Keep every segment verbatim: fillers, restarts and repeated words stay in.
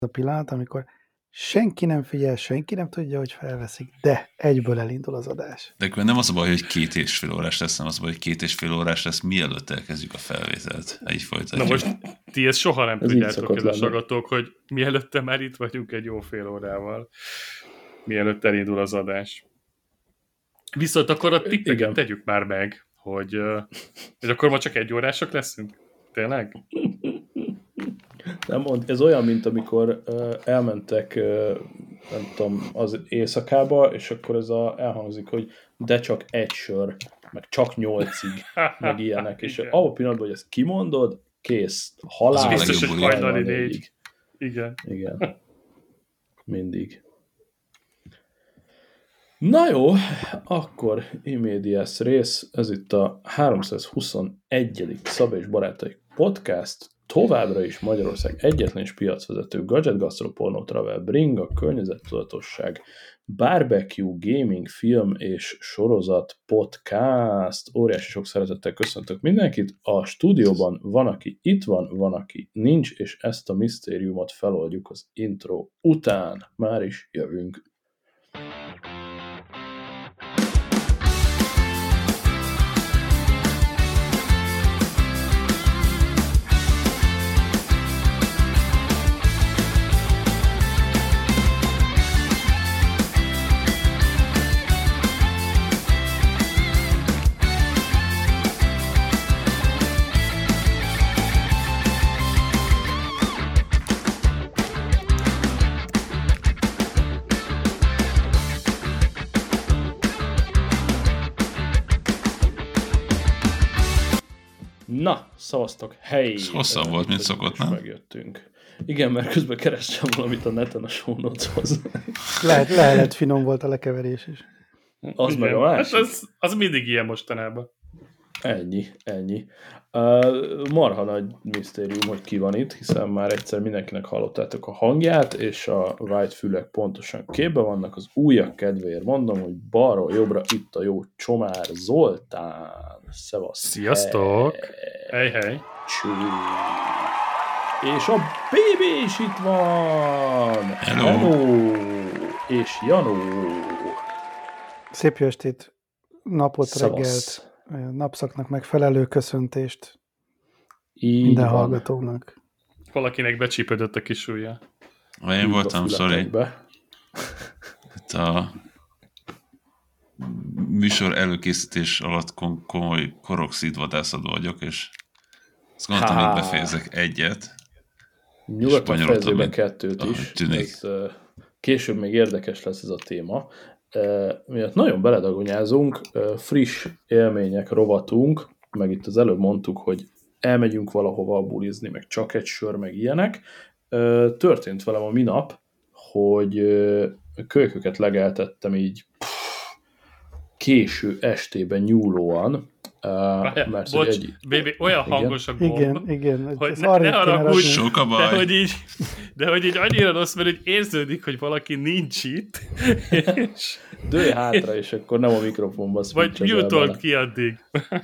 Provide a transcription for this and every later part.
a pillanat, amikor senki nem figyel, senki nem tudja, hogy felveszik, de egyből elindul az adás. De akkor nem az a baj, hogy két és fél órás lesz, nem az a baj, hogy két és fél órás lesz, mielőtt elkezdjük a felvételt. Így folytatjuk. Na most ti ezt soha nem Ez tudjátok, kedves hallgatók, hogy mielőtte már itt vagyunk egy jó fél órával. Mielőtt elindul az adás. Viszont akkor a tippeket tegyük már meg, hogy, hogy akkor ma csak egy órások leszünk? Tényleg? Nem mond, ez olyan, mint amikor uh, elmentek, uh, nem tudom, az éjszakába, és akkor ez a, elhangzik, hogy de csak egy sör, meg csak nyolcig, meg ilyenek, és ahol pillanatban, hogy ezt kimondod, kész, halál. Az biztos, hogy hajnali négy. Igen. Igen. Mindig. Na jó, akkor imédiás rész, ez itt a háromszázhuszonegyedik Szabé és Barátai Podcast, továbbra is Magyarország egyetlen és piacvezető gadget, gastro, porno, travel, bring, a környezettudatosság, barbecue, gaming, film és sorozat podcast. Óriási sok szeretettel köszöntök mindenkit. A stúdióban van, aki itt van, van, aki nincs, és ezt a misztériumot feloldjuk az intro után. Már is jövünk. Na, szavaztok, hey! Hosszabb volt, mint szokott, nem? Megjöttünk. Igen, mert közben kerestem valamit a neten a show notes-hoz. Lehet, lehet finom volt a lekeverés is. Az Igen. meg a másik. Hát az, az mindig ilyen mostanában. Ennyi, ennyi. Uh, marha nagy misztérium, hogy ki van itt, hiszen már egyszer mindenkinek hallottátok a hangját, és a white fülek pontosan képbe vannak. Az újak kedvéért mondom, hogy balról jobbra itt a jó Csomár Zoltán. Szevasz. Sziasztok! Hely, hely! Csú. És a bébi is itt van! Hello! Hello. És Janó! Szép jó estét, napot, Szevasz. reggelt, napszaknak megfelelő köszöntést Így minden van. hallgatónak. Valakinek becsípődött a kis ujja. Én Így voltam, a sorry. fületekbe. Itt a műsor előkészítés alatt kom- komoly koroxid vadászat vagyok, és azt gondoltam, Há. hogy befejezek egyet. Nyugodtan Spanyolodtam, fejező be mint kettőt ahogy is. tűnik. Ez, uh, később még érdekes lesz ez a téma. Uh, miatt nagyon beledagonyázunk, uh, friss élmények rovatunk, meg itt az előbb mondtuk, hogy elmegyünk valahova bulizni, meg csak egy sör, meg ilyenek. Uh, történt velem a minap, hogy uh, kölyköket legeltettem így pff, késő estében nyúlóan, Uh, mert Bocs, egy... baby, olyan igen? hangos a gomb, Igen, igen. hogy ez ne, arrébb ne kéne haragudj, rakni. Sok a de baj. hogy, így, de hogy így annyira rossz, mert hogy érződik, hogy valaki nincs itt, és, Dőj hátra, és akkor nem a mikrofonba vagy switchezel mute-old bele. ki addig.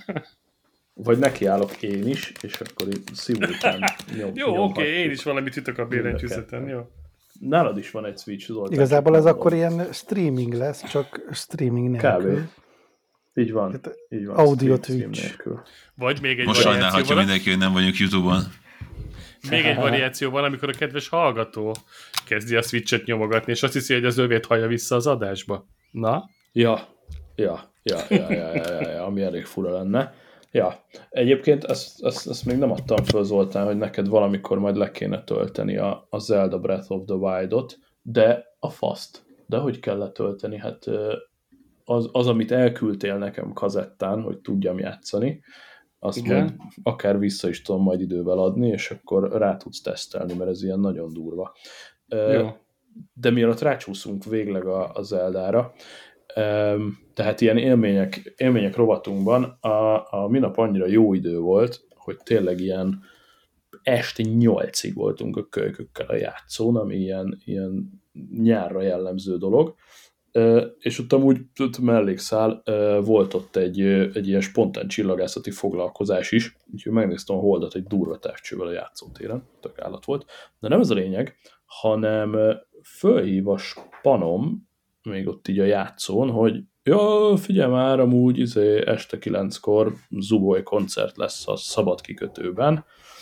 Vagy nekiállok én is, és akkor így szimultán nyom. Jó, oké, nyomhatjuk. én is valamit ütök a billentyűzeten, jó? Nálad is van egy switch, Zoltán. Igazából csak ez nem akkor mondom. ilyen streaming lesz, csak streaming nélkül. Kb. Így van. Hát, Így van. audio stream- stream Twitch. nélkül. Vagy még egy Most variáció sajnálhatja van, mindenki, hogy nem vagyunk YouTube-on. még egy variáció van, amikor a kedves hallgató kezdi a switchet nyomogatni, és azt hiszi, hogy az övét hallja vissza az adásba. Na? Ja, ja, ja, ja, ja, ja, ja, ja, ami elég fura lenne. Ja, egyébként ezt, ezt, ezt még nem adtam föl, Zoltán, hogy neked valamikor majd le kéne tölteni a, a Zelda Breath of the Wild-ot, de a faszt. De hogy kell letölteni? Hát az, az, amit elküldtél nekem kazettán, hogy tudjam játszani, azt Igen. majd akár vissza is tudom majd idővel adni, és akkor rá tudsz tesztelni, mert ez ilyen nagyon durva. Jó. De mielőtt rácsúszunk végleg a, a Zeldára, tehát ilyen élmények, élmények rovatunkban a, a minap annyira jó idő volt, hogy tényleg ilyen este nyolcig voltunk a kölykökkel a játszón, ami ilyen, ilyen nyárra jellemző dolog, és ott amúgy mellékszál volt ott egy, egy ilyen spontán csillagászati foglalkozás is, úgyhogy megnéztem a Holdat egy durva távcsővel a játszótéren, tök állat volt, de nem ez a lényeg, hanem fölhív a spanom, még ott így a játszón, hogy ja, figyelj már, amúgy izé, este kilenckor Zuboly koncert lesz a Szabad kikötőben,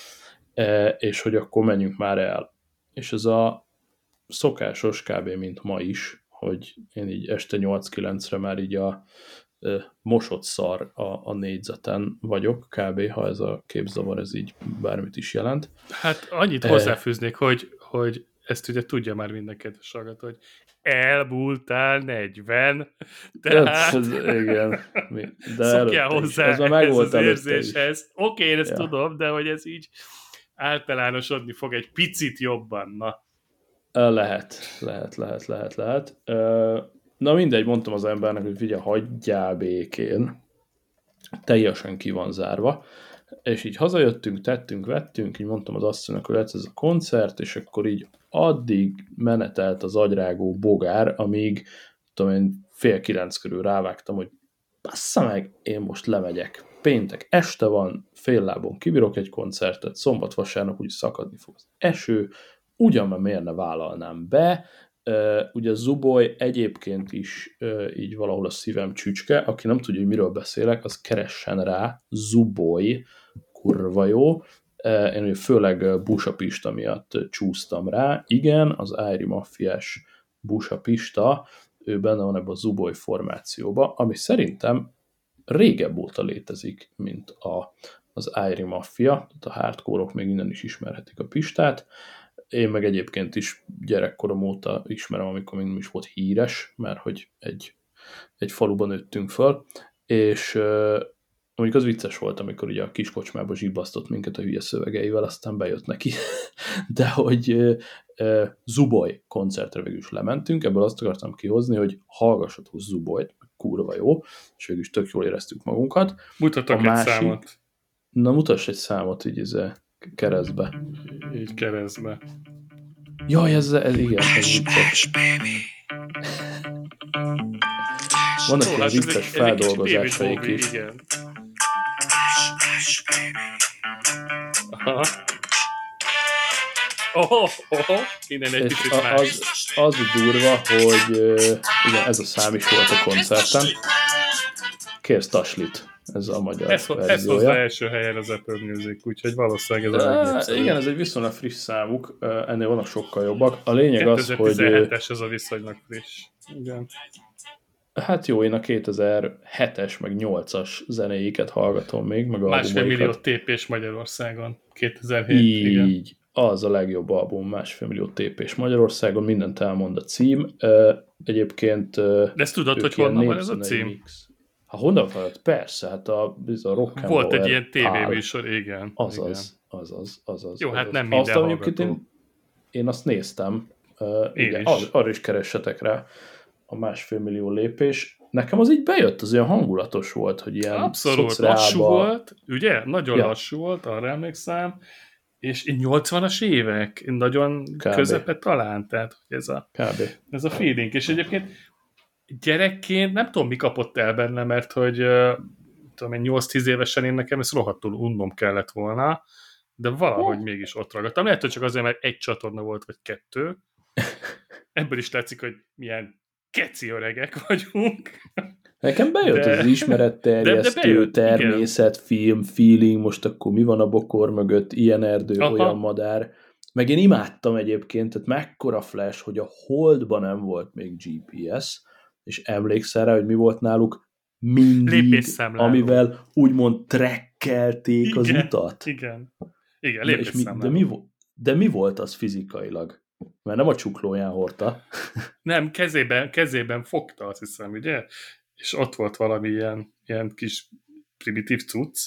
és hogy akkor menjünk már el. És ez a szokásos kb. Mint ma is, hogy én így este nyolc-kilencre már így a mosott szar a, a négyzeten vagyok, kb. Ha ez a képzavar, ez így bármit is jelent. Hát annyit hozzáfűznék, hogy, hogy ezt ugye tudja már minden kedves hallgató, hogy elbúltál negyven, tehát ez, igen. De szokjál hozzá ez már ez az érzéshez. Oké, okay, én ezt ja. tudom, de hogy ez így általánosodni fog egy picit jobban, na. Lehet, lehet, lehet, lehet, lehet. Na mindegy, mondtam az embernek, hogy figyelj, hagyjál békén. Teljesen ki van zárva. És így hazajöttünk, tettünk, vettünk, így mondtam az asszonynak, hogy lesz ez a koncert, és akkor így addig menetelt az agyrágó bogár, amíg tudom én, fél kilenc körül rávágtam, hogy bassza meg, én most lemegyek. Péntek este van, fél lábon kibírok egy koncertet, szombat-vasárnap úgy szakadni fog az eső, ugyan már miért ne vállalnám be. Uh, ugye Zuboly egyébként is uh, így valahol a szívem csücske, aki nem tudja, hogy miről beszélek, az keressen rá, Zuboly, kurva jó. Uh, én ugye főleg Busa Pista miatt csúsztam rá. Igen, az Ájri Maffiás Busa Pista, ő benne van ebben a Zuboly formációba, ami szerintem régebb óta létezik, mint a, az Ájri Maffia, tehát a hardcore-ok még innen is ismerhetik a Pistát. Én meg egyébként is gyerekkorom óta ismerem, amikor még nem is volt híres, mert hogy egy, egy faluban nőttünk föl, és uh, mondjuk az vicces volt, amikor ugye a kiskocsmába zsibbasztott minket a hülye szövegeivel, aztán bejött neki. De hogy uh, uh, Zuboly koncertre végül is lementünk, ebből azt akartam kihozni, hogy hallgassatok Zubolyt, kurva jó, és végül is tök jól éreztük magunkat. Mutatok a egy másik, számot. Na mutass egy számot, így ez keresztbe. Így keresztbe. Jaj, ez, ez igen, ez vicces. Vannak ilyen vicces feldolgozásaik is. Igen. Aha. Oh, oh, oh, innen egy kicsit más. Az, az durva, hogy igen, ez a szám is volt a koncerten. Kérsz Taslit. Ez a magyar ez, verziója. Ez hozzá első helyen az Apple Music, úgyhogy valószínűleg ez a legnépszerűbb. Igen, ez egy viszonylag friss számuk, ennél vannak sokkal jobbak. A lényeg az, hogy... kétezer-tizenhetes ez a viszonylag friss. Igen. Hát jó, én a kétezer-hetes meg nyolcas zenéiket hallgatom még, meg másfél millió té pés Magyarországon. kétezer-hét, így, igen. Az a legjobb album, másfél millió té pés Magyarországon, mindent elmond a cím. Egyébként... De ezt tudod, hogy honnan van ez a cím? Mix. Ha honnan van, persze, hát a, a Rock and volt egy ilyen tévéműsor, igen. Azaz, azaz, azaz. Jó, azaz. hát nem minden hallgató. Én, én azt néztem, uh, igen, is. Az, arra is keressetek rá a másfél millió lépés. Nekem az így bejött, az olyan hangulatos volt, hogy ilyen abszolút, szociálba... lassú volt, ugye? Nagyon ja. lassú volt, arra emlékszem. És nyolcvanas évek, nagyon Kb. Közepet talán, tehát hogy ez a, Kb. ez a feeling. És egyébként gyerekként nem tudom, mi kapott el benne, mert hogy uh, tudom én, nyolc-tíz évesen én nekem ezt rohadtul unnom kellett volna, de valahogy oh. mégis ott ragadtam. Lehet, hogy csak azért, mert egy csatorna volt, vagy kettő. Ebből is látszik, hogy milyen keci öregek vagyunk. Nekem bejött de, az ismeretterjesztő, természet, igen. Film, feeling, most akkor mi van a bokor mögött, ilyen erdő, aha. Olyan madár. Meg én imádtam egyébként, tehát mekkora flash, hogy a Holdban nem volt még gé pé es, és emlékszel rá, hogy mi volt náluk mindig, amivel úgymond trekkelték igen, az utat. Igen, igen, lépésszámláló. De mi, de mi volt az fizikailag? Mert nem a csuklóján hordta. Nem, kezében, kezében fogta, azt hiszem, ugye? És ott volt valami ilyen, ilyen kis primitív cucc.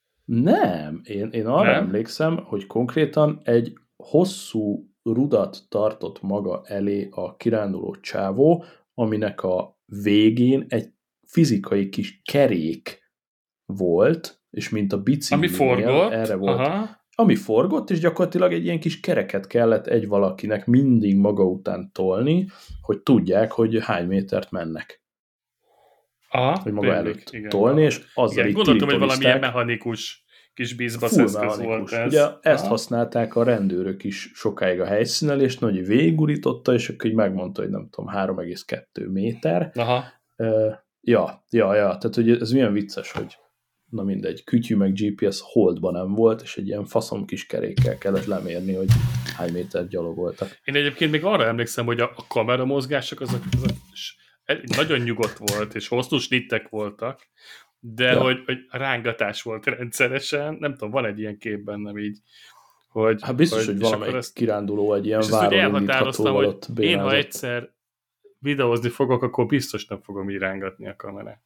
Nem, én, én arra nem? emlékszem, hogy konkrétan egy hosszú rudat tartott maga elé a kiránduló csávó, aminek a végén egy fizikai kis kerék volt, és mint a biciklinél ami forgott, erre volt, aha. ami forgott, és gyakorlatilag egy ilyen kis kereket kellett egy valakinek mindig maga után tolni, hogy tudják, hogy hány métert mennek. Aha, hogy maga tényleg, előtt igen. tolni, és azzal igen, így gondoltam, hogy valamilyen mechanikus kis bízbasz Full eszköz volt mechanikus. ez. Ugye ezt Ha? használták a rendőrök is sokáig a helyszínen, és Nagy végigurította, és akkor így megmondta, hogy nem tudom, három egész kettő méter. Aha. Uh, ja, ja, ja, tehát hogy ez milyen vicces, hogy na mindegy, kütyű meg gé pé es holdban nem volt, és egy ilyen faszom kis kerékkel kellett lemérni, hogy hány méter gyalogoltak. Én egyébként még arra emlékszem, hogy a, a kamera mozgások azok, azok nagyon nyugodt volt, és hosszú snittek voltak, de ja. hogy, hogy rángatás volt rendszeresen, nem tudom, van egy ilyen kép bennem így, hogy... Hát biztos, hogy, hogy valamelyik ezt, kiránduló egy ilyen váron indíthatóval ott bénázott. Én, ha egyszer videózni fogok, akkor biztos nem fogom így rángatni a kamerát.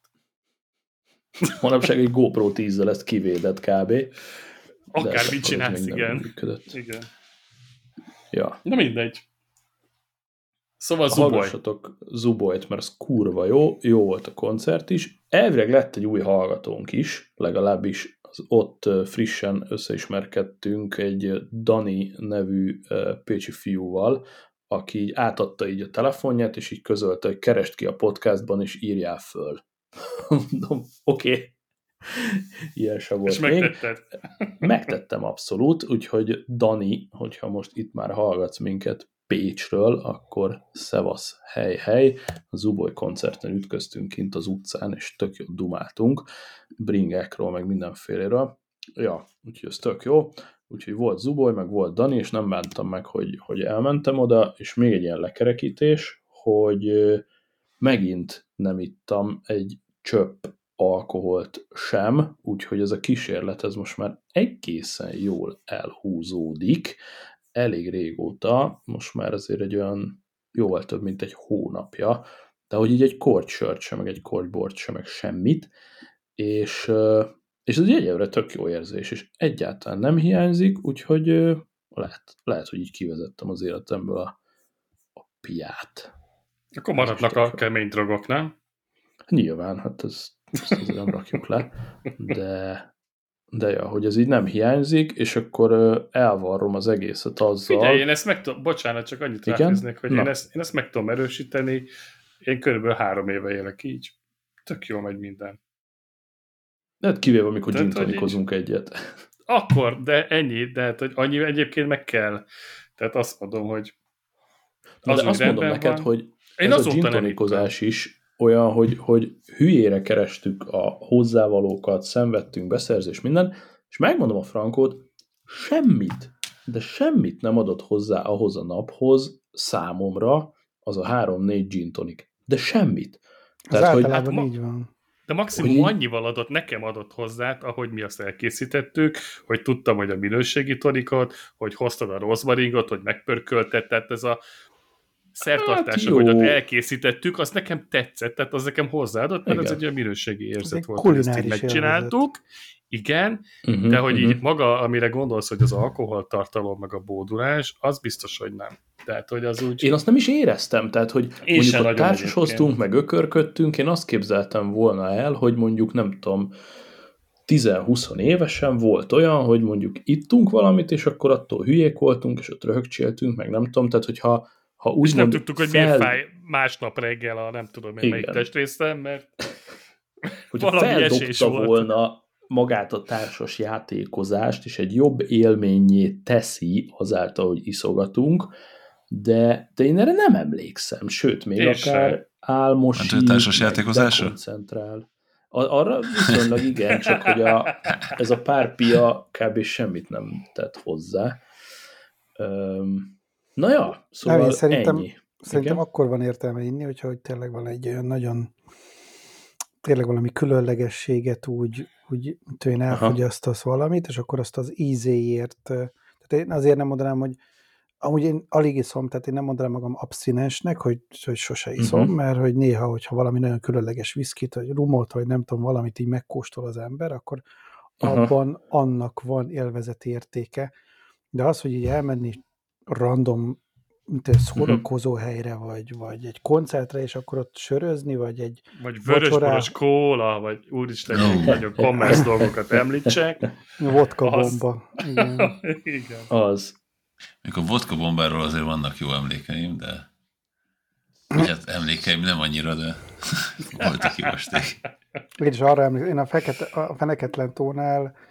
Manapság egy GoPro tízzel ezt kivédett kb. Akár mit csinálsz, igen. igen. Ja. Na mindegy. Szóval Zuboly. Hallgassatok Zubolyt, mert az kurva jó, jó volt a koncert is. Elvileg lett egy új hallgatónk is, legalábbis az ott frissen összeismerkedtünk egy Dani nevű pécsi fiúval, aki így átadta így a telefonját, és így közölte, hogy keresd ki a podcastban, és írjál föl. Mondom, oké. Okay. Ilyen sem volt és még. megtetted. Megtettem abszolút, úgyhogy Dani, hogyha most itt már hallgatsz minket Pécsről, akkor szevasz, hely, hely. A Zuboly koncerten ütköztünk kint az utcán, és tök jó dumáltunk, bringákról, meg mindenféléről. Ja, úgyhogy ez tök jó. Úgyhogy volt Zuboly, meg volt Dani, és nem bántam meg, hogy, hogy elmentem oda, és még egy ilyen lekerekítés, hogy megint nem ittam egy csöpp alkoholt sem, úgyhogy ez a kísérlet ez most már egészen jól elhúzódik, elég régóta, most már azért egy olyan jóval több, mint egy hónapja, de hogy így egy kortysört sem, meg egy kortybort sem, meg semmit, és, és ez egyelőre tök jó érzés, és egyáltalán nem hiányzik, úgyhogy lehet, lehet hogy így kivezettem az életemből a, a piát. Akkor maradnak a kemény drogok, nem? Nyilván, hát ez, ezt azért nem rakjuk le, de, de ja, hogy ez így nem hiányzik, és akkor elvarrom az egészet azzal. Figyelj, én ezt meg tudom, bocsánat, csak annyit ráfűznék, hogy én ezt, én ezt meg tudom erősíteni, én körülbelül három éve élek így. Tök jól megy minden. De hát kivéve, amikor gintonikozunk egyet. Akkor, de ennyi, de hát, hogy annyi egyébként meg kell. Tehát azt mondom, hogy az de azt mondom neked, van. hogy én ez a gintonikozás is olyan, hogy, hogy hülyére kerestük a hozzávalókat, szenvedtünk, beszerzés, minden, és megmondom a frankót, semmit, de semmit nem adott hozzá ahhoz a naphoz számomra az a három-négy gin tonic. De semmit. Az Tehát, általában hogy, hát, így van. De maximum így... annyival adott, nekem adott hozzá, ahogy mi azt elkészítettük, hogy tudtam, hogy a minőségi tonikot, hogy hoztad a rozmaringot, hogy megpörkölted, tehát ez a szertartása, hát hogy ott elkészítettük, az nekem tetszett, tehát az nekem hozzáadott, mert igen. Ez egy olyan minőségi érzet ez volt, hogy ezt így megcsináltuk, igen, uh-huh, de hogy uh-huh. így maga, amire gondolsz, hogy az alkoholtartalom, meg a bódulás, az biztos, hogy nem. Tehát, hogy az úgy... Én azt nem is éreztem, tehát, hogy én mondjuk ott társashoztunk, meg ökörködtünk, én azt képzeltem volna el, hogy mondjuk, nem tudom, tíz-húsz évesen volt olyan, hogy mondjuk ittunk valamit, és akkor attól hülyék voltunk, és ott röhögcséltünk, meg nem tudom, tehát, hogyha ha úgy és nem mond, tudtuk, hogy fel... miért fáj másnap reggel a nem tudom én melyik testrészem, mert hogyha feldobta volna magát a társas játékozást, és egy jobb élményé teszi azáltal, hogy iszogatunk, de, de én erre nem emlékszem, sőt, még és akár álmosít, hát társas játékozásra? Koncentrál. Arra viszonylag igen, csak hogy a, ez a pár pia kb. Semmit nem tett hozzá. Um, Na ja, szóval nem, szerintem, ennyi. Szerintem igen? Akkor van értelme inni, hogyha hogy tényleg van egy olyan nagyon, tényleg valami különlegességet úgy, úgy mint én elfogyasztasz valamit, és akkor azt az ízéért, tehát én azért nem mondanám, hogy amúgy én alig iszom, tehát én nem mondanám magam abszinensnek, hogy, hogy sose iszom, uh-huh. mert hogy néha, hogyha valami nagyon különleges viszkit, vagy rumot, vagy nem tudom, valamit így megkóstol az ember, akkor uh-huh. abban annak van élvezeti értéke. De az, hogy így elmenni random mint egy szórakozó uh-huh. helyre, vagy, vagy egy koncertre, és akkor ott sörözni, vagy egy vagy vörösboros kóla, vagy úristen, no. nagyon commerce dolgokat említsek. Vodka bomba. Igen. Igen. Az. Még a vodka bombáról azért vannak jó emlékeim, de hát emlékeim nem annyira, de voltak jó esték. Én is arra emlékszem, én a, fekete, a Feneketlen tónál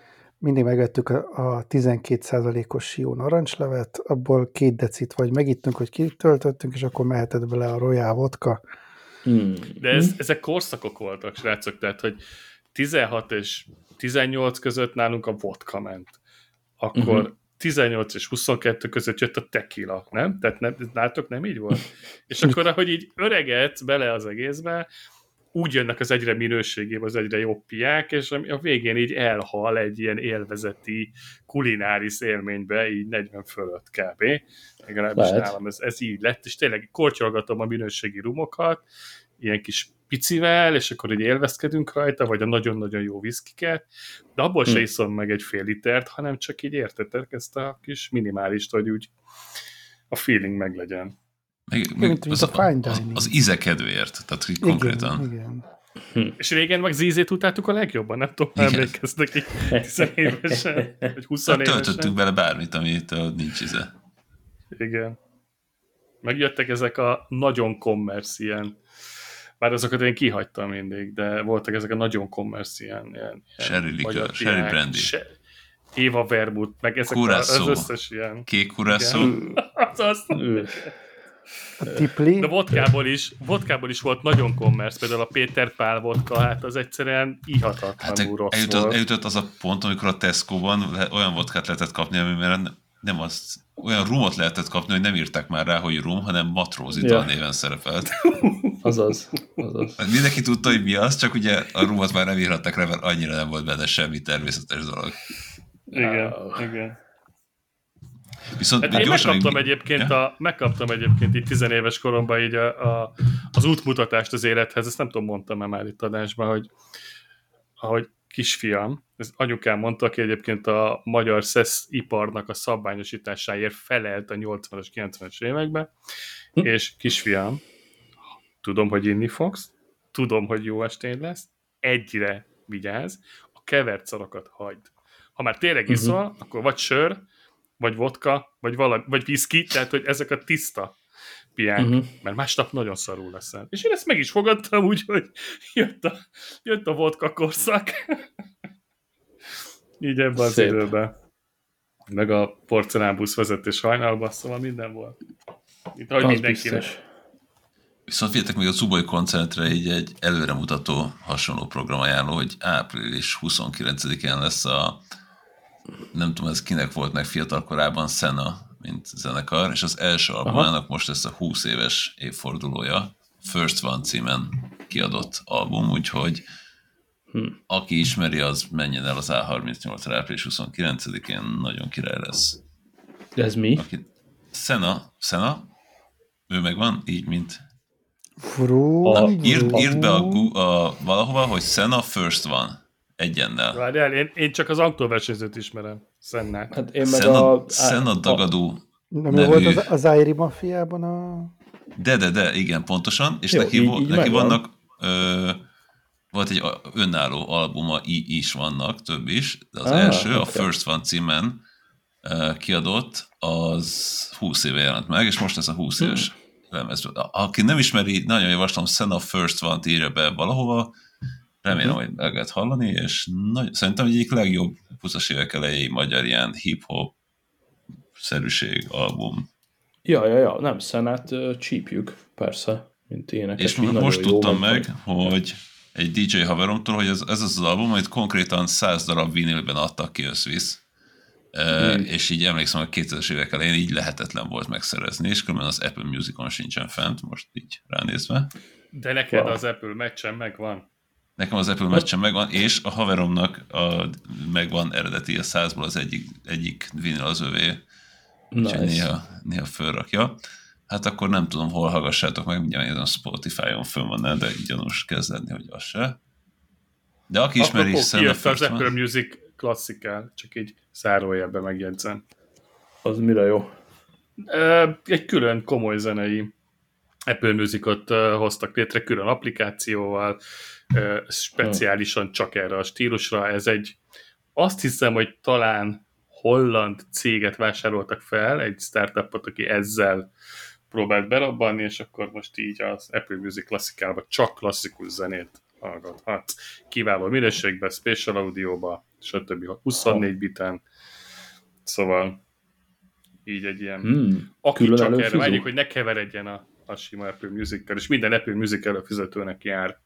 mindig megvettük a, a tizenkét százalékos sió narancslevet, abból két decit vagy megittunk, hogy kitöltöttünk, és akkor mehetett bele a Royal vodka. Hmm. De ez, ezek korszakok voltak, srácok, tehát, hogy tizenhat és tizennyolc között nálunk a vodka ment. Akkor uh-huh. tizennyolc és huszonkettő között jött a tequila, nem? Tehát nem, nálatok nem így volt? És akkor, ahogy így öregetsz bele az egészbe, úgy jönnek az egyre minőségébe az egyre jobb piák, és a végén így elhal egy ilyen élvezeti kulináris élménybe, így negyven fölött kb. Legalábbis nálam ez, ez így lett, és tényleg kortyolgatom a minőségi rumokat, ilyen kis picivel, és akkor így élvezkedünk rajta, vagy a nagyon-nagyon jó viszkiket, de abból hm. se iszom meg egy fél litert, hanem csak így értetek ezt a kis minimálist, hogy úgy a feeling meglegyen. Meg, meg az, a fine az, az íze kedvéért, tehát így konkrétan. Igen, igen. Hm. És régen meg zízét utáltuk a legjobban, nem tudom, emlékeztek így tizenévesen, vagy huszonévesen. Töltöttünk bele bármit, amit nincs íze. Igen. Megjöttek ezek a nagyon commerce ilyen, bár azokat én kihagytam mindig, de voltak ezek a nagyon commerce ilyen, ilyen sherry likör, sherry brandy. Se, Éva Vermouth, meg ezek a, az összes ilyen. Kék kurászó. az az. A tipli. De vodkából is, vodkából is volt nagyon commerce, például a Péter Pál vodka, hát az egyszerűen ihatatlanul hát, rossz eljutott, volt. Eljutott az a pont, amikor a Tesco-ban olyan vodkát lehetett kapni, amiben nem az, olyan rumot lehetett kapni, hogy nem írták már rá, hogy rum, hanem matrózital ja. néven szerepelt. Azaz, azaz. Mindenki tudta, hogy mi az, csak ugye a rumot már nem írhatták rá, mert annyira nem volt benne semmi természetes dolog. Igen, oh. igen. Viszont hát én megkaptam így... egyébként, ja? a, megkaptam egyébként így tizenéves koromban így a, a, az útmutatást az élethez, ezt nem tudom, mondtam már itt adásban, hogy ahogy kisfiam, ez anyukám mondta, aki egyébként a magyar szesz iparnak a szabványosításáért felelt a nyolcvanas, kilencvenes években, hm. és kisfiam, tudom, hogy inni fogsz, tudom, hogy jó estéd lesz, egyre vigyázz, a kevert szarokat hagyd. Ha már tényleg iszol, uh-huh. akkor vagy sör, vagy vodka, vagy, valami, vagy viszki, tehát, hogy ezek a tiszta piák, uh-huh. mert másnap nagyon szarul leszel. És én ezt meg is fogadtam úgy, hogy jött a, jött a vodka korszak. Így ebben az időben. Meg a porcelánbusz vezetés hajnalban, szóval minden volt. Itt, ahogy mindenkinek. Viszont figyeljetek, még a Zuboly koncertre így egy előremutató hasonló programajánló, hogy április huszonkilencedikén lesz a, nem tudom, ez kinek volt meg fiatal korában, Senna, mint zenekar, és az első albumának most lesz a húsz éves évfordulója, First One címen kiadott album, úgyhogy hm. aki ismeri, az menjen el az á harmincnyolcra április huszonkilencedikén, nagyon király lesz. De ez mi? Aki... Senna, Senna, ő megvan, így, mint Fró, Na, írd, írd be a, a, valahova, hogy Senna First One. Egyennel. Várjál, én, én csak az autóversenyzőt ismerem. Sennát. Hát én meg Senna, a... Senna dagadó Nem nevű... volt az, az Airi Mafiában a... De, de, de, igen, pontosan. És Jó, neki, így, vo, így neki vannak... Ö, volt egy önálló albuma, így is vannak, több is, de az ah, első, okay. a First One címen uh, kiadott, az húsz éve jelent meg, és most ez a húsz hmm. éves lemez. Aki nem ismeri, nagyon javaslom, Senna First One-t írja be valahova, remélem, uh-huh. hogy el lehet hallani, és nagy, szerintem egyik legjobb huszas évek elejé magyar ilyen hip-hop szerűség album. Ja, ja, ja, nem, Sennát uh, csípjük, persze, mint énekes. És most tudtam meg, hogy egy dé dzsé haveromtól, hogy ez, ez az az album, amit konkrétan száz darab vinilben adtak ki összvisz, mm. uh, és így emlékszem, hogy kétezres évek elején így lehetetlen volt megszerezni, és különben az Apple Musicon sincsen fent, most így ránézve. De neked wow. az Apple meccsen megvan. Nekem az Apple meccsen megvan, és a haveromnak a, megvan eredeti a százból az egyik, egyik vinil az övé, nice. Úgyhogy néha, néha fölrakja. Hát akkor nem tudom, hol hallgassátok meg, mindjárt nézem, Spotify-on fönn van, de így gyanús kezd lenni, hogy az se. De aki ismeri is szerintem az Apple Music klasszikál, csak így zárójelben megjegyzem. Az mire jó? Egy külön komoly zenei Apple Musicot hoztak létre, külön applikációval, speciálisan csak erre a stílusra. Ez egy, azt hiszem, hogy talán holland céget vásároltak fel, egy startupot, aki ezzel próbált berabbanni, és akkor most így az Apple Music klasszikálba csak klasszikus zenét hallgathat. Kiváló minőségben, spatial audióba, stb. huszonnégy biten. Szóval így egy ilyen Hmm, aki külön csak erre előfizó? vágyik, hogy ne keveredjen a, a sima Apple Music-kel, és minden Apple Music előfizetőnek jár.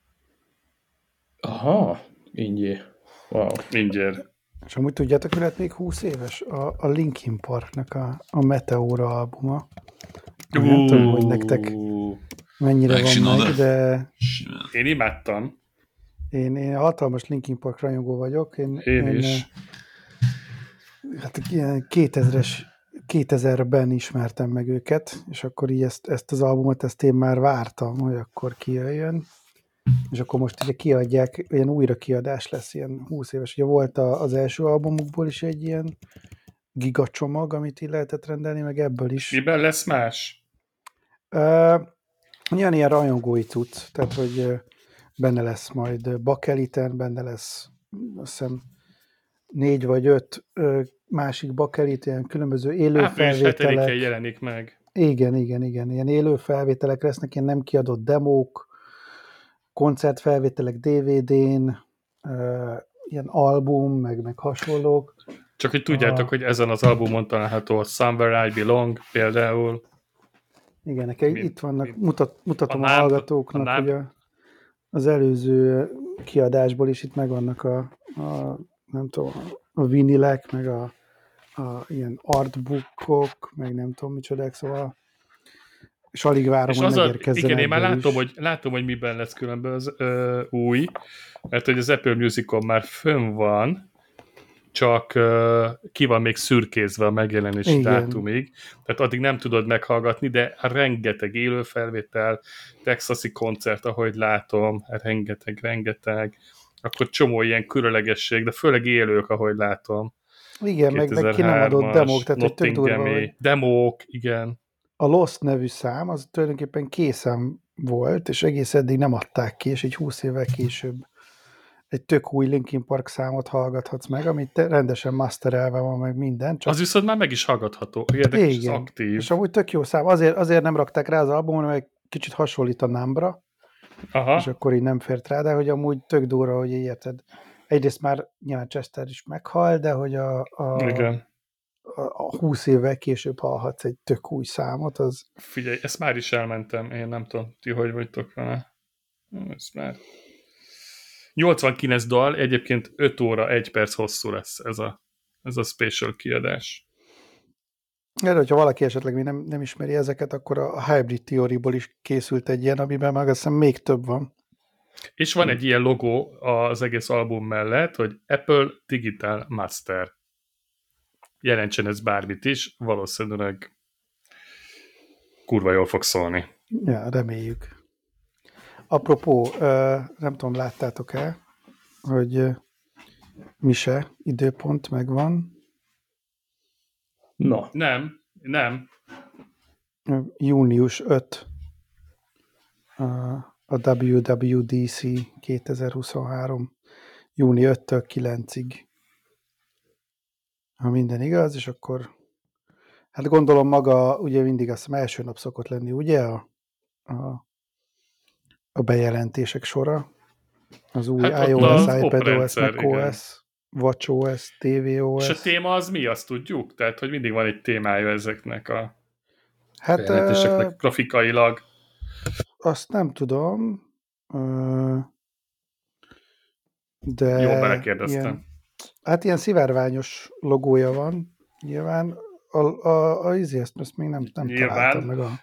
Aha, ingyé. Wow. Mindjárt. És amúgy tudjátok, mi lett még húsz éves? A, a Linkin Parknak a, a Meteora albuma. Uh, nem tudom, hogy nektek mennyire Megsinod, van meg, de Én imádtam. én, én hatalmas Linkin Park rajongó vagyok. Én, Én, én is. Hát ilyen kétezres, kétezerben ismertem meg őket, és akkor így ezt, ezt az albumot, ezt én már vártam, hogy akkor kijöjjön. És akkor most ugye kiadják, ilyen újra kiadás lesz, ilyen húsz éves. Ugye volt a, az első albumukból is egy ilyen gigacsomag, amit így lehetett rendelni, meg ebből is. Miben lesz más? Uh, ilyen ilyen rajongói cucc, tehát hogy uh, benne lesz majd bakeliten, benne lesz azt hiszem négy vagy öt uh, másik bakelit, ilyen különböző élő április felvételek. hetedikén jelenik meg. Igen, igen, igen. Ilyen élő felvételek lesznek, ilyen nem kiadott demók, koncertfelvételek dé vé dén, uh, ilyen album, meg, meg hasonlók. Csak hogy tudjátok, a... hogy ezen az albumon található a Somewhere I Belong például. Igen, nekem Mi, itt vannak, mi, mutat, mutatom a, a, a hallgatóknak, a hogy a, az előző kiadásból is itt megvannak a, a nem tudom, a vinilek, meg a, a ilyen artbookok, meg nem tudom micsodák, szóval és alig várom, és hogy az a, megérkezzen. igen, én már látom is. hogy, látom, hogy miben lesz különben az ö, új, mert hogy az Apple Musicon már fönn van, csak ö, ki van még szürkézve a megjelenési igen. dátumig, tehát addig nem tudod meghallgatni, de rengeteg élőfelvétel, texasi koncert, ahogy látom, rengeteg, rengeteg, akkor csomó ilyen különlegesség, de főleg élők, ahogy látom. Igen, meg, meg ki nem adott demók, tehát hogy tök durva, hogy demók, igen. A Lost nevű szám, az tulajdonképpen készen volt, és egész eddig nem adták ki, és így húsz évvel később egy tök új Linkin Park számot hallgathatsz meg, amit rendesen masterelve van meg minden. Csak... Az viszont már meg is hallgatható. Érdekes, igen. Az aktív. És amúgy tök jó szám. Azért, azért nem rakták rá az albumon, mert kicsit hasonlít a Numbra, aha. és akkor így nem fért rá, de hogy amúgy tök durva, hogy érted. Egyrészt már nyilván Chester is meghal, de hogy a, a, igen. a, a húsz évvel később hallhatsz egy tök új számot, az... Figyelj, ezt már is elmentem, én nem tudom, ti hogy vagytok vele. Ez már... nyolcvankilenc dal, egyébként öt óra, egy perc hosszú lesz ez a, ez a special kiadás. De hogyha valaki esetleg még nem, nem ismeri ezeket, akkor a Hybrid Theory-ból is készült egy ilyen, amiben meg azt hiszem még több van. És van egy ilyen logó az egész album mellett, hogy Apple Digital Master. Jelentsen ez bármit is, valószínűleg kurva jól fog szólni. Ja, reméljük. Apropó, nem tudom, láttátok-e, hogy Mise időpont megvan. Na. Nem, nem. június ötödike a dupla vé dupla vé dé cé kétezer-huszonhárom. június ötödikétől kilencediig. Ha minden igaz, és akkor hát gondolom maga, ugye mindig azt hiszem első nap szokott lenni, ugye a, a, a bejelentések sora. Az új hát iOS, iPadOS, macOS, watchOS, tvOS. És a téma az mi, azt tudjuk? Tehát, hogy mindig van egy témája ezeknek a hát, bejelentéseknek uh, grafikailag. Azt nem tudom, de... Jól belekérdeztem. Ilyen, hát ilyen szivárványos logója van, nyilván. A, a, a izé, ezt, ezt még nem, nem találtam meg. A...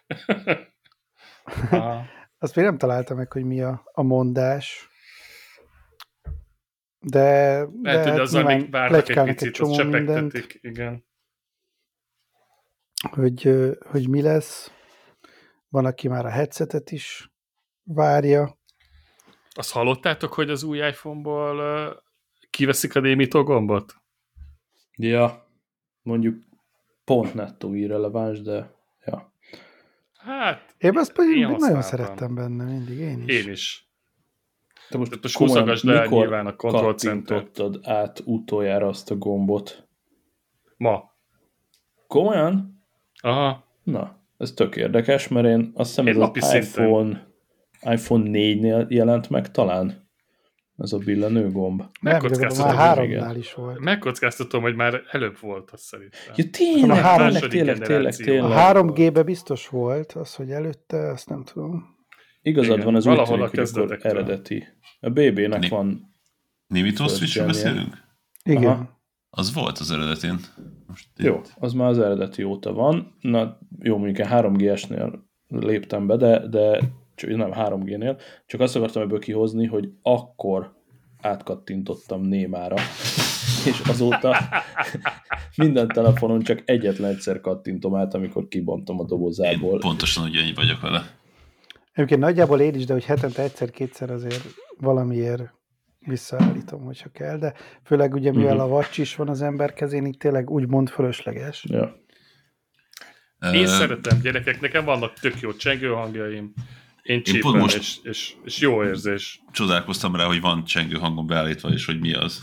azt még nem találtam meg, hogy mi a, a mondás. De, lehet, de hogy hát azzal még várnak egy picit, egy csomó azt mindent, igen. Hogy, hogy mi lesz. Van, aki már a headsetet is várja. Azt hallottátok, hogy az új iPhone-ból uh, kiveszik a némító gombot? Ja, mondjuk pont nettó irreleváns, de ja. Hát, én azt én nagyon használtam. Szerettem benne mindig, én is. Én is. Te most, most húszagasd le nyilván a Control Center-t. át utoljára azt a gombot? Ma. Komolyan? Aha. Na, ez tök érdekes, mert én azt hiszem, én ez az iPhone, iPhone négynél jelent meg talán. Ez a billenő gomb. Nem, már háromnál is volt. Megkockáztatom, hogy már előbb volt, azt szerintem. Ja, tényleg, a három, tényleg, tényleg, tényleg, tényleg. A három G-be biztos volt, az, hogy előtte, azt nem tudom. Igazad igen, van, az úgy tűnik, hogy akkor eredeti. A bé bé-nek Ni- van... Nitro Switch-ről beszélünk? Igen. Aha. Az volt az eredetén. Most jó, az már az eredeti óta van. Na, jó, mondjuk én három G-esnél léptem be, de, de nem három G-nél. Csak azt akartam ebből kihozni, hogy akkor átkattintottam Némára, és azóta minden telefonon csak egyetlen egyszer kattintom át, amikor kibontom a dobozából. Én pontosan ugyanígy vagyok vele. Egyébként nagyjából én is, de hogy hetente egyszer-kétszer azért valamiért visszaállítom, hogyha kell, de főleg ugye mivel uh-huh. a Watch is van az ember kezén, így tényleg úgymond fölösleges. Ja. Én uh, szeretem, gyerekek, nekem vannak tök jó csengőhangjaim, én csípem, most és, és, és jó érzés. Csodálkoztam rá, hogy van csengő hangon beállítva, és hogy mi az.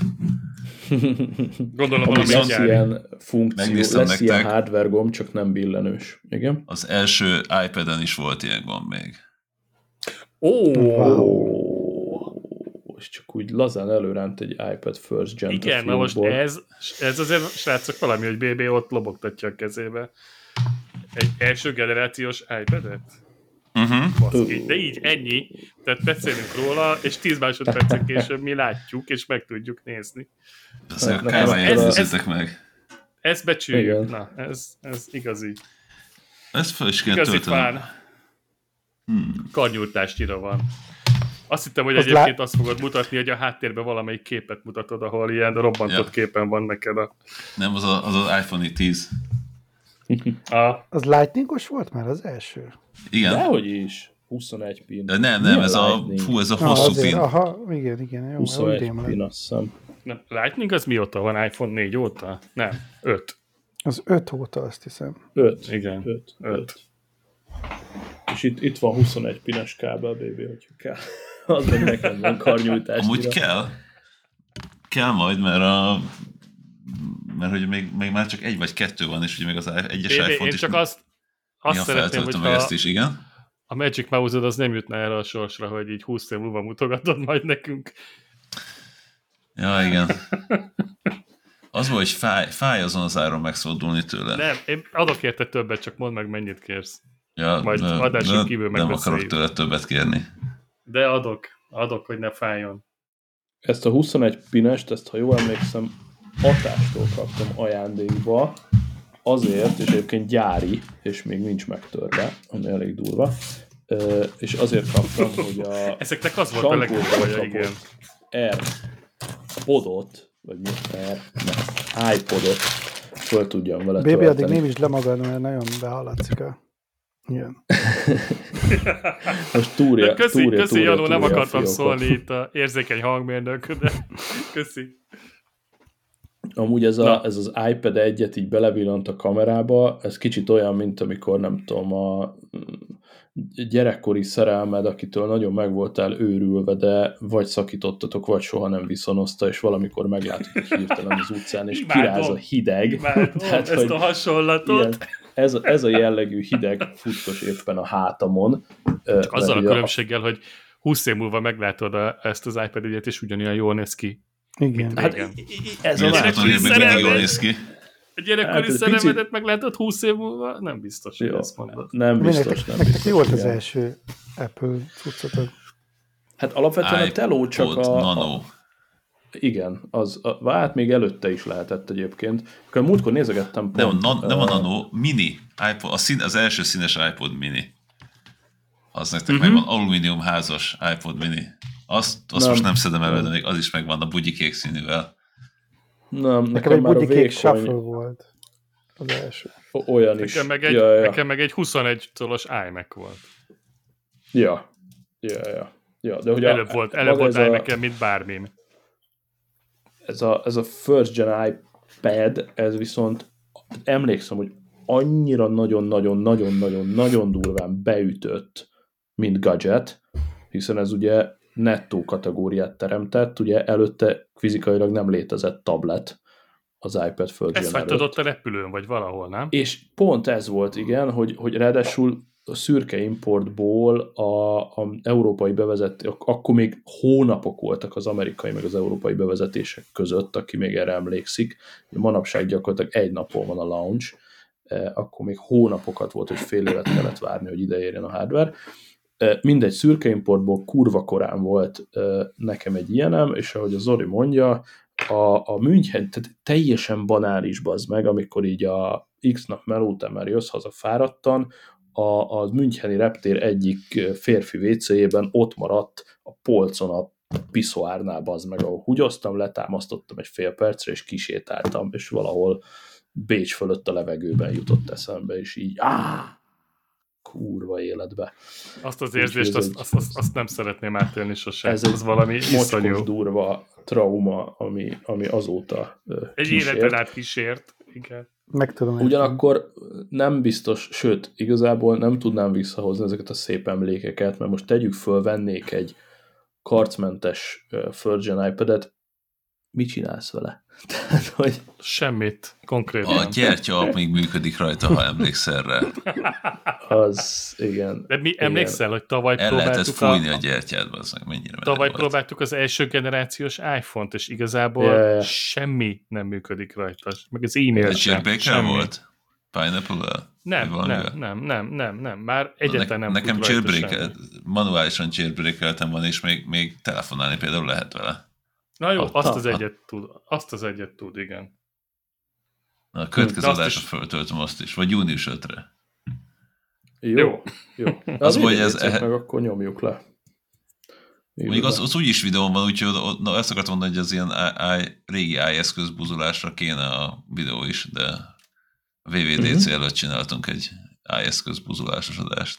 Gondolom, valami lesz ilyen funkció, lesz nektek. ilyen hardware gomb, csak nem billenős. Igen? Az első iPad-en is volt ilyen gomb még. Ó! Oh. Wow. És csak úgy lazán előránt egy iPad First Gen. Igen, na most ez, ez azért, srácok, valami, hogy bé bé ott lobogtatja a kezébe. Egy első generációs iPad-et? Uh-huh. De így ennyi, tehát beszélünk róla, és tíz másodpercen később mi látjuk, és meg tudjuk nézni. Ez a káváját nézzétek meg. Ezt becsüljük, na, ez, ez igazi. Ez fel is kell igazi töltenem. Hmm. Karnyújtásnyira van. Azt hittem, hogy az egyébként lá... azt fogod mutatni, hogy a háttérben valamelyik képet mutatod, ahol ilyen robbantott ja. képen van neked a... Nem, az a, az, az iPhone tíz. A... Az lightningos volt már az első? Igen. Dehogy is. huszonegy pin. De nem, nem, ez a, fú, ez a hosszú azért, pin. Aha, igen, igen. Jó, huszonegy pin, azt hiszem. Lightning az mióta van? iPhone négy óta? Nem, öt. Az öt óta, azt hiszem. öt. Igen. öt. öt. És itt, itt van huszonegy pines kábel, baby, hogyha kell. Az meg nekem van karnyújtás. Amúgy kell. Kell majd, mert a mert hogy még, még már csak egy vagy kettő van, és ugye még az egyes iPhone-t is. Én csak azt, azt szeretném, hogy ezt is, igen. a Magic Mouse-od az nem jutna erre a sorsra, hogy így húsz év múlva mutogatod majd nekünk. Ja, igen. Az volt, hogy fáj, fáj azon az áron megszabadulni tőle. Nem, én adok érte többet, csak mondd meg, mennyit kérsz. Ja, majd adásunk kívül megbeszéljük. Nem akarok tőle többet kérni. De adok, adok, hogy ne fájjon. Ezt a huszonegy pinest, ezt ha jól emlékszem, Atástól kaptam ajándékba, azért, és egyébként gyári, és még nincs megtörve, ami elég durva, és azért kaptam, hogy a ezeknek az volt a legjobb, igen. AirPodot, vagy mi Air, nem, iPodot föl tudjam vele Bébi, tölteni. addig nem is lemagad, mert nagyon behaladszik a... Igen. Most túrja, köszi, túrja, köszi, túrja, Janó, túrja, nem akartam fiókot. szólni itt a érzékeny hangmérnök, de köszi. Amúgy ez, a, ez az iPad egyet így belevillant a kamerába, ez kicsit olyan, mint amikor nem tudom, a gyerekkori szerelmed, akitől nagyon meg voltál őrülve, de vagy szakítottatok, vagy soha nem viszonozta, és valamikor meglátod hirtelen az utcán, és Imádom. kiráz a hideg. Tehát, ezt a hasonlatot. Ilyen, ez, ez a jellegű hideg futkos éppen a hátamon. Csak azzal a különbséggel, a... hogy húsz év múlva meglátod a, ezt az iPad ügyet, és ugyanolyan jól néz ki. Igen. Hát, ez a gyerekkori szerelmed, jól néz ki. A gyerekkori hát, szerelmedet picit... meglátod húsz év múlva? Nem biztos, hogy jó, ezt mondod. Nem biztos, nektek, nem nektek biztos. mi volt az első Apple cuccotok? Hát alapvetően a teló csak a... Nano. A, igen, az, a, hát még előtte is lehetett egyébként. Akkor múltkor nézegettem pont... Nem, a, na, nem a uh, Nano, Mini. iPod, a szín, az első színes iPod Mini. Az nektek uh-huh. megvan, alumínium házas iPod Mini. Azt, azt nem, most nem szedem elő, de még az is megvan a bugyikék színűvel. Nem, nekem, nekem egy már bugyikék vékony... shuffle volt az első. O- olyan is. Nekem meg egy, ja, ja. nekem meg egy huszonegy colos iMac volt. Ja. Ja, ja. ja de hogy előbb a, volt, előbb volt a, iMac-en, mint bármim. Ez a, ez a first gen iPad, ez viszont emlékszem, hogy annyira nagyon-nagyon-nagyon-nagyon-nagyon durván beütött, mint gadget, hiszen ez ugye nettó kategóriát teremtett, ugye előtte fizikailag nem létezett tablet az iPad First Gen Ezt hagytad ott a repülőn, vagy valahol, nem? És pont ez volt, igen, hogy, hogy ráadásul a szürke importból a, a európai bevezetés, akkor még hónapok voltak az amerikai meg az európai bevezetések között, aki még erre emlékszik. Manapság gyakorlatilag egy napon van a launch, akkor még hónapokat volt, hogy fél évet kellett várni, hogy ide érjen a hardware. Mindegy, szürke importból kurva korán volt nekem egy ilyenem, és ahogy a Zoli mondja, a, a München, tehát teljesen banális bazd meg, amikor így a X nap meló után már jössz haza fáradtan, a, a Müncheni reptér egyik férfi vécéjében ott maradt a polcon a piszoárnál bazd meg, ahol húgyoztam, letámasztottam egy fél percre, és kisétáltam, és valahol Bécs fölött a levegőben jutott eszembe, és így áh, kurva életbe. Azt az érzést, azt, azt, azt, azt nem szeretném átélni sosem. Ez az valami iszonyú. Mocskos durva trauma, ami, ami azóta uh, Egy kísért. életen át kísért. Igen. Meg tudom. Ugyanakkor nem biztos, sőt, igazából nem tudnám visszahozni ezeket a szép emlékeket, mert most tegyük föl, vennék egy karcmentes uh, Virgin iPad-et, mit csinálsz vele? Tehát, hogy... Semmit, konkrétan. A gyertya még működik rajta, ha emlékszel rá. Az, igen. De mi igen. emlékszel, hogy tavaly El próbáltuk lehetett fújni a, a gyertyát, az meg mennyire tavaly volt. próbáltuk az első generációs iPhone-t, és igazából yeah, yeah. semmi nem működik rajta. Meg az e-mail egy sem. Jailbreak volt? Pineapple-el? Nem, nem, nem, nem, nem, nem. Már egyáltalán nem Nekem fut jailbreak, manuálisan jailbreakeltem van, és még, még telefonálni például lehet vele. Na jó, Ha, azt ha, az ha. egyet tud. Azt az egyet tud, igen. Na, a következő azt adásra is- föltöltöm azt is, vagy június ötödikére. Jó, Jó. jó. Az Az baj, hogy ez- ez... meg akkor nyomjuk le. Mondjuk az, az úgyis videón van, úgyhogy oda- na, ezt akartam mondani, hogy az ilyen I, I, régi iOS buzulásra kéne a videó is, de a vé vé dé cé Mhm. előtt csináltunk egy iOS buzulásos adást.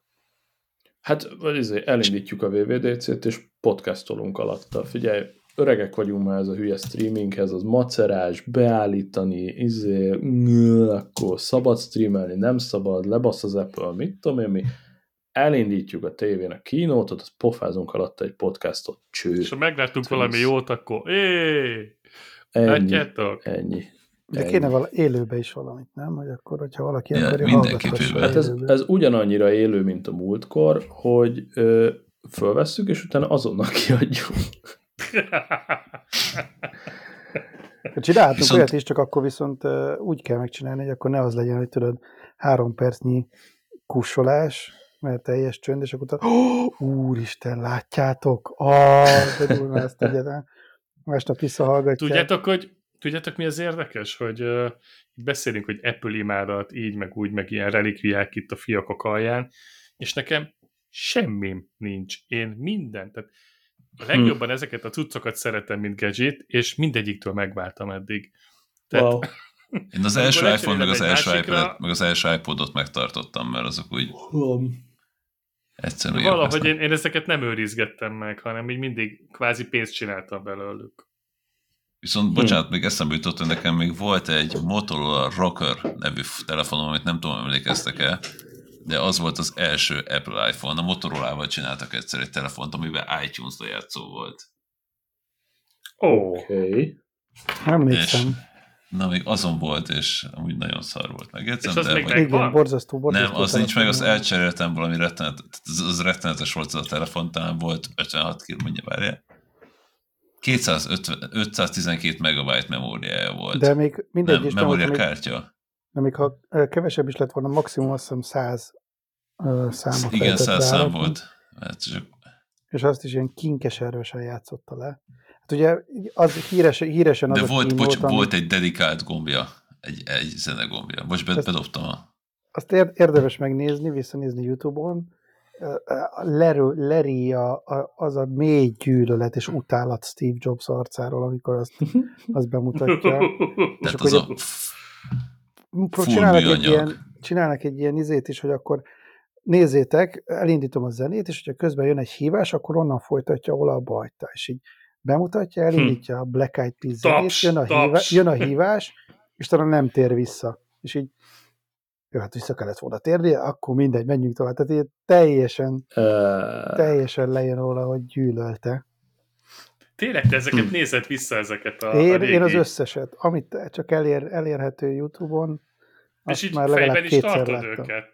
Hát vagy izé, elindítjuk a vé vé dé cét, és podcastolunk alatta. Figyelj, öregek vagyunk már ez a hülye streaminghez, az macerás, beállítani, izé, ngő, akkor szabad streamelni, nem szabad, lebasz az Apple, mit tudom én mi. Elindítjuk a tévén a keynote-ot, azt pofázunk alatta egy podcastot, cső. És ha megláttunk Tűz. valami jót, akkor éj! Ennyi, Látjátok? ennyi. De ennyi. kéne vala élőbe is valamit, nem? Hogy akkor, hogyha valaki Ja, akarja, mindenképp hallgathassa élőbe. Hát ez, élőbe. ez ugyanannyira élő, mint a múltkor, hogy ö, fölvesszük, és utána azonnal kiadjuk. Csinálhatunk Viszont- olyat is, csak akkor viszont uh, úgy kell megcsinálni, hogy akkor ne az legyen, hogy tudod, három percnyi kussolás, mert teljes csönd, és akkor utána, oh, úristen, látjátok? Ah, de durva ezt egyetlen. Másnap visszahallgatják. Tudjátok, hogy tudjátok, mi az érdekes? Hogy uh, beszélünk, hogy Apple imádat, így, meg úgy, meg ilyen relikviák itt a fiakok alján, és nekem semmim nincs. Én mindent. Tehát a legjobban ezeket a cuccokat szeretem, mint gadget, és mindegyiktől megváltam eddig. Tehát, Wow. Én az Amikor első iPhone, meg az lecserélem egy első másikra- iPad-et, meg az első iPodot megtartottam, mert azok úgy egyszerűen valahogy élveztem. én, én ezeket nem őrizgettem meg, hanem így mindig kvázi pénzt csináltam belőlük. Viszont bocsánat, még eszembe jutott, hogy nekem még volt egy Motorola Rocker nevű telefonom, amit nem tudom, emlékeztek-e, de az volt az első Apple iPhone. A Motorolával csináltak egyszer egy telefont, amiben iTunes lejátszó volt. Ó, Oké. Okay. Emlékszem. Na, még azon volt, és amúgy nagyon szar volt. Megjegyzem, És az de még hogy- meg- Igen, van? borzasztó, borzasztó. nem, az nincs meg, azt telefon. elcseréltem valami rettenet, az, az rettenetes volt az a telefon, talán volt ötvenhat kiló, mondja, várjál. kétszázötven, ötszáztizenkét megabyte memóriája volt. De még mindegy nem, is, nem, memória még, kártya. de még ha ö, kevesebb is lett volna, maximum azt hiszem száz ö, számot Igen, lehetett száz szám rárakni, volt. Hát csak és azt is ilyen kinkeservesen játszotta le. Hát ugye az híres, híresen az de a volt, kínót, bocs, ami- volt egy dedikált gombja, egy, egy zenegombja. Most be, Ezt- bedobtam a... azt ér- érdemes megnézni, visszanézni YouTube-on, Ö, ö, lerő, leri a, a, az a mély gyűlölet és utálat Steve Jobs arcáról, amikor azt, azt bemutatja. És Tehát akkor az ugye- a... Akkor full csinálnak egy, műanyag. ilyen, csinálnak egy ilyen izét is, hogy akkor nézzétek, elindítom a zenét, és hogyha közben jön egy hívás, akkor onnan folytatja, ahol abba hagyta. És így bemutatja, elindítja a Black Eyed Peas zenét, Taps, jön a, hívá, taps. jön a hívás, és talán nem tér vissza. És így, jó, hát vissza kellett volna térni, akkor mindegy, menjünk tovább. Tehát ilyen teljesen, Uh, teljesen lejön róla, hogy gyűlölte. Tényleg, te ezeket nézed vissza, ezeket a, a Én, régi... én az összeset, amit csak elér, elérhető YouTube-on, És azt így már legalább fejben is kétszer tartod láttam. őket.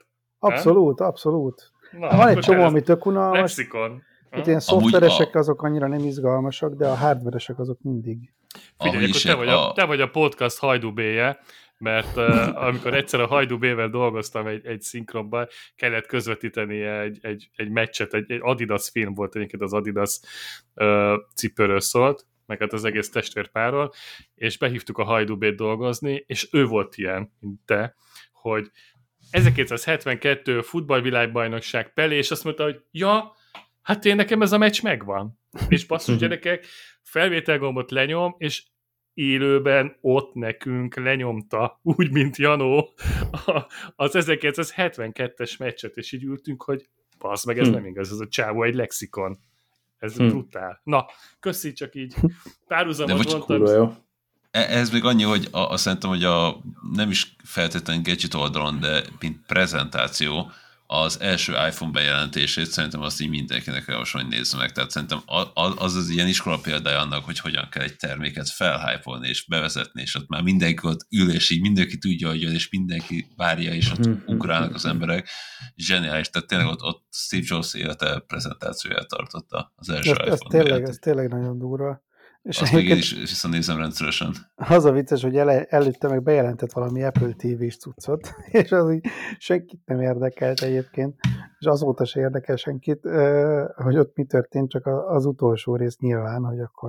Abszolút, abszolút. Na, hát van egy csomó, ami tök unalmas. Lexikon. Itt ilyen szoftveresek azok annyira nem izgalmasak, de a hardveresek azok mindig. Figyelj, akkor te vagy a, a, te vagy a podcast hajdúbéje, mert uh, amikor egyszer a Hajdú B-vel dolgoztam egy, egy szinkronban, kellett közvetíteni egy, egy, egy meccset, egy, egy Adidas film volt, egyébként az Adidas uh, cipőről szólt, meg hát az egész testvérpárról, és behívtuk a Hajdú B-t dolgozni, és ő volt ilyen, mint te, hogy ezerkilencszázhetvenkettő futballvilágbajnokság Pelé, és azt mondta, hogy ja, hát én nekem ez a meccs megvan. És basszus gyerekek, felvételgombot lenyom, és élőben ott nekünk lenyomta, úgy, mint Janó, az ezerkilencszázhetvenkettes meccset, és így ültünk, hogy bassz meg, ez hmm. nem igaz, ez a csávó egy lexikon. Ez hmm. brutál. Na, köszi, csak így párhuzamot mondtam. Ez még annyi, hogy a, azt szerintem, hogy a, nem is feltétlenül gadget oldalon, de mint prezentáció, az első iPhone bejelentését szerintem azt így mindenkinek javaslom, hogy nézze meg. Tehát szerintem az az ilyen iskola példája annak, hogy hogyan kell egy terméket felhypolni és bevezetni, és ott már mindenki ott ül, és így mindenki tudja, hogy jön, és mindenki várja, és ott ugrálnak az emberek. Zseniális. Tehát tényleg ott, ott Steve Jobs élete prezentációját tartotta az első ez, iPhone ez tényleg, ez tényleg nagyon durva. És azt még én is visszanézem rendszeresen. Az a vicces, hogy el, előtte meg bejelentett valami Apple té vés cuccot, és az így senkit nem érdekelt egyébként, és azóta se érdekel senkit, hogy ott mi történt, csak az utolsó rész nyilván, hogy akkor...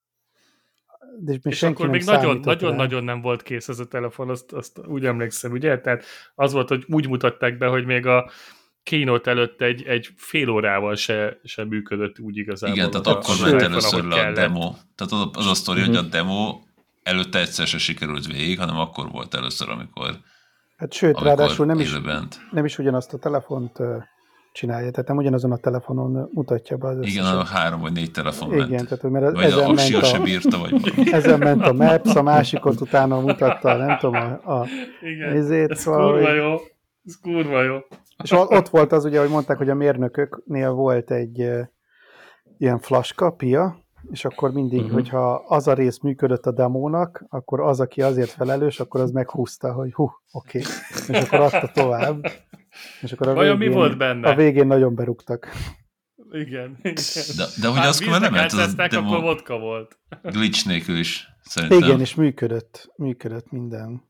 De és, és akkor még nagyon-nagyon nem volt kész ez a telefon, azt, azt úgy emlékszem, ugye? Tehát az volt, hogy úgy mutatták be, hogy még a keynote előtt egy, egy fél órával se, se működött úgy igazából. Igen, tehát akkor ment először le a demo. Tehát az, az a sztori, uh-huh. hogy a demo előtte egyszer se sikerült végig, hanem akkor volt először, amikor hát sőt, amikor ráadásul nem is, nem is ugyanazt a telefont csinálja, tehát nem ugyanazon a telefonon mutatja be az összeset. Igen, a három vagy négy telefon igen, ment. Tehát, mert vagy ezen a ment a, se bírta, vagy ezen ment a Maps, a másikot utána mutatta, nem tudom, a, a igen, ezért, ez szóval, kurva hogy... jó. Ez kurva jó. És ott volt az ugye, hogy mondták, hogy a mérnököknél volt egy uh, ilyen flaska, pia, és akkor mindig, uh-huh. hogyha az a rész működött a demónak, akkor az, aki azért felelős, akkor az meghúzta, hogy hú, oké. Okay. És akkor adta tovább. És akkor a vajon végén, mi volt benne? A végén nagyon berúgtak. Igen. igen. De, de hogy azt már nem ment, az a demo akkor vodka volt. Glitch nélkül is, szerintem. Igen, és működött. Működött minden.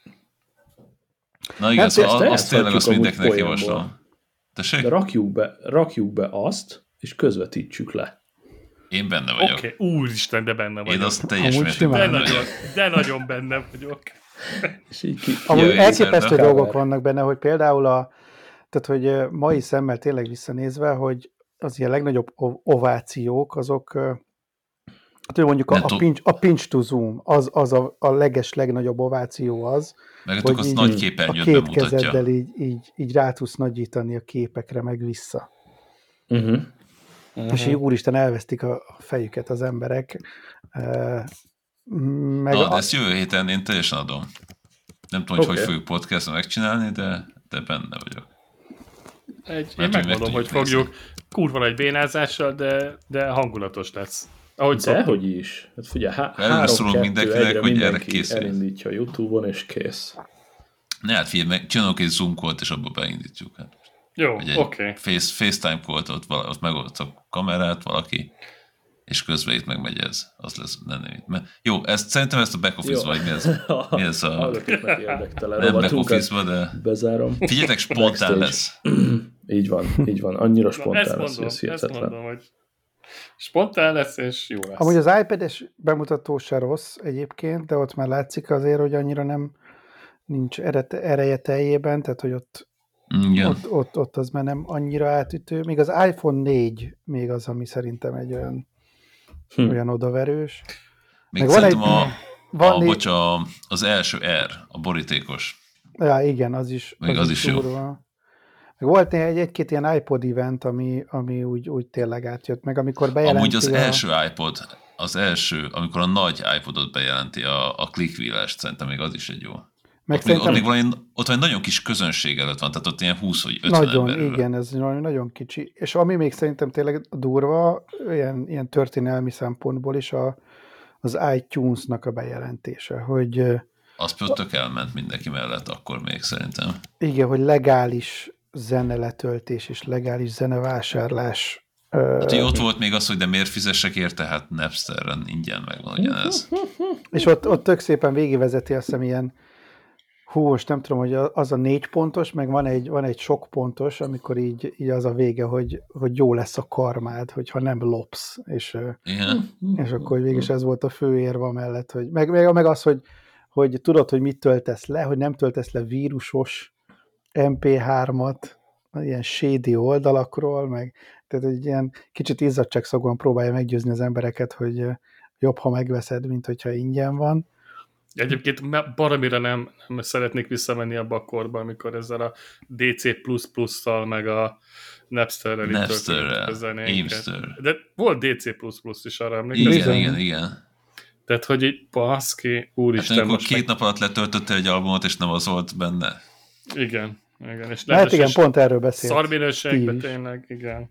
Na igen, szóval azt, azt tényleg azt mindenkinek javaslom. De rakjuk be, rakjuk be azt, és közvetítsük le. Én benne vagyok. Oké, okay. Úristen, de benne vagyok. Én azt teljes mértékben benne vagyok. De nagyon benne vagyok. És így ki... Amúgy elképesztő dolgok vannak benne, hogy például a, tehát hogy mai szemmel tényleg visszanézve, hogy az ilyen legnagyobb ovációk, azok hát mondjuk a, a, pinch, a pinch to zoom, az, az a, a leges legnagyobb ováció az, meg hogy az nagy képernyőt a két kezeddel így, így, így rá tudsz nagyítani a képekre, meg vissza. Uh-huh. Uh-huh. És így úristen elvesztik a fejüket az emberek. Meg Na, a... de ezt jövő héten én teljesen adom. Nem tudom, okay. hogy hogy fogjuk podcastot megcsinálni, de, de benne vagyok. Egy, én megmondom, hogy nézni. Fogjuk kurva egy bénázással, de, de hangulatos lesz. Ahogy Dehogy is. Hát figyelj, há- három, kettő, egyre hogy mindenki elindítja a YouTube-on, és kész. Ne, hát figyelj, meg csinálunk egy Zoom call-t, és abba beindítjuk. Hát. Jó, oké. Okay. Face, FaceTime call-t, ott, ott megoldott a kamerát valaki, és közben itt megmegy ez. Az lesz, nem, nem. Jó, ezt, szerintem ezt a back office vagy mi ez? Mi ez a... nem back office de... Bezárom. Figyeljetek, spontán lesz. Így van, így van. Annyira spontán Na, lesz, mondom, ez hihetetlen. Ezt mondom, hogy spontán lesz, és jó lesz. Amúgy az iPad-es bemutató se rossz egyébként, de ott már látszik azért, hogy annyira nem nincs ereje teljében, tehát hogy ott, ott, ott, ott az már nem annyira átütő. Még az iPhone négy még az, ami szerintem egy olyan, hm. olyan odaverős. Még Meg szerintem van egy, a, van a, né... bocs, a, az első R, a borítékos. Ja, igen, az is, még az, az is jó. Meg volt egy, egy-két ilyen iPod event, ami, ami úgy, úgy tényleg átjött meg, amikor bejelenti... Amúgy az a... első iPod, az első, amikor a nagy iPodot bejelenti, a, a click-wheel-est, szerintem még az is egy jó. Meg ott, szerintem... még, ott, még valami, ott van egy nagyon kis közönség előtt van, tehát ott ilyen húsz vagy ötven nagyon, emberről. Igen, ez nagyon kicsi. És ami még szerintem tényleg durva, ilyen, ilyen történelmi szempontból is a, az iTunes-nak a bejelentése, hogy... Az például tök elment mindenki mellett akkor még szerintem. Igen, hogy legális zene letöltés és legális zenevásárlás. Hát, hogy ott volt még az, hogy de miért fizessek érte, hát Napsteren ingyen megvan ugyanez. És ott, ott tök szépen végigvezeti, azt hiszem ilyen, hú, most nem tudom, hogy az a négy pontos, meg van egy, van egy sok pontos, amikor így, így az a vége, hogy, hogy jó lesz a karmád, hogyha nem lopsz. És, és akkor végig is ez volt a fő érva mellett, hogy meg, meg, meg az, hogy, hogy tudod, hogy mit töltesz le, hogy nem töltesz le vírusos em pé hármat, ilyen shady oldalakról, meg tehát egy ilyen kicsit izzadságszagúan próbálja meggyőzni az embereket, hogy jobb, ha megveszed, mint hogyha ingyen van. Egyébként baromira nem, nem szeretnék visszamenni abba a korba, amikor ezzel a dé cé plusz plusszal, meg a Napsterrel Napsterrel, Aimster. De volt dé cé plusz plusz is, arra emlékeztem. Igen, igen, igen. Tehát, hogy így baszki, úristen. Hát amikor két meg... nap alatt letöltöttél egy albumot, és nem az volt benne. Igen, igen. És hát igen, pont erről beszélt. Szarminőségben tényleg, igen.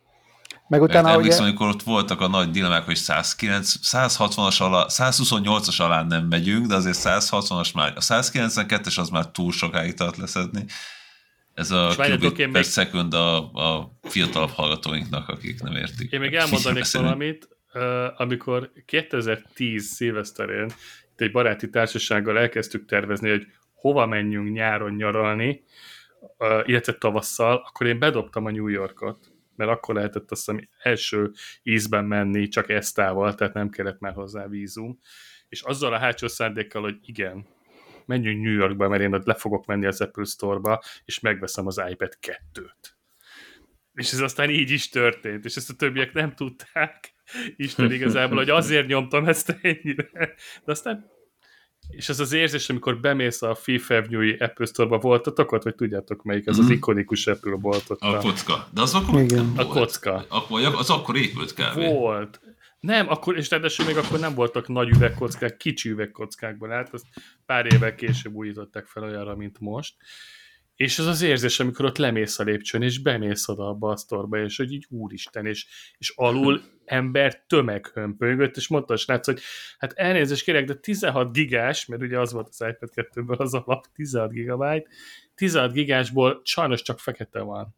Meg utána, emlékszem, ugye... amikor ott voltak a nagy dilemmák, hogy száz kilenc, száz hatvanas alá, száz huszonnyolcas alá nem megyünk, de azért száz hatvanas már, a száz kilencvenkettes az már túl sokáig tart leszedni. Ez a kilobit per még... second a, a fiatalabb hallgatóinknak, akik nem értik. Én még elmondanék valamit, amikor kétezer-tíz szilveszterén itt egy baráti társasággal elkezdtük tervezni, hogy hova menjünk nyáron nyaralni, illetve tavasszal, akkor én bedobtam a New Yorkot, mert akkor lehetett azt hiszem első ízben menni, csak esztával, tehát nem kellett már hozzá vízum. És azzal a hátsó szándékkal, hogy igen, menjünk New Yorkba, mert én ott le fogok menni az Apple Store-ba, és megveszem az iPad kettőt. És ez aztán így is történt, és ezt a többiek nem tudták. Isten igazából, hogy azért nyomtam ezt ennyire. De aztán és ez az érzés, amikor bemész a Fifth Avenue-i Apple Store-ba, voltatok ott, vagy tudjátok melyik, ez mm-hmm. az ikonikus Apple bolt ott. A kocka. De az akkor igen. A kocka. Akkor, az akkor épült kb. Volt. Nem, akkor, és ráadásul még akkor nem voltak nagy üvegkockák, kicsi üvegkockákban állt, azt pár évvel később újították fel olyanra, mint most. És az az érzés, amikor ott lemész a lépcsőn, és bemész oda abba a sztorba, és hogy így úristen, és, és alul ember tömeg hömpölygött, és mondta a srác, hogy hát elnézést kérek, de tizenhat gigás, mert ugye az volt az iPad kettőből az alap, tizenhat gigabyte, tizenhat gigásból sajnos csak fekete van.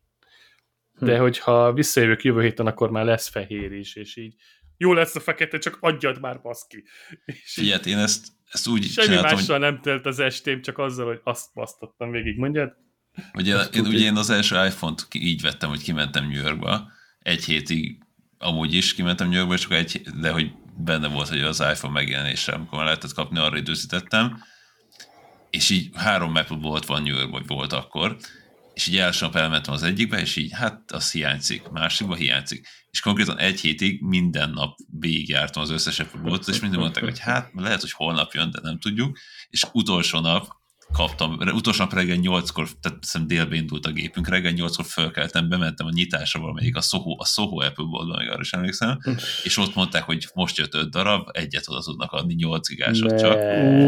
De hm. hogyha visszajövök jövő héten, akkor már lesz fehér is, és így jó lesz a fekete, csak adjad már, baszki. Ilyet, én ezt, ezt úgy semmi csináltam, mással hogy... nem telt az estém, csak azzal, hogy azt basztattam végig, mondjad? Ugye én, ugye én az első iPhone-t így vettem, hogy kimentem New Yorkba, egy hétig amúgy is kimentem New Yorkba, csak egy, de hogy benne volt, hogy az iPhone megjelenésre, amikor már lehetett kapni, arra időzítettem, és így három Apple Bolt van New Yorkban, vagy volt akkor, és így első nap elmentem az egyikbe, és így hát az hiányzik, másikba hiányzik. És konkrétan egy hétig minden nap végigjártam az összes Apple Boltot, és mindig mondták, hogy hát lehet, hogy holnap jön, de nem tudjuk, és utolsó nap kaptam, utolsó nap reggel nyolckor, tehát hiszem délbe indult a gépünk, reggel nyolckor fölkeltem, bementem a nyitásra valamelyik a Soho, a Soho Apple Boltban, még arra is emlékszem, és ott mondták, hogy most jött öt darab, egyet oda tudnak adni, nyolc gigásot csak.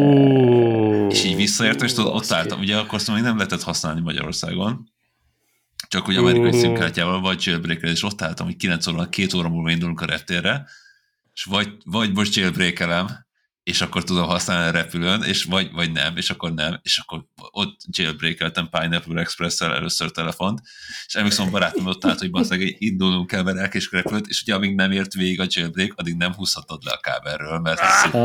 És így visszaértem, és tudod, ott álltam, ugye akkor szóval még nem lehetett használni Magyarországon, csak hogy amerikai szimkártyával vagy jailbreak-re, és ott álltam, hogy kilenc óra, két óra múlva indulunk a reptérre, és vagy, vagy most jailbreak-elem, és akkor tudom használni a repülőn, és vagy, vagy nem, és akkor nem, és akkor ott jailbreak-eltem Pineapple Express-szel először telefont, és emlékszem, a barátom ott állt, hogy basszeg, indulnunk kell, mert elkésik a repülőt, és ugye amíg nem ért végig a jailbreak, addig nem húzhatod le a kábelről, mert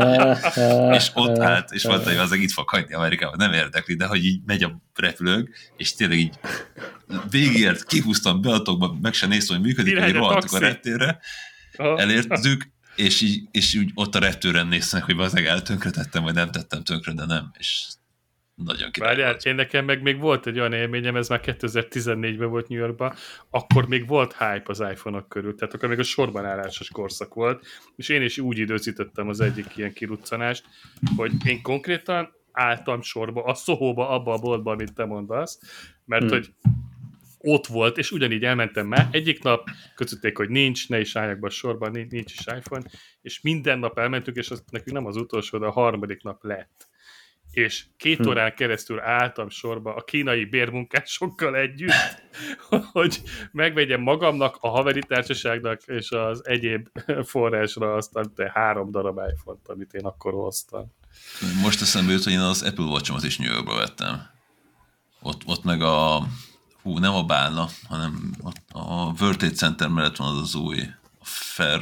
és ott állt, és mondta, hogy azok itt fog hagyni Amerikában, nem érdekli, de hogy így megy a repülőnk, és tényleg így végigért, kihúztam beadatokba, meg sem néztem, hogy működik, hogy rohantuk a reptérre, elértük, és így, és úgy ott a reptőren néznek, hogy valószínűleg eltönkretettem, vagy nem tettem tönkre, de nem, és nagyon király. Várjál, én nekem meg még volt egy olyan élményem, ez már kétezer-tizennégyben volt New Yorkban, akkor még volt hype az iPhone-ok körül, tehát akkor még a sorban állásos korszak volt, és én is úgy időzítettem az egyik ilyen kiruccanást, hogy én konkrétan álltam sorba, a Soho-ba, abba a boltba, amit te mondasz, mert hmm. hogy ott volt, és ugyanígy elmentem már. Egyik nap közötték, hogy nincs, ne is álljak be a sorban, nincs, nincs is iPhone, és minden nap elmentünk, és az nekünk nem az utolsó, de a harmadik nap lett. És két hm. órán keresztül álltam sorba a kínai bérmunkásokkal együtt, hogy megvegyem magamnak, a haveri társaságnak, és az egyéb forrásra azt, te három darab iPhone-t, amit én akkor hoztam. Most eszembe jut, hogy én az Apple Watch-omat is New Yorkba vettem. Ott, ott meg a hú, nem a Bálna, hanem a, a World Trade Center mellett van az az új a Fair.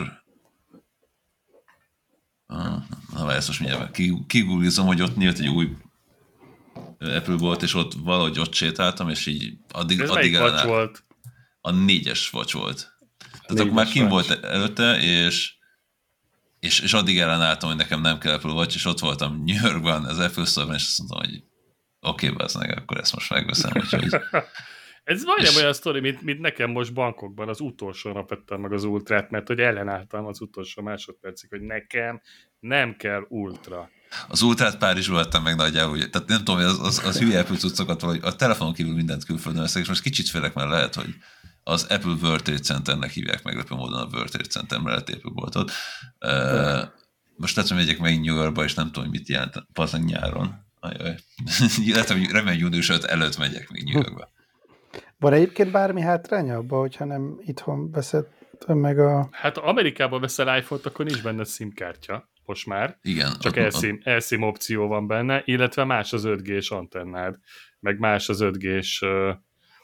Na, ezt most mindjárt kigooglizom, hogy ott nyílt egy új Apple volt, és ott valahogy ott sétáltam, és így addig, ez addig ellenáll. Volt? A négyes Watch volt. Tehát akkor már kim volt előtte, és, és, és addig ellenálltam, hogy nekem nem kell Apple Watch, és ott voltam New Yorkban, az Apple Store-ban, és azt mondtam, hogy oké, okay, meg, akkor ezt most megveszem. Úgyhogy... Ez majdnem és... olyan sztori, mint, mint nekem most Bangkokban, az utolsó nap vettem meg az ultrát, mert hogy ellenálltam az utolsó másodpercig, hogy nekem nem kell ultra. Az ultrát Párizsból vettem meg nagyjából, tehát nem tudom, az, az, az hülye Apple cuccokat valahogy, a telefonon kívül mindent külföldön veszek, és most kicsit félek, mert lehet, hogy az Apple World Trade Centernek hívják meglepő módon a World Trade Center mellett Apple boltot. Uh, most lehet, hogy megyek meg New Yorkba, és nem tudom, hogy mit jelent, valószínűleg nyáron. Ajaj. Lehet, hogy remélem június öt előtt megyek még New Yorkba. Van egyébként bármi hátránya abban, hogyha nem itthon veszed meg a... Hát Amerikában veszel iPhone-t, akkor nincs benne SIM-kártya. Most már. Igen. Csak eSIM, eSIM opció van benne, illetve más az öt G-s antennád, meg más az öt G-s uh,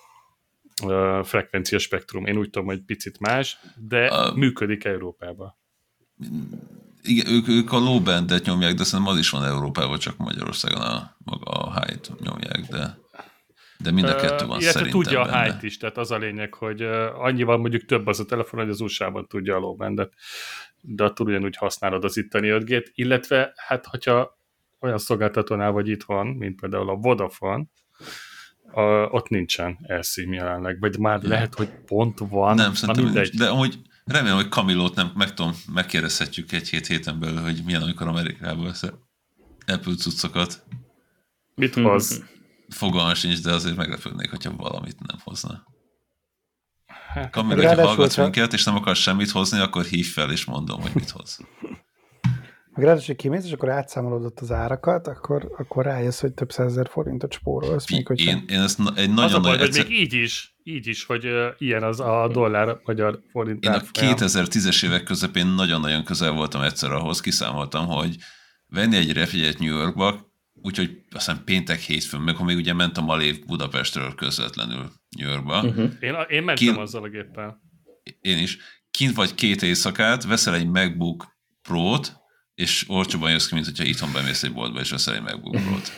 uh, frekvencia spektrum. Én úgy tudom, hogy picit más, de a... működik Európában. Igen, ők, ők a low bandet nyomják, de szerintem az is van Európában, csak Magyarországon a, maga a high-t nyomják, de, de mind a kettő van uh, szerintem tudja benne. A high-t is, tehát az a lényeg, hogy uh, annyival mondjuk több az a telefon, hogy az u es á-ban tudja a low bandet, de attól ugyanúgy használod az itteni öt G-t, illetve hát, hogyha olyan szolgáltatónál vagy itthon, mint például a Vodafone, a, ott nincsen eSIM jelenleg, vagy már ja. lehet, hogy pont van. Nem, szerintem nincs, de amúgy remélem, hogy Kamilót nem, meg tudom, megkérdezhetjük egy-két héten belül, hogy milyen, amikor Amerikában veszel Apple cuccokat. Mit hoz? Fogalmam sincs, de azért meglepődnék, hogyha valamit nem hozna. Hát, Kamil, hogyha hallgatsz minket, és nem akarsz semmit hozni, akkor hívj fel, és mondom, hogy mit hoz. Meg ráadásul, hogy kimész, és akkor átszámolod az árakat, akkor, akkor rájössz, hogy több százezer forintot spórolsz. Még, hogyha... Én, én ezt egy nagyon az a baj, nagy hogy egyszer... még így is, így is, hogy uh, ilyen az a dollár-magyar forint. Én a kétezer-tízes évek közepén nagyon-nagyon közel voltam egyszer ahhoz, kiszámoltam, hogy venni egy repjegyet New Yorkba, úgyhogy aztán péntek hétfőn, meg még ugye ment a Malév Budapestről közvetlenül New Yorkba. Uh-huh. Én, én mentem Kín... azzal a géppel. Én is. Kint vagy két éjszakát, veszel egy MacBook Pro-t, és olcsóban jössz ki, mint hogyha itthon bemész egy boltba, és veszel egy MacBook Pro-t.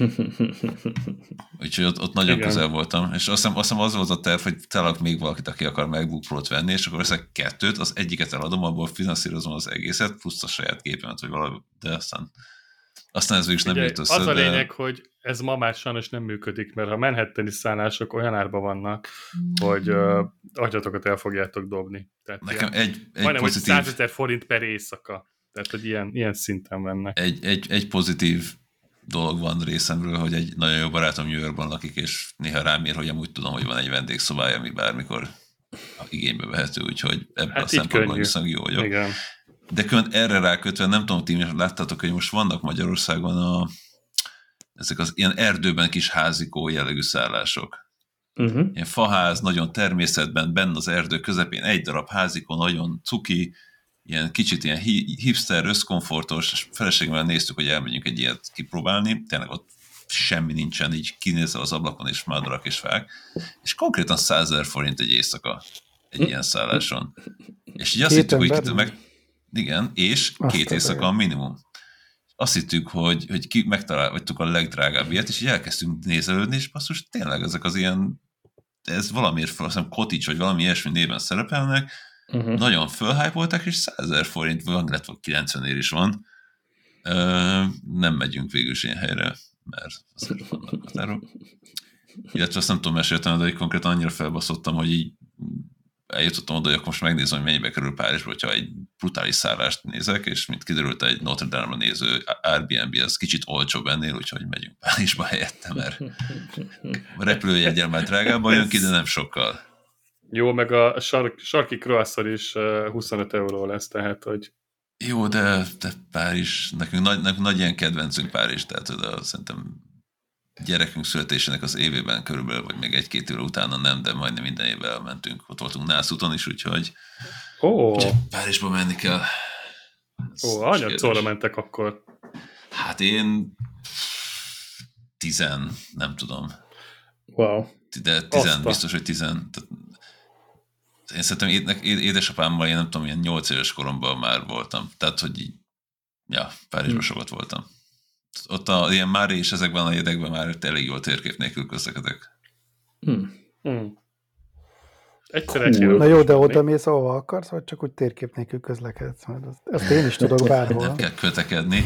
Úgyhogy ott, ott nagyon Igen. közel voltam. És azt hiszem, azt hiszem az volt a terv, hogy találok még valakit, aki akar MacBook Pro-t venni, és akkor veszek kettőt, az egyiket eladom, abból finanszírozom az egészet, plusz a saját gépemet, vagy valami, de aztán Aztán ez is nem jött össze. Az a de... lényeg, hogy ez ma már sajnos nem működik, mert a Manhattani szállások olyan árban vannak, hogy uh, agyatokat el fogjátok dobni. Tehát nekem ilyen, egy, egy majdnem, pozitív... hogy százezer forint per éjszaka. Tehát, hogy ilyen, ilyen szinten mennek. Egy, egy, egy pozitív dolog van részemről, hogy egy nagyon jó barátom New Yorkban lakik, és néha rám ír, hogy amúgy tudom, hogy van egy vendégszobája, ami bármikor igénybe vehető, úgyhogy ebből hát a szempontból viszont jó vagyok. Igen. De külön erre rákötve, nem tudom, ti láttátok, hogy most vannak Magyarországon a, ezek az ilyen erdőben kis házikó jellegű szállások. Uh-huh. Ilyen faház, nagyon természetben, benne az erdő közepén egy darab házikó, nagyon cuki, ilyen kicsit ilyen hipster, összkomfortos, és feleségemmel néztük, hogy elmegyünk egy ilyet kipróbálni, tényleg ott semmi nincsen, így kinézel az ablakon, és madarak és fák, és konkrétan százezer forint egy éjszaka egy ilyen szálláson. És így azt hittük, hogy itt meg... Igen, és azt két éjszaka a minimum. Azt hittük, hogy, hogy ki megtaláltuk a legdrágább ilyet, és így elkezdtünk nézelődni, és basszus, tényleg ezek az ilyen, ez valamiért, azt hiszem Cottage, vagy valami ilyesmi néven szerepelnek, uh-huh. nagyon fölhypolták, és százezer forint van, illetve kilencvenél is van. Ö, nem megyünk végül is ilyen helyre, mert azért vannak határok. Illetve azt nem tudom meséltem, de konkrétan annyira felbaszottam, hogy így eljutottam oda, hogy akkor most megnézem, hogy mennyibe kerül Párizsba, hogyha egy brutális szállást nézek, és mint kiderült, egy Notre Dame-ra néző Airbnb az kicsit olcsóbb ennél, úgyhogy megyünk Párizsba helyette, mert a repülőjegyen már drágában jön ki, de nem sokkal. Jó, meg a sark, sarki croissant is huszonöt euró lesz, tehát, hogy... Jó, de, de Párizs, nekünk nagy, nekünk nagy ilyen kedvencünk Párizs, tehát de szerintem gyerekünk születésének az évében körülbelül, vagy még egy-két év utána nem, de majdnem minden évvel elmentünk. Ott voltunk Nászúton is, úgyhogy, oh. úgyhogy Párizsba menni kell. Ó, oh, anyadszorra mentek akkor? Hát én tizen, nem tudom. Wow. de tizen, biztos, hogy tizen. Én szerintem édesapámmal én nem tudom, ilyen nyolc éves koromban már voltam. Tehát, hogy így, ja, Párizsban hmm. sokat voltam. Ott a, ilyen Mári és ezekben a jegyekben már elég jól térkép nélkül közlekedek. Hmm. Hmm. Cool. Na jó, de oda mész, ahova akarsz, vagy csak úgy térkép nélkül közlekedsz? Ezt én is tudok bárhol. Nem kell kötekedni.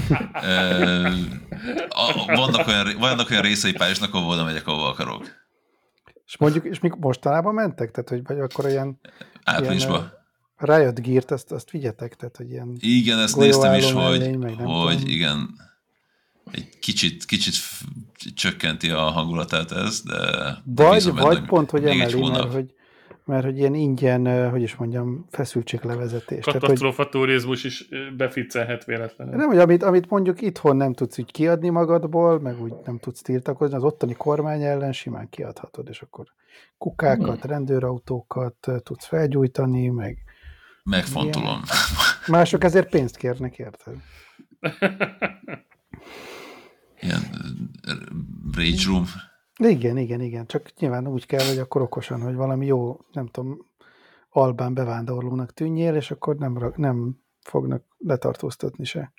vannak, olyan, vannak olyan részei Párizsnak, ahol oda megyek, ahova akarok. És mondjuk, és még mostanában mentek? Tehát, hogy vagy akkor ilyen... Áprilisban. Riot Gear-t, azt, azt vigyetek? Tehát, hogy ilyen igen, ezt néztem is, hogy, mellény, hogy tudom. igen, egy kicsit, kicsit csökkenti a hangulatát ez, de... Vagy, de vagy benne, pont, hogy emeli, mert hogy, mert hogy ilyen ingyen, hogy is mondjam, feszültséglevezetés. Katasztrófa turizmus is beficcelhet véletlenül. Nem, hogy amit, amit mondjuk itthon nem tudsz úgy kiadni magadból, meg úgy nem tudsz tiltakozni, az ottani kormány ellen simán kiadhatod, és akkor kukákat, hmm. rendőrautókat tudsz felgyújtani, meg... Megfontolom. Ilyen. Mások ezért pénzt kérnek, érted? Ilyen rage room. Igen, igen, igen. Csak nyilván úgy kell, hogy akkor okosan, hogy valami jó, nem tudom, albán bevándorlónak tűnjél, és akkor nem, nem fognak letartóztatni se.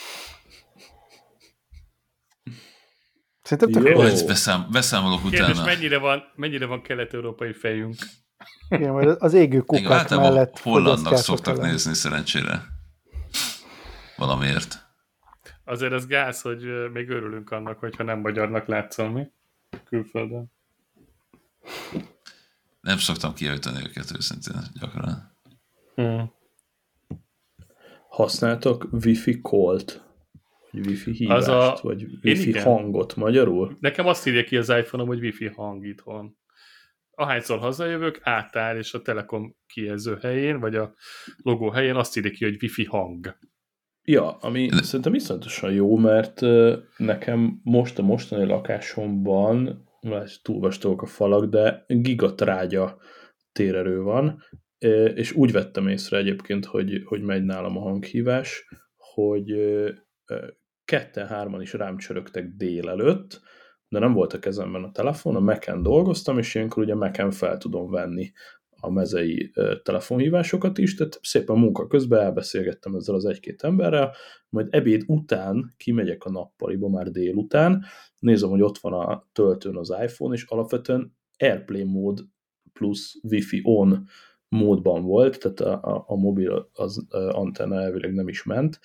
Szerintem tök jó. Beszám, beszámolok utána. Kérdés, mennyire van, mennyire van kelet-európai fejünk? Igen, majd az égő kukák mellett hollandnak szoktak ellen. Nézni szerencsére. Valamiért. Azért az gáz, hogy még örülünk annak, hogyha nem magyarnak látszol mi külföldön. Nem szoktam kijavítani őket őszintén gyakran. Hmm. Használtok Wi-Fi call-t? Vagy Wi-Fi hívást? A... Vagy Wi-Fi hangot magyarul? Nekem azt írja ki az iPhone-om, hogy Wi-Fi hang itthon. Ahányszor hazajövök, átáll, és a Telekom kijelző helyén, vagy a logó helyén azt írja ki, hogy Wi-Fi hang. Ja, ami De... szerintem iszonyatosan jó, mert nekem most a mostani lakásomban, túl vastagok a falak, de gigatrágya térerő van, és úgy vettem észre egyébként, hogy, hogy megy nálam a hanghívás, hogy ketten-hárman is rám csörögtek délelőtt, de nem volt a kezemben a telefon, a Mac-en dolgoztam, és ilyenkor ugye Mac-en fel tudom venni a mezei telefonhívásokat is, tehát szépen munka közben elbeszélgettem ezzel az egy-két emberrel, majd ebéd után kimegyek a nappaliba, már délután, nézem, hogy ott van a töltőn az iPhone, és alapvetően Airplay mód plusz Wi-Fi on módban volt, tehát a, a, a mobil az antenna elvileg nem is ment,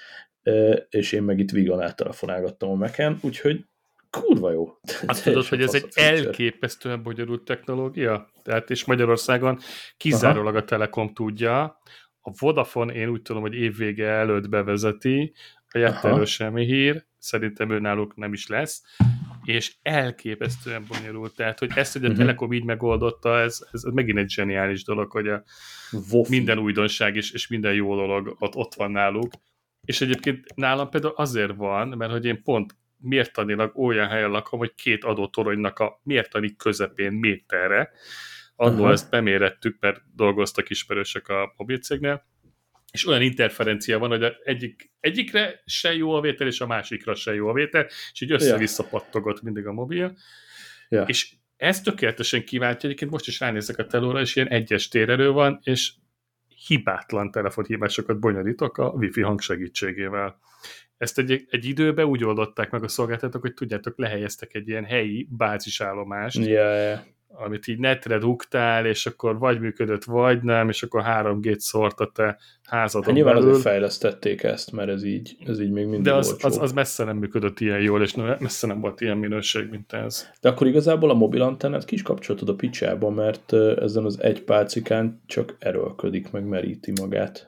és én meg itt vígan eltelefonálgattam a Mac-en, úgyhogy kurva jó. Azt tudod, hogy ez egy elképesztően bonyolult technológia? Tehát és Magyarországon kizárólag a Telekom tudja. A Vodafone én úgy tudom, hogy évvége előtt bevezeti, a Jettelről semmi hír, szerintem ő náluk nem is lesz, és elképesztően bonyolult. Tehát, hogy ezt, hogy a Telekom így megoldotta, ez, ez megint egy zseniális dolog, hogy a minden újdonság és, és minden jó dolog ott, ott van náluk. És egyébként nálam például azért van, mert hogy én pont mértanilag olyan helyen lakom, hogy két adótoronynak a mértani közepén méterre. Annól ezt bemérettük, mert dolgoztak ismerősök a mobilcégnél, és olyan interferencia van, hogy egyik, egyikre se jó a vétel, és a másikra se jó a vétel, és így össze-vissza pattogott mindig a mobil. Ja. És ez tökéletesen kiváltja, egyébként most is ránézek a telóra, és ilyen egyes térerő van, és hibátlan telefonhívásokat bonyolítok a Wi-Fi hang segítségével. Ezt egy, egy időben úgy oldották meg a szolgáltatók, hogy tudjátok, lehelyeztek egy ilyen helyi bázisállomást, yeah, yeah. amit így netre dugtál, és akkor vagy működött, vagy nem, és akkor három gét szórt a te házadon hát nyilván belül. azért fejlesztették ezt, mert ez így, ez így még mindig de az, olcsó. az, az messze nem működött ilyen jól, és messze nem volt ilyen minőség, mint ez. De akkor igazából a mobilantennát ki is kapcsoltad a picsába, mert ezen az egy pálcikán csak erőlködik, meg meríti magát.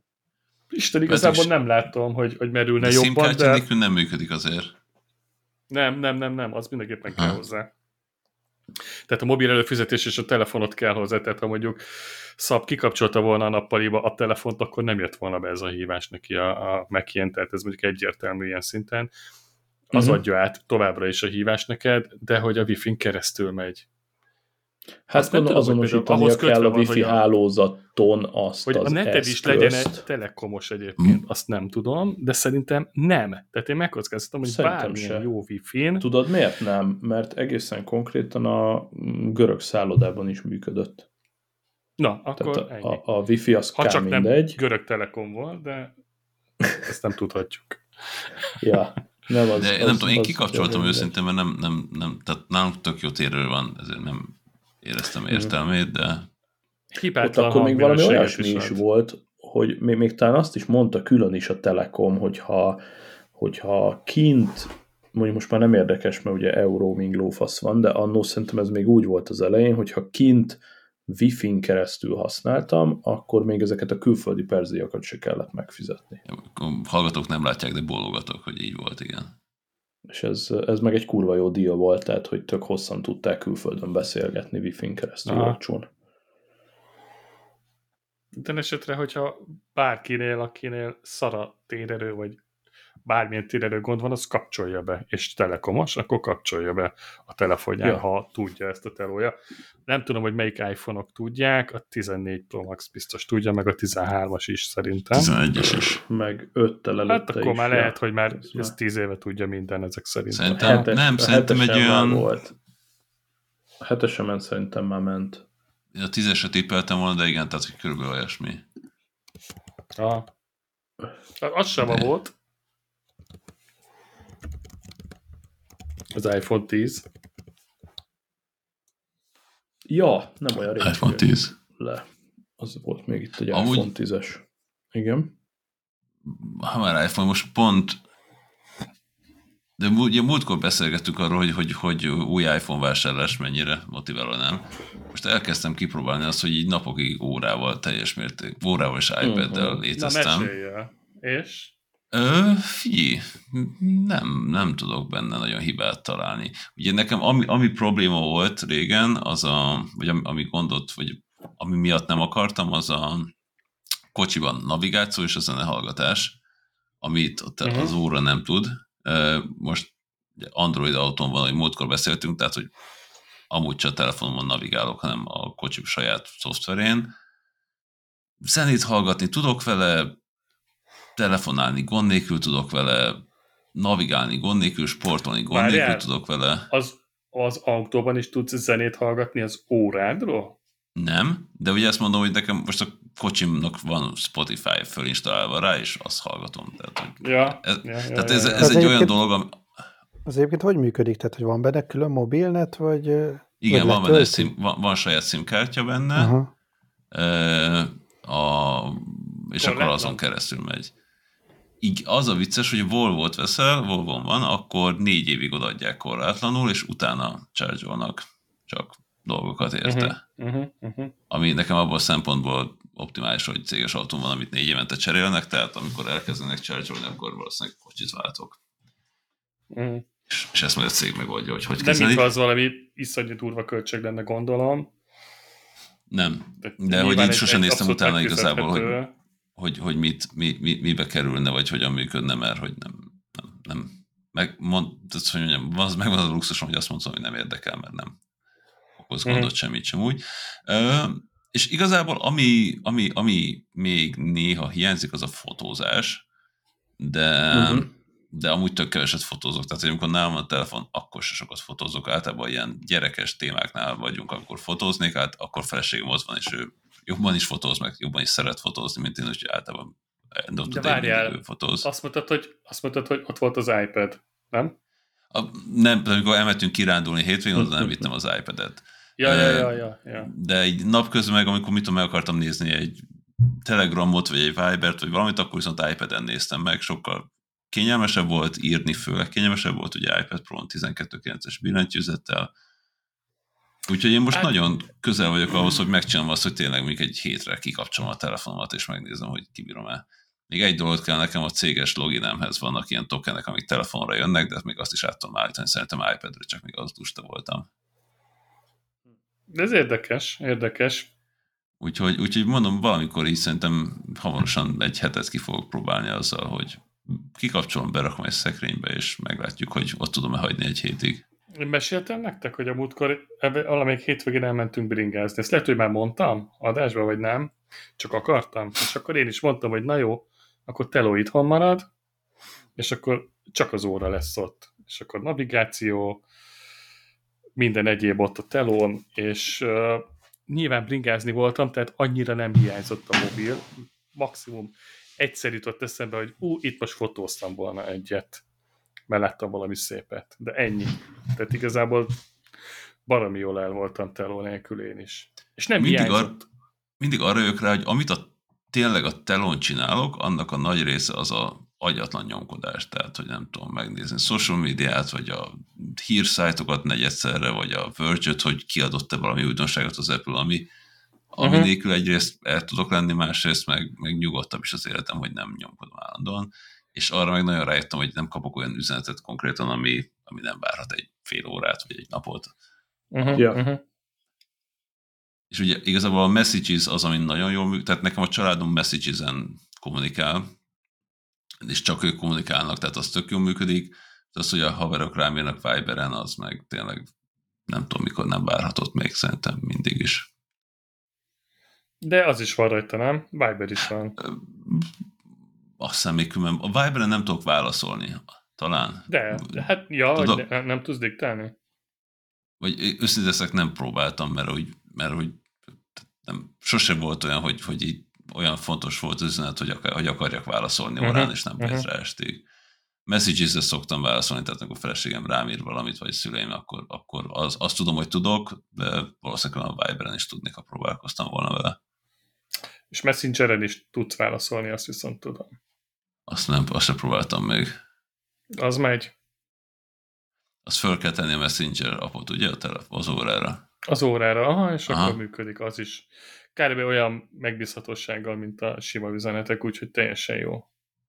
Isten, igazából nem látom, hogy, hogy merülne de jobban, de... nélkül nem működik azért. Nem, nem, nem, nem, az mindenképpen kell hozzá. Tehát a mobil előfizetés és a telefonot kell hozzá, tehát ha mondjuk Szab kikapcsolta volna a nappaliba a telefont, akkor nem jött volna be ez a hívás neki a, a Mac-jén, tehát ez mondjuk egyértelmű ilyen szinten. Az uh-huh. adja át továbbra is a hívás neked, de hogy a Wi-Fi-n keresztül megy. Hát mondom, azonosítania kell a wifi hálózaton azt hogy az a neted is legyen egy telekomos egyébként, azt nem tudom, de szerintem nem. Tehát én megkockáztatom, hogy szerintem bármilyen se. jó wifi-n... Tudod miért nem? Mert egészen konkrétan a görög szállodában is működött. Na, akkor tehát a, a, a wifi az ha csak mindegy. nem görög telekom volt, de ezt nem tudhatjuk. Ja. Nem, az, de az, nem tudom, én az kikapcsoltam őszintén, mert nem, nem, nem, tehát nálunk tök jó térről van, ezért nem éreztem értelmét, de... Ott akkor még valami olyasmi is, is volt, hogy még, még talán azt is mondta külön is a Telekom, hogyha, hogyha kint, mondjuk most már nem érdekes, mert ugye EU-roaming lófasz van, de annó szerintem ez még úgy volt az elején, hogyha kint Wi-Fi-n keresztül használtam, akkor még ezeket a külföldi perzéjakat se kellett megfizetni. Hallgatók nem látják, de bólogatok, hogy így volt, igen. És ez, ez meg egy kurva jó díja volt, tehát hogy tök hosszan tudták külföldön beszélgetni Wi-Fi-n keresztül olcsón. De esetre, hogyha bárkinél, akinél szara térerő, vagy bármilyen térerő gond van, az kapcsolja be, és telekomos, akkor kapcsolja be a telefonján, ja. ha tudja ezt a telója. Nem tudom, hogy melyik iPhone-ok tudják, a tizennégy Pro Max biztos tudja, meg a tizenhármas is szerintem. tizenegyes is. Meg öttel előtte hát akkor is, már ja. lehet, hogy már ez, ez tíz éve tudja minden ezek szerintem. Szerintem hetes, nem, szerintem egy olyan... Volt. A hetesen ment szerintem már ment. Én a tízesre tippeltem volna, de igen, tehát hogy körülbelül olyasmi. Ah. Az sem de... volt. Az iPhone tíz. Ja, nem olyan régen. iPhone tíz. Le. Az volt még itt egy Amúgy... iPhone tízes. Igen. Ha már iPhone, most pont... De ugye múltkor beszélgettük arról, hogy, hogy, hogy új iPhone vásárlás mennyire motiváló, nem? Most elkezdtem kipróbálni azt, hogy így napokig órával teljes mérték, órával és iPaddel uh-huh. léteztem. Na mesélje. És? Ö, figyelj, nem, nem tudok benne nagyon hibát találni. Ugye nekem ami, ami probléma volt régen, az a, vagy ami, ami gondot, vagy ami miatt nem akartam, az a kocsiban navigáció és a zenehallgatás, amit ott uh-huh. az óra nem tud. Most Android autón van, hogy múltkor beszéltünk, tehát, hogy amúgy csak a telefonomon navigálok, hanem a kocsi saját szoftverén. Zenét hallgatni tudok vele, telefonálni gond nélkül tudok vele, navigálni gond nélkül, sportolni gond Várjál, nélkül tudok vele. Az, az autóban is tudsz zenét hallgatni az órádról? Nem, de ugye ezt mondom, hogy nekem most a kocsimnak van Spotify fölinstalálva rá, és azt hallgatom. Tehát, hogy ja, ez, ja, ja, tehát ez, ja, ja. ez egy olyan dolog, ami... Az egyébként hogy működik? Tehát, hogy van benne külön mobilnet, vagy... Igen, vagy van, benne szim, van, van saját szimkártya benne, uh-huh. e, a, és Korlátlan. akkor azon keresztül megy. Így az a vicces, hogy Volvo-t veszel, Volvo-n van, akkor négy évig odaadják korlátlanul, és utána charge-olnak csak dolgokat érte. Uh-huh, uh-huh, uh-huh. Ami nekem abban a szempontból optimális, hogy céges autón van, amit négy évente cserélnek, tehát amikor elkezdenek charge-olni, akkor valószínűleg kocsit váltok. Uh-huh. És, és ezt majd a cég megoldja, hogy hogy nem kezelik. mintha az valami iszonyú durva költség lenne, gondolom. Nem, de, de hogy így sosem néztem utána igazából, hogy, hogy, hogy mit, mi, mi, mibe kerülne, vagy hogyan működne, mert hogy nem, nem, nem. Meg, mond, tehát, hogy mondjam, megvan az a luxusom, hogy azt mondom, hogy nem érdekel, mert nem okoz gondot uh-huh. semmit sem úgy. Ö, és igazából ami, ami, ami még néha hiányzik, az a fotózás, de, uh-huh. de amúgy tök keveset fotózok. Tehát, hogy amikor nálam a telefon, akkor se sokat fotózok. Általában ilyen gyerekes témáknál vagyunk, amikor fotóznék, hát akkor feleségem ott van, és ő jobban is fotóz, meg jobban is szeret fotózni, mint én, úgyhogy általában de várjál, fotóz. Azt mondtad, hogy, azt mondtad, hogy ott volt az iPad, nem? A, nem, amikor elmentünk kirándulni hétvégén, oda nem vittem az iPad-et. Ja, ja, ja, ja, ja. De egy napközben meg, amikor mit tudom, meg akartam nézni egy Telegramot, vagy egy Vibert, vagy valamit, akkor viszont iPad-en néztem meg, sokkal kényelmesebb volt írni, főleg kényelmesebb volt, ugye iPad Pro tizenkettő kilences billentyűzettel. Úgyhogy én most hát, nagyon közel vagyok ahhoz, hogy megcsinálom azt, hogy tényleg még egy hétre kikapcsolom a telefonomat, és megnézem, hogy kibírom-e. Még egy dolgot kell nekem, a céges loginemhez vannak ilyen tokenek, amik telefonra jönnek, de még azt is át tudom állítani, szerintem iPadre, csak még az lusta voltam. De ez érdekes, érdekes. Úgyhogy, úgyhogy mondom, valamikor így szerintem hamarosan egy hetet ki fogok próbálni azzal, hogy kikapcsolom, berakom egy szekrénybe, és meglátjuk, hogy ott tudom-e hagyni egy hétig. Én meséltem nektek, hogy a múltkor valamelyik hétvégén elmentünk bringázni. Ezt lehet, hogy már mondtam adásban, vagy nem. Csak akartam. És akkor én is mondtam, hogy na jó, akkor Teló itthon marad, és akkor csak az óra lesz ott. És akkor navigáció, minden egyéb ott a Telón, és uh, nyilván bringázni voltam, tehát annyira nem hiányzott a mobil. Maximum egyszer jutott eszembe, hogy ú, itt most fotóztam volna egyet, mert láttam valami szépet. De ennyi. Tehát igazából baromi jól el voltam Teló nélkül én is. És nem mindig hiányzott. Ar- mindig arra jövök rá, hogy amit a, tényleg a Telón csinálok, annak a nagy része az a agyatlan nyomkodás. Tehát, hogy nem tudom megnézni social médiát, vagy a hírszájtokat negyedszerre, vagy a Verge-öt, hogy kiadott-e valami újdonságot az Apple, ami, ami uh-huh. nélkül egyrészt el tudok lenni, másrészt meg, meg nyugodtabb is az életem, hogy nem nyomkodom állandóan. És arra meg nagyon rájöttem, hogy nem kapok olyan üzenetet konkrétan, ami, ami nem várhat egy fél órát, vagy egy napot. Uh-huh, ja. uh-huh. És ugye igazából a Messages az, ami nagyon jól működik, tehát nekem a családom Messages-en kommunikál, és csak ők kommunikálnak, tehát az tök jól működik, de az, hogy a haverok rám jönnek Viberen, az meg tényleg nem tudom, mikor nem várhatott még, szerintem mindig is. De az is van rajta, nem? Viber is van. Azt hiszem még külön, a Viberen nem tudok válaszolni, talán. De, de hát ja, hogy ne, nem tudsz diktálni. Vagy összideszek nem próbáltam, mert úgy, mert úgy nem, sosem volt olyan, hogy, hogy így olyan fontos volt az üzenet, hogy, akar, hogy akarjak válaszolni órán, uh-huh. és nem uh-huh. pénzre estig. Messages-re szoktam válaszolni, tehát amikor a feleségem rám ír valamit, vagy szüleim, akkor, akkor az, azt tudom, hogy tudok, de valószínűleg a Viberen is tudnék, ha próbálkoztam volna vele. És Messengeren is tudsz válaszolni, azt viszont tudom. Azt nem, azt sem próbáltam még. Az megy. Azt föl kell tenni a Messenger appot, ugye, a telefon, az órára. Az órára, aha, és aha. akkor működik az is. Kb. Olyan megbízhatósággal, mint a sima üzenetek, úgyhogy teljesen jó.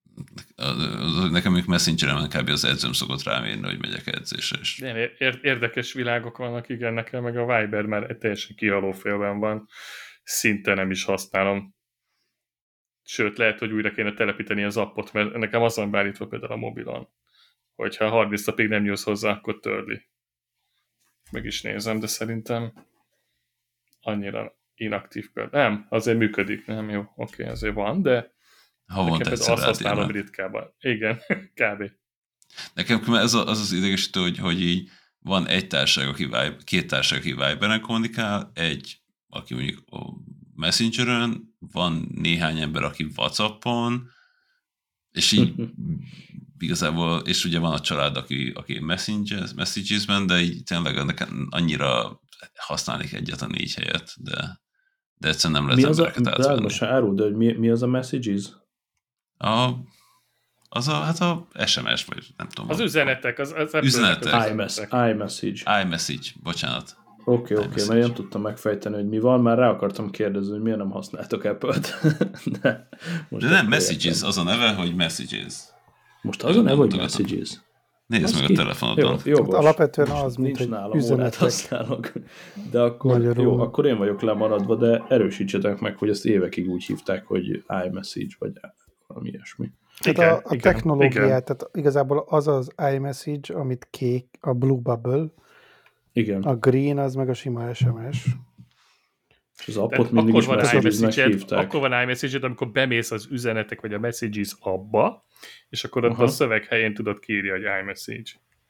Nekem még Messengeren kb. Az edzőm szokott rám írni, hogy megyek edzésre. És... Érdekes világok vannak, igen, nekem meg a Viber már teljesen kihaló félben van. Szinte nem is használom. Sőt, lehet, hogy újra kéne telepíteni az appot, mert nekem azon beállítva például a mobilon, hogyha harminc napig nem nyúlsz hozzá, akkor törli. Meg is nézem, de szerintem annyira inaktív például. Nem, azért működik, nem jó, oké, azért van, de havonta egyszer azt használom ritkában. Igen, kb. Nekem ez az az idegesítő, hogy, hogy így van egy társaság, aki Vibe, két társaság, aki Viberen kommunikál, egy, aki mondjuk a Messengeren, van néhány ember, aki WhatsAppon, és így igazából, és ugye van a család, aki, aki Messages, Messages-ben, de így tényleg nekem annyira használnék egyet a négy helyet, de, de egyszerűen nem lehet embereket átvenni. De most árul, de hogy mi, mi az a Messages? A, az a, hát a es em es, vagy nem tudom. Az a, üzenetek, az, az üzenetek. Az iMessage. iMessage. iMessage, bocsánat. Oké, okay, oké, okay, mert nem tudtam megfejteni, hogy mi van, már rá akartam kérdezni, hogy miért nem használtok Apple-t. de most de nem, Messages, értem. Az a neve, hogy Messages. Most az a neve, hogy Messages? Nézd meg ki? A telefonodon. Jó, jogos. Alapvetően az, mint egy üzenetek. Használok. De akkor, jó, akkor én vagyok lemaradva, de erősítsetek meg, hogy ezt évekig úgy hívták, hogy iMessage, vagy valami ilyesmi. Tehát igen, a, a igen, technológiát, igen. Tehát igazából az az iMessage, amit kék, a Blue Bubble, igen. A green az meg a sima es em es. És az appot mindig is Messages-nek hívták. Akkor van iMessage-ed, amikor bemész az üzenetek, vagy a Messages abba, és akkor ott a szöveg helyén tudod kiírni, hogy iMessage.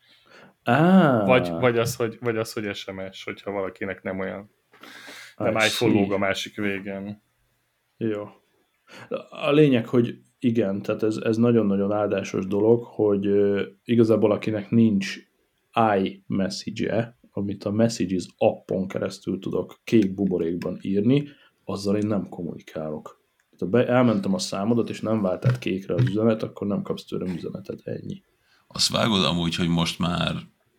Ah. Vagy, vagy, az, hogy, vagy az, hogy es em es, hogyha valakinek nem olyan. Nem iPhone a másik végén. Jó. A lényeg, hogy igen, tehát ez, ez nagyon-nagyon áldásos dolog, hogy uh, igazából akinek nincs iMessage-e, amit a Messages appon keresztül tudok kék buborékban írni, azzal én nem kommunikálok. Ha be, elmentem a számodat, és nem váltál kékre az üzenet, akkor nem kapsz tőlem üzenetet, ennyi. Azt vágod amúgy, hogy most már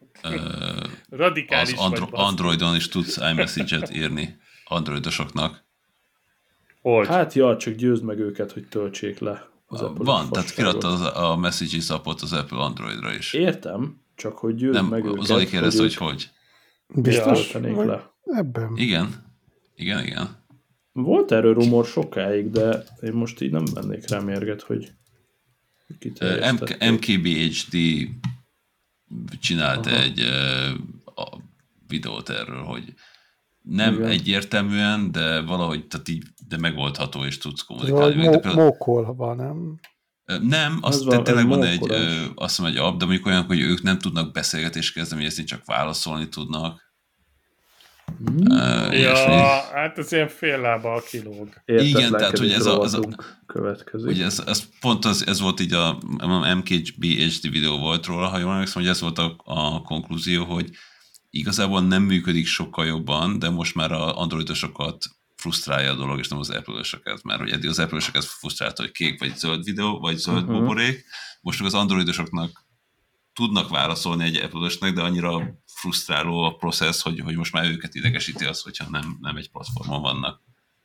uh, az Andro- Androidon is tudsz iMessage-et írni androidosoknak. Hogy? Hát ja, csak győzd meg őket, hogy töltsék le. Az Van, tehát kiradta az, a Messages appot az Apple Androidra is. Értem, csak hogy győzd nem, meg őket. Zoli kérdezte, hogy hogy. hogy. Biztos? Le. Ebben. Igen. Igen, igen. Volt erről rumor sokáig, de én most így nem vennék rá mérget, hogy em ká bé há dé csinált Aha. egy uh, videót erről, hogy nem Igen. egyértelműen, de valahogy tehát így, de megoldható, és tudsz kommunikálni. Mó- például... Mókolva, nem? Nem, azt van, tényleg van egy, ö, azt mondom, egy app, de mondjuk olyan, hogy ők nem tudnak beszélgetést kezdeményezni, csak válaszolni tudnak. Mm. Uh, ja, hát ez ilyen fél lábbal kilóg. Igen, tehát, hogy ez a, az a következik. Hogy ez, ez pont az, ez volt így a em ká bé há dé videó volt róla, ha jól emlékszem, hogy ez volt a, a konklúzió, hogy igazából nem működik sokkal jobban, de most már az androidosokat frusztrálja a dolog, és nem az Apple-ösöket, mert hogy eddig az Apple-ösöket frusztrálta, hogy kék vagy zöld videó, vagy zöld uh-huh. buborék, most az androidosoknak tudnak válaszolni egy Apple-ösnek, de annyira frusztráló a processz, hogy, hogy most már őket idegesíti az, hogyha nem, nem egy platformon vannak.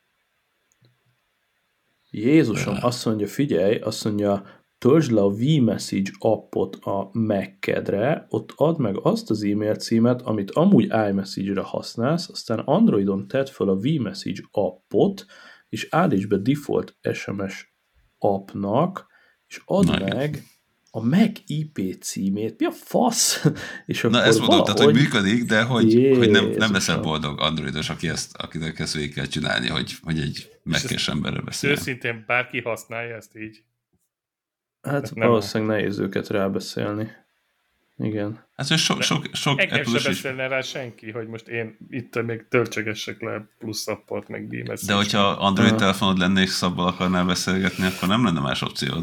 Jézusom, de... azt mondja, figyelj, azt mondja, töltsd le a V-Message appot a Mac-edre, ott add meg azt az e-mail címet, amit amúgy iMessage-re használsz, aztán Androidon tedd fel a V-Message appot, és állítsd be default es em es appnak, és add Na, meg a Mac i pé címét. Mi a fasz? És Na ezt mondom, valahogy... tehát, hogy működik, de hogy, hogy nem, nem leszel boldog androidos, aki ezt, akinek ezt végig kell csinálni, hogy, hogy egy Mac-es emberre beszél. Őszintén bárki használja ezt így? Hát valószínűleg nehéz őket rábeszélni. Igen. Hát, hogy so, sok, sok engem sem beszélne rá senki, hogy most én itt még töltsögessek le plusz apport, meg B-message. De hogyha Android uh. telefonod lennék, szabból akarnál beszélgetni, akkor nem lenne más opciód.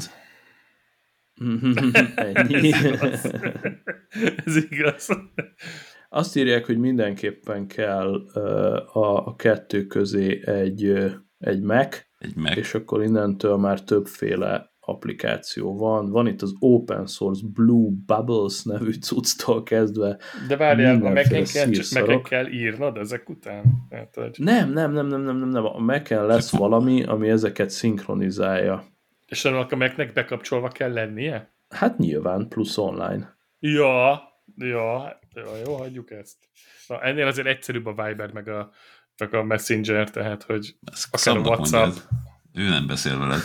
Ennyi. Ez igaz. Ez igaz. Azt írják, hogy mindenképpen kell uh, a, a kettő közé egy, uh, egy Mac, egy Mac, és akkor innentől már többféle applikáció van. Van itt az open source Blue Bubbles nevű cucctól kezdve. De várjál, a Mac-en kell, csak Mac-en kell írnod ezek után? Hát, hogy... Nem, nem, nem, nem, nem, nem, nem. A Mac-en lesz valami, ami ezeket szinkronizálja. És annak a Mac-nek bekapcsolva kell lennie? Hát nyilván, plusz online. Ja, ja, ja jó, hagyjuk ezt. Na, ennél azért egyszerűbb a Viber, meg a, meg a Messenger, tehát, hogy ezt akár a WhatsApp. Mondjad. Ő nem beszél veled.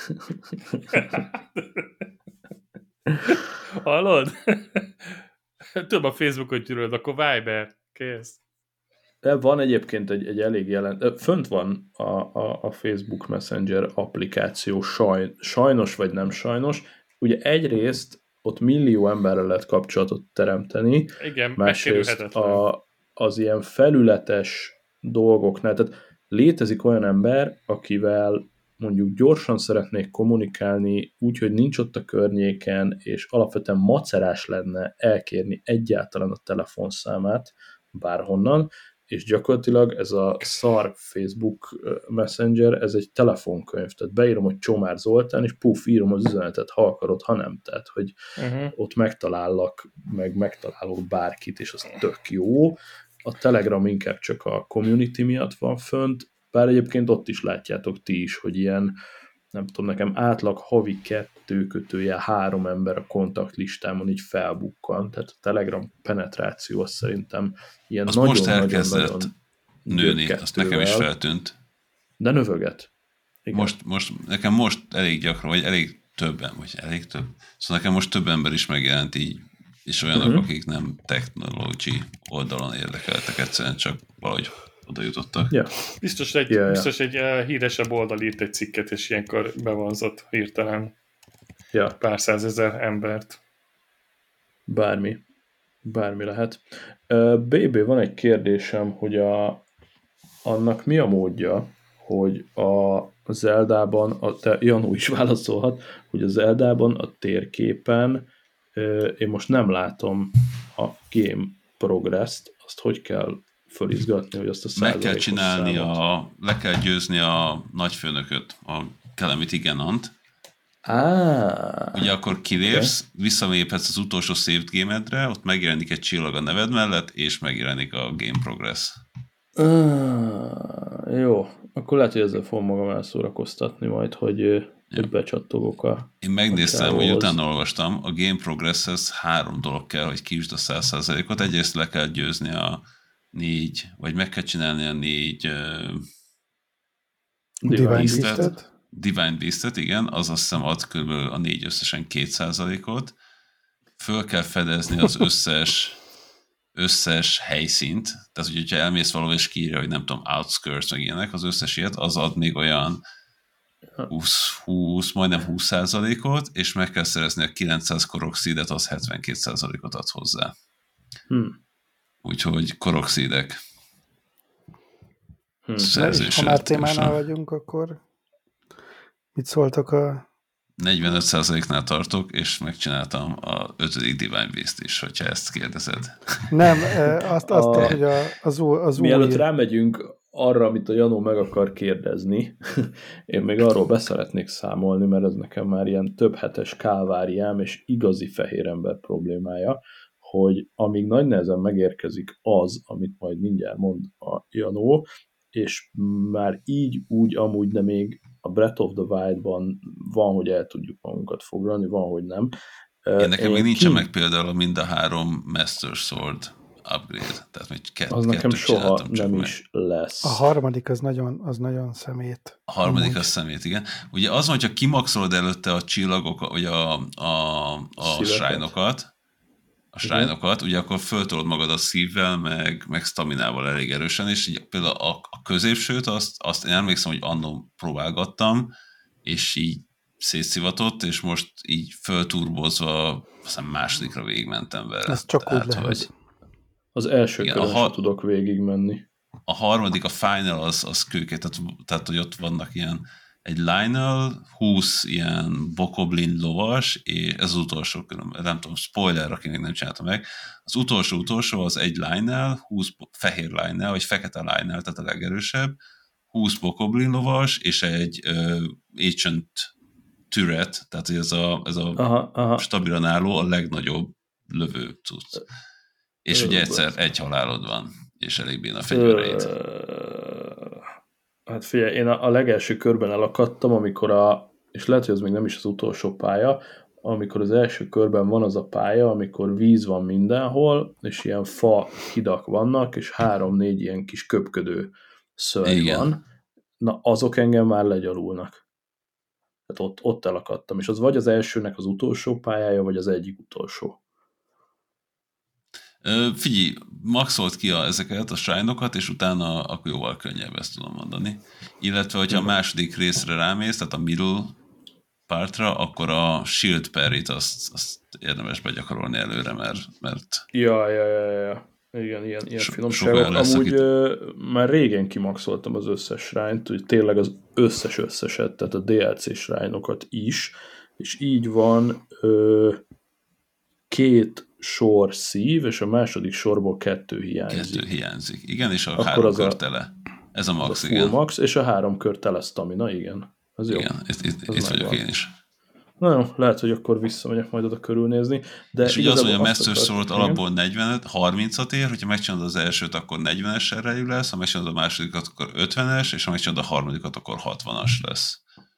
Hallod? Több a Facebookot gyűlöd, akkor Viber. Kész. Van egyébként egy, egy elég jelent... Fönt van a, a, a Facebook Messenger applikáció, saj, sajnos vagy nem sajnos. Ugye egyrészt ott millió emberrel lehet kapcsolatot teremteni. Igen, másrészt a, az ilyen felületes dolgoknál, tehát létezik olyan ember, akivel mondjuk gyorsan szeretnék kommunikálni, úgyhogy nincs ott a környéken, és alapvetően macerás lenne elkérni egyáltalán a telefonszámát bárhonnan, és gyakorlatilag ez a szar Facebook Messenger, ez egy telefonkönyv, tehát beírom, hogy Csomár Zoltán, és puf, írom az üzenetet, ha akarod, ha nem, tehát, hogy uh-huh. ott megtalállak, meg megtalálok bárkit, és az tök jó. A Telegram inkább csak a community miatt van fönt, bár egyébként ott is látjátok ti is, hogy ilyen, nem tudom, nekem átlag havi kettő kötője három ember a kontaktlistámon így felbukkan, tehát a Telegram penetráció az szerintem ilyen azt nagyon, most elkezdett nagyon, nőni, azt nekem is feltűnt. De növöget. Igen. Most, most, nekem most elég gyakran, vagy elég többen, vagy elég több. Szóval nekem most több ember is megjelent így, és olyanok, uh-huh. akik nem technology oldalon érdekeltek, egyszerűen csak valahogy oda jutottak. Ja. Biztos egy, ja, biztos ja. egy uh, híresebb oldal írt egy cikket, és ilyenkor bevonzott hirtelen ja. pár százezer embert. Bármi. Bármi lehet. Uh, bé bé, van egy kérdésem, hogy a, annak mi a módja, hogy a Zeldában, a, te Janó is válaszolhat, hogy a Zeldában a térképen uh, én most nem látom a game progress-t, azt hogy kell fölizgatni, hogy azt a százalékos meg kell csinálni, a, le kell győzni a nagyfőnököt, a Calamity Ganont. Ah, ugye akkor kilépsz, okay. visszaléphetsz az utolsó saved game-edre, ott megjelenik egy csillag a neved mellett, és megjelenik a game progress. Ah, jó, akkor lehet, hogy ezzel fogom magam elszórakoztatni majd, hogy, ja. hogy becsattogok a... Én megnéztem, hogy utána olvastam, a game progresshez három dolog kell, hogy kiüsd a száz százalékot. Egyrészt le kell győzni a négy, vagy meg kell csinálni a négy uh, Divine Beast-et. Divine Beast-et, igen, az azt hiszem ad kb. A négy összesen két százalékot. föl kell fedezni az összes összes helyszínt, tehát hogyha elmész valahol és kiírja, hogy nem tudom, outskirts, meg ilyenek, az összes ilyet, az ad még olyan húsz, húsz majdnem húsz százalékot, és meg kell szerezni a kilencszáz koroxídet, az hetvenkét százalékot ad hozzá. Hmm. Úgyhogy koroxídek. Hmm. És ha már témánál vagyunk, akkor mit szóltok a... negyvenöt százaléknál tartok, és megcsináltam a ötödik Divine Beast is, hogyha ezt kérdezed. Nem, azt, azt a, hogy a, az, az új... Mielőtt rámegyünk arra, amit a Janó meg akar kérdezni, én még arról beszeretnék számolni, mert ez nekem már ilyen több hetes káváriám, és igazi fehér ember problémája, hogy amíg nagy nehezen megérkezik az, amit majd mindjárt mond a Janó, és már így, úgy, amúgy, de még a Breath of the Wild-ban van, hogy el tudjuk magunkat foglalni, van, hogy nem. Én nekem én még nincsen ki... meg például mind a három Master Sword upgrade. Tehát még kett, az nekem soha nem meg. is lesz. A harmadik az nagyon, az nagyon szemét. A harmadik amúgy. Az szemét, igen. Ugye az van, hogyha kimaxolod előtte a csillagok, vagy a, a, a shrine-okat, a shrine-okat, ugye akkor föltolod magad a szívvel, meg, meg staminával elég erősen, és így például a, a középsőt, azt, azt én emlékszem, hogy annó próbálgattam, és így szétszivatott, és most így fölturbozva, aztán másodikra végigmentem vele. Ez csak tehát, úgy lehet. Hogy... Az első körön ha... tudok végigmenni. A harmadik, a final, az, az kőké, tehát, tehát hogy ott vannak ilyen egy Lionel, húsz ilyen bokoblin lovas, és ez az utolsó külön, nem tudom, spoiler, aki még nem csinálta meg, az utolsó-utolsó az egy Lionel, húsz fehér Lionel, vagy fekete Lionel, tehát a legerősebb, húsz bokoblin lovas, és egy uh, Ancient Turret, tehát ez a, ez a aha, aha. stabilan álló, a legnagyobb lövő cucc. És Ö, ugye egyszer egy halálod van, és elég béna fegyvereit. Hát figyelj, én a, a legelső körben elakadtam, amikor a, és lehet, hogy ez még nem is az utolsó pálya, amikor az első körben van az a pálya, amikor víz van mindenhol, és ilyen fa hidak vannak, és három-négy ilyen kis köpködő szörny Igen. van. Na, azok engem már legyalulnak. Tehát ott, ott elakadtam, és az vagy az elsőnek az utolsó pályája, vagy az egyik utolsó. Figyelj, maxolt ki a, ezeket a shrine-okat, és utána akkor jóval könnyebb, ezt tudom mondani. Illetve, hogyha a második részre rámész, tehát a middle partra, akkor a shield parry-t azt, azt érdemes begyakorolni előre, mert... mert ja, ja, ja, ja. Igen, ilyen, ilyen so, finomságok. Amúgy akit... ö, már régen kimaxoltam az összes shrine-t, hogy tényleg az összes összeset, tehát a dé el cé shrine-okat is, és így van ö, két sor szív, és a második sorból kettő hiányzik. Kettő hiányzik, igen, és a akkor három kör tele. Ez a max, a igen. max, és a három kör tele stamina, igen. Az jó. Igen, itt, itt, itt vagyok van. Én is. Na jó, lehet, hogy akkor visszamegyek majd oda körülnézni. De és ugye az, hogy a Master Sword alapból negyvenöt, harmincat ér, hogyha megcsinálod az elsőt, akkor negyvenes erejű lesz, ha megcsinálod a másodikat, akkor ötvenes, és ha megcsinálod a harmadikat, akkor hatvanas lesz.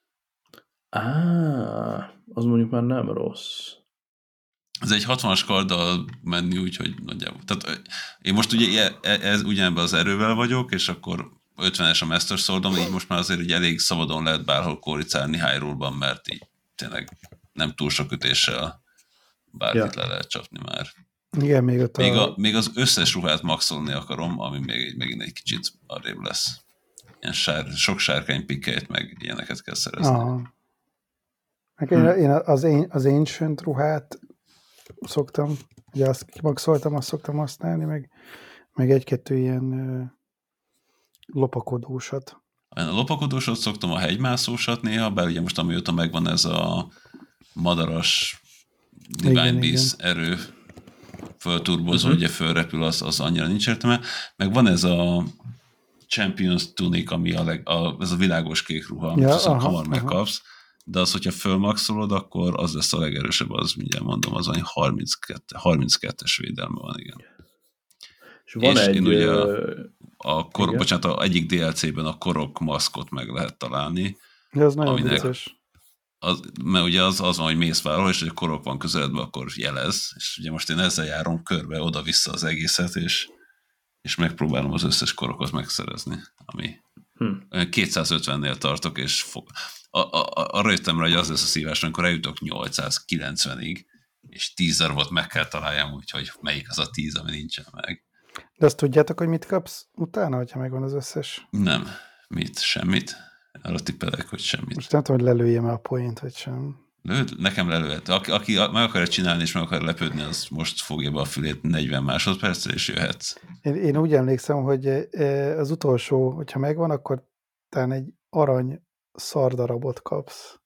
Á, az mondjuk már nem rossz. Ez egy hatvanas karddal menni, úgyhogy nagyjából. Tehát én most ugye ez, ugyanebben az erővel vagyok, és akkor ötvenes a Master Swordom, így most már azért ugye elég szabadon lehet bárhol kóricálni Hyrule-ban, mert így tényleg nem túl sok ütéssel bárkit ja. le lehet csapni már. Igen, még, ott még, a... a, még az összes ruhát maxolni akarom, ami még megint egy kicsit arrébb lesz. Ilyen sár, sok sárkány pikkeit, meg ilyeneket kell szerezni. Aha. Hm. Én az, én, az Ancient ruhát szoktam, ugye azt kimaxoltam, azt szoktam használni, meg, meg egy-kettő ilyen ö, lopakodósat. A lopakodósat szoktam, a hegymászósat néha, bár ugye most amióta megvan ez a madaras Divine igen, Beast igen. erő fölturbozó, uh-huh. ugye fölrepül, az, az annyira nincs értelme. Meg van ez a Champions Tunic, ami a, leg, a, ez a világos kék ruha, amit ja, azt aha, hamar aha. megkapsz, de az, hogyha fölmaxolod, akkor az lesz a legerősebb, az mindjárt mondom, az olyan harminckettő, harminckettes védelme van, igen. És van és egy... Ugye a, a kor, bocsánat, a egyik dé el cében a korok maszkot meg lehet találni. De az nagyon vicces. Az, mert ugye az, az van, hogy mész valahol, és hogy a korok van közeledben, akkor jelez, és ugye most én ezzel járom körbe, oda-vissza az egészet, és, és megpróbálom az összes korokat megszerezni, ami hm. kétszázötvennél tartok, és fog, a, a, arra jöttem rá, hogy az lesz a szívás, amikor eljutok nyolcszázkilencvenig, és tíz darabot meg kell találjam, úgyhogy melyik az a tíz, ami nincsen meg. De azt tudjátok, hogy mit kapsz utána, hogyha megvan az összes? Nem. Mit? Semmit? Arra tippelek, hogy semmit. Most nem tudom, hogy lelőjem el a point, vagy sem. Lőd, nekem lelőhet. Aki, aki meg akarja csinálni, és meg akar lepődni, az most fogja be a fülét negyven másodpercre, és jöhetsz. Én, én úgy emlékszem, hogy az utolsó, hogyha megvan, akkor talán egy arany szardarabot kapsz.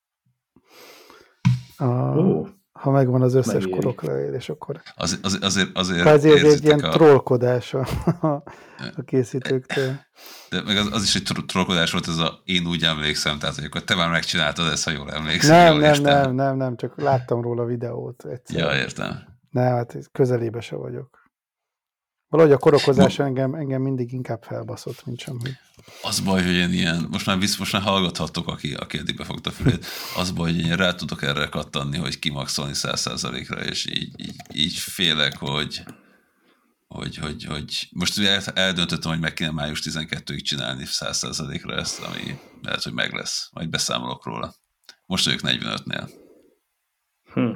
A, oh. Ha megvan az összes Megéri. korokra, és akkor... Az, az, azért azért azért egy ilyen a... trollkodás a, a készítőktől. De meg az, az is egy trollkodás volt, ez a én úgy emlékszem, tehát hogy akkor te már megcsináltad ezt, ha jól emlékszem. Nem, jól nem, értem. nem, nem, nem, csak láttam róla videót egyszer. Ja, értem. Nem, hát közelébe se vagyok. Valahogy a korokozás engem, engem mindig inkább felbaszott, mint semmi. Az baj, hogy én ilyen, most már, visz, most már hallgathattok, aki, aki eddig befogta fülét, az baj, hogy én rá tudok erre kattanni, hogy kimaxolni száz százalékra, és így, így, így félek, hogy, hogy, hogy, hogy most el, eldöntöttem, hogy meg kéne május tizenkettőig csinálni száz százalékra ezt, ami lehet, hogy meg lesz. Majd beszámolok róla. Most vagyok negyvenötnél. Hm.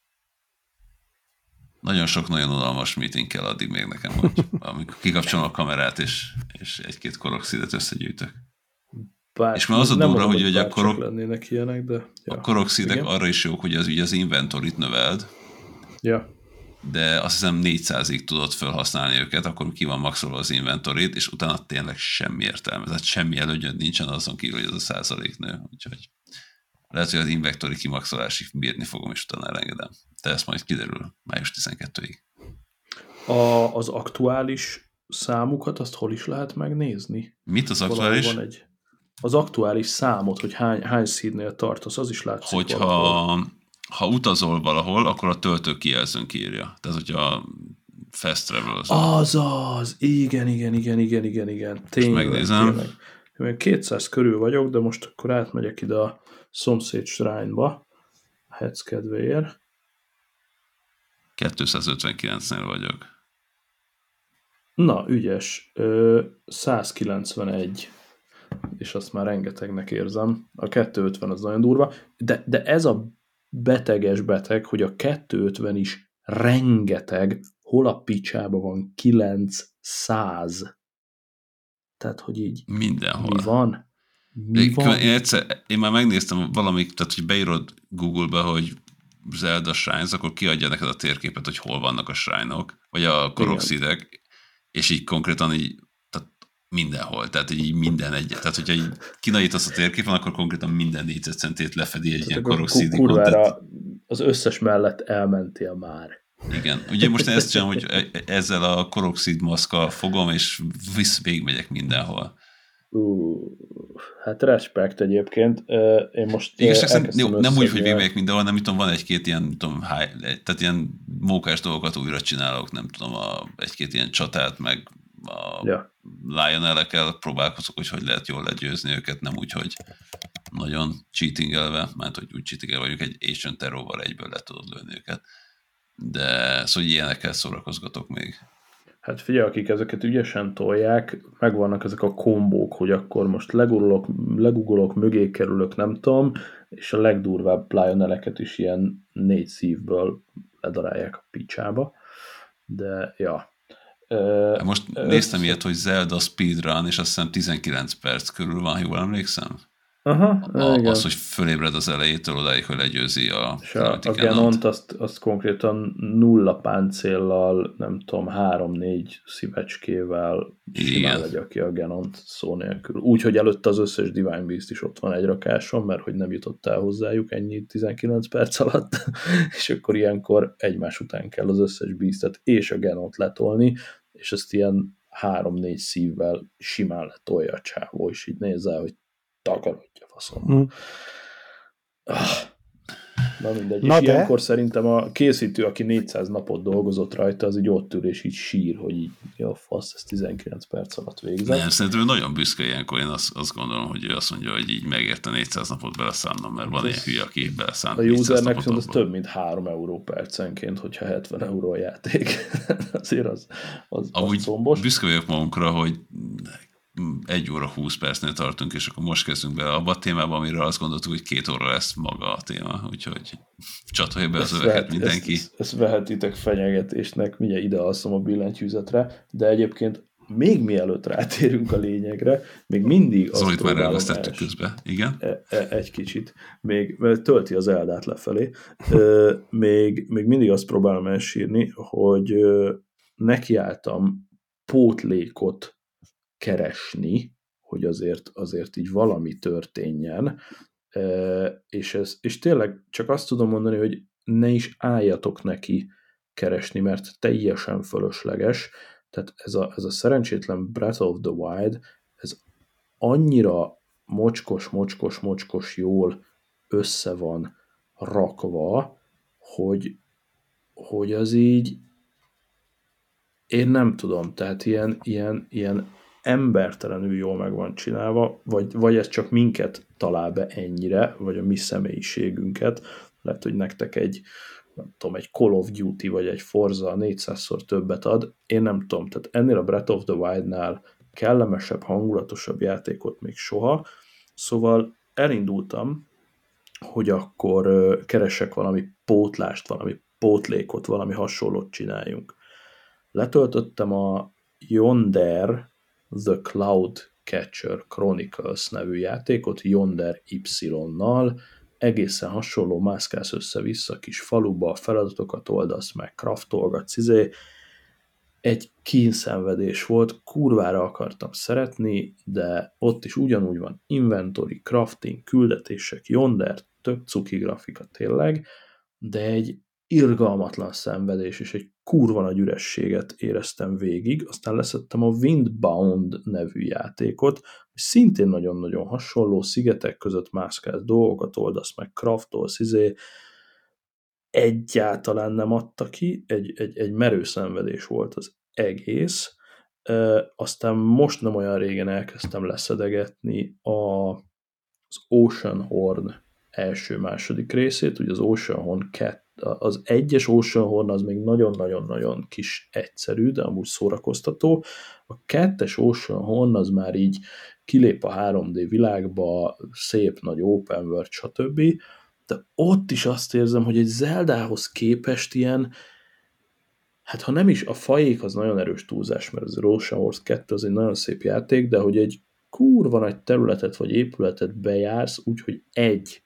Nagyon sok nagyon unalmas meeting kell addig még nekem, hogy amikor kikapcsolom a kamerát, és, és egy-két koroxidet összegyűjtök. Bár és már az a durva, hogy, hogy a, korok, lennének ilyenek, de, ja. a koroxidek arra is jók, hogy az, ugye az inventorit növeld, ja. de azt hiszem négyszázig tudod felhasználni őket, akkor ki van maxolva az inventorit, és utána tényleg semmi értelme. Tehát semmi előnyöd nincsen azon kívül, hogy ez a százalék nő. Úgyhogy lehet, hogy az inventory kimaxolásig bírni fogom, és utána elengedem. De ezt majd kiderül május tizenkettőig. A, az aktuális számukat, azt hol is lehet megnézni? Mit az aktuális? Van egy, az aktuális számot, hogy hány, hány seednél tartasz, az is látszik. Hogyha ha utazol valahol, akkor a töltő kijelzőnk írja. Tehát, hogyha fast travel az. Azaz! Igen, igen, igen, igen, igen, igen. Tényleg, most megnézem. Tényleg. Én kétszáz körül vagyok, de most akkor átmegyek ide a szomszéd shrine-ba, hetsz kedvéért. kétszázötvenkilencnél vagyok. Na, ügyes. százkilencvenegy. És azt már rengetegnek érzem. A kétszázötven az nagyon durva. De, de ez a beteges beteg, hogy a kétszázötven is rengeteg, hol a picsába van kilencszáz. Tehát, hogy így mindenhol. Mi van? Mi van? Én, egyszer, én már megnéztem valamit, tehát, hogy beírod Google-be, hogy Zelda Shrines, akkor kiadja neked a térképet, hogy hol vannak a shrine-ok, vagy a koroxidek, és így konkrétan így, tehát mindenhol, tehát így minden egyet. Tehát, hogyha így kinajítasz a térképen, akkor konkrétan minden négyzetcentét lefedi egy tehát ilyen koroxidikon. Kurvára az összes mellett elmentél már. Igen. Ugye most ezt csinálom, hogy ezzel a koroxid maszkkal fogom, és visz végigmegyek mindenhol. Uh, hát respekt egyébként. Én most igazság jó, nem úgy, hogy végigmegyek mindenhol, nem tudom, van egy-két ilyen, tudom, high, tehát ilyen mókás dolgokat újra csinálok, nem tudom, a, egy-két ilyen csatát, meg a ja. Lionel-ekkel próbálkozok, hogy hogy lehet jól legyőzni őket, nem úgy, hogy nagyon cheatingelve, mert hogy úgy cheatingelve vagyunk, egy Ancient Terrorval egyből le tudod lőni őket. De szóval ilyenekkel szórakozgatok még. Hát figyelj, akik ezeket ügyesen tolják, megvannak ezek a kombók, hogy akkor most legugolok, legugolok mögé kerülök, nem tudom, és a legdurvább Lioneleket is ilyen négy szívből ledarálják a picsába. De, ja. Hát most ö, néztem ö, ilyet, hogy Zelda Speedrun, és azt hiszem tizenkilenc perc körül van, jól emlékszem? Aha, a, az, hogy fölébred az elejétől odáig, hogy legyőzi a és a, a Genont, azt, azt konkrétan nulla páncéllal, nem tudom, három-négy szívecskével simán legyaki a Genont szó nélkül. Úgyhogy előtte az összes Divine Beast is ott van egy rakáson, mert hogy nem jutottál hozzájuk ennyi tizenkilenc perc alatt, és akkor ilyenkor egymás után kell az összes Beastet és a Genont letolni, és ezt ilyen három-négy szívvel simán letolja a csávó, és így nézzel, hogy takarodja faszom. Hmm. Ah. Na mindegy. Na és de... ilyenkor szerintem a készítő, aki négyszáz napot dolgozott rajta, az így ott ül, és így sír, hogy így, jó, fasz, ez tizenkilenc perc alatt végzett. Nem, szerintem nagyon büszke ilyenkor, én azt, azt gondolom, hogy ő azt mondja, hogy így megérte négyszáz napot beleszánnom, mert van ilyen hülye, aki beleszánt a usernek viszont az több, mint három euró percenként, hogyha hetven euró a játék. Azért az, az, amúgy az combos. Büszke vagyok magunkra, hogy egy óra húsz percnél tartunk, és akkor most kezdünk bele abba a témába, amiről azt gondoltuk, hogy két óra lesz maga a téma, úgyhogy csatolja be az öveket vehet, mindenki. Ezt, ezt, ezt vehetitek fenyegetésnek, mindjárt ide alszom a billentyűzetre, de egyébként még mielőtt rátérünk a lényegre, még mindig azt Zolit már elvesztettük els... közben, igen. E, e, egy kicsit, még, mert tölti az Eldát lefelé, e, még, még mindig azt próbálom elsírni, hogy e, nekiálltam pótlékot keresni, hogy azért, azért így valami történjen, e, és, ez, és tényleg csak azt tudom mondani, hogy ne is álljatok neki keresni, mert teljesen fölösleges. Tehát ez a, ez a szerencsétlen Breath of the Wild, ez annyira mocskos, mocskos, mocskos jól össze van rakva, hogy, hogy az így én nem tudom, tehát ilyen, ilyen, ilyen embertelenül jól meg van csinálva, vagy, vagy ez csak minket talál be ennyire, vagy a mi személyiségünket. Lehet, hogy nektek egy nem tudom, egy Call of Duty vagy egy Forza négyszázszor többet ad, én nem tudom, tehát ennél a Breath of the Wild-nál kellemesebb, hangulatosabb játékot még soha, szóval elindultam, hogy akkor keresek valami pótlást, valami pótlékot, valami hasonlót csináljunk. Letöltöttem a Yonder The Cloud Catcher Chronicles nevű játékot, Yonder Y-nal, egészen hasonló, mászkálsz össze-vissza kis faluba, feladatokat oldasz meg, craftolgatsz, izé. Egy kínszenvedés volt, kurvára akartam szeretni, de ott is ugyanúgy van inventory, crafting, küldetések, Yonder, tök cuki grafika tényleg, de egy irgalmatlan szenvedés, és egy kurva nagy ürességet éreztem végig, aztán leszettem a Windbound nevű játékot, szintén nagyon-nagyon hasonló, szigetek között mászkálsz, dolgokat oldasz meg, craftolsz, izé, egyáltalán nem adta ki, egy, egy, egy merő szenvedés volt az egész, e, aztán most nem olyan régen elkezdtem leszedegetni a, az Oceanhorn első-második részét, ugye az Oceanhorn kettő, az egyes Oceanhorn az még nagyon-nagyon-nagyon kis egyszerű, de amúgy szórakoztató. A kettes Oceanhorn az már így kilép a három dé világba, szép nagy open world, stb. De ott is azt érzem, hogy egy Zeldához képest ilyen, hát ha nem is, a fajék az nagyon erős túlzás, mert az Oceanhorn kettő az egy nagyon szép játék, de hogy egy kurva nagy területet vagy épületet bejársz, úgyhogy egy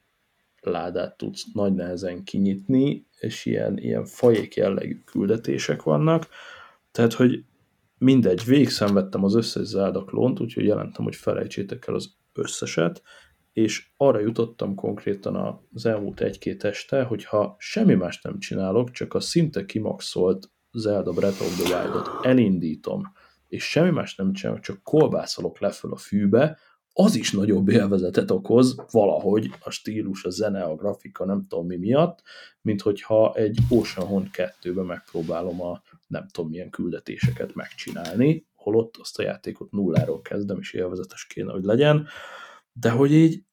ládát tudsz nagy nehezen kinyitni, és ilyen, ilyen fajék jellegű küldetések vannak, tehát, hogy mindegy, végigszenvedtem az összes Zelda klónt, úgyhogy jelentem, hogy felejtsétek el az összeset, és arra jutottam konkrétan az elmúlt egy-két este, hogyha semmi más nem csinálok, csak a szinte kimaxolt Zelda Breath of the Wild-ot elindítom, és semmi más nem csinálok, csak kolbászolok le föl a fűbe, az is nagyobb élvezetet okoz valahogy a stílus, a zene, a grafika, nem tudom mi miatt, mint hogyha egy Oceanhorn kettőben megpróbálom a nem tudom milyen küldetéseket megcsinálni, holott azt a játékot nulláról kezdem, és élvezetes kéne, hogy legyen, de hogy így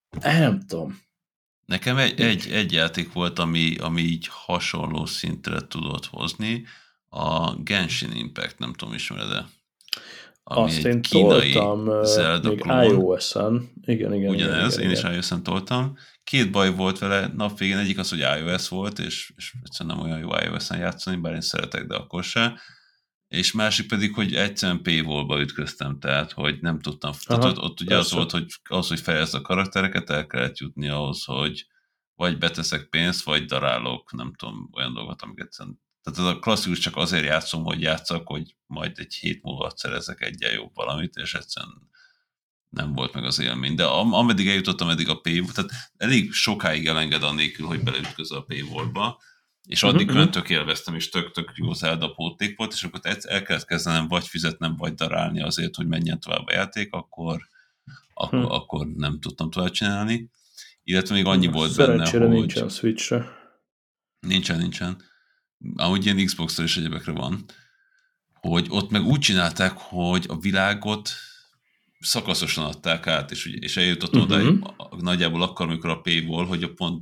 nem tudom. Nekem egy, egy, egy játék volt, ami, ami így hasonló szintre tudott hozni, a Genshin Impact, nem tudom, ismered-e? Ami azt én toltam Zelda még klón. iOS-en. Igen, igen. Ugyanez, igen, én igen. is iOS-en toltam. Két baj volt vele nap végén, egyik az, hogy iOS volt, és, és egyszerűen nem olyan jó iOS-en játszani, bár én szeretek, de akkor se. És másik pedig, hogy egyszerűen paywallba ütköztem, tehát, hogy nem tudtam. Aha, tehát ott, ott ugye az volt, hogy az, hogy fejezd a karaktereket, el kellett jutni ahhoz, hogy vagy beteszek pénzt, vagy darálok, nem tudom, olyan dolgot, amiket egyszerűen. Tehát ez a klasszikus csak azért játszom, hogy játszak, hogy majd egy hét múlva szerezek egyen jobb valamit, és egyszerűen nem volt meg az élmény. De am- ameddig eljutottam, eddig a paywall, tehát elég sokáig elenged annélkül, hogy beleütközz a paywallba, és addig uh-huh. külön tök élveztem, és tök-tök jó Zelda póték volt, és akkor el kellett kezdenem vagy fizetnem, vagy darálni azért, hogy menjen tovább a játék, akkor, akkor, hmm. akkor nem tudtam tovább csinálni. Illetve még annyi volt benne, hogy... nincsen Switchre. Nincsen, nincsen. Ahogy ilyen Xbox-ra és egyebekre van, hogy ott meg úgy csinálták, hogy a világot szakaszosan adták át, és, és eljutott uh-huh. oda nagyjából akkor, amikor a paywall, hogy a pont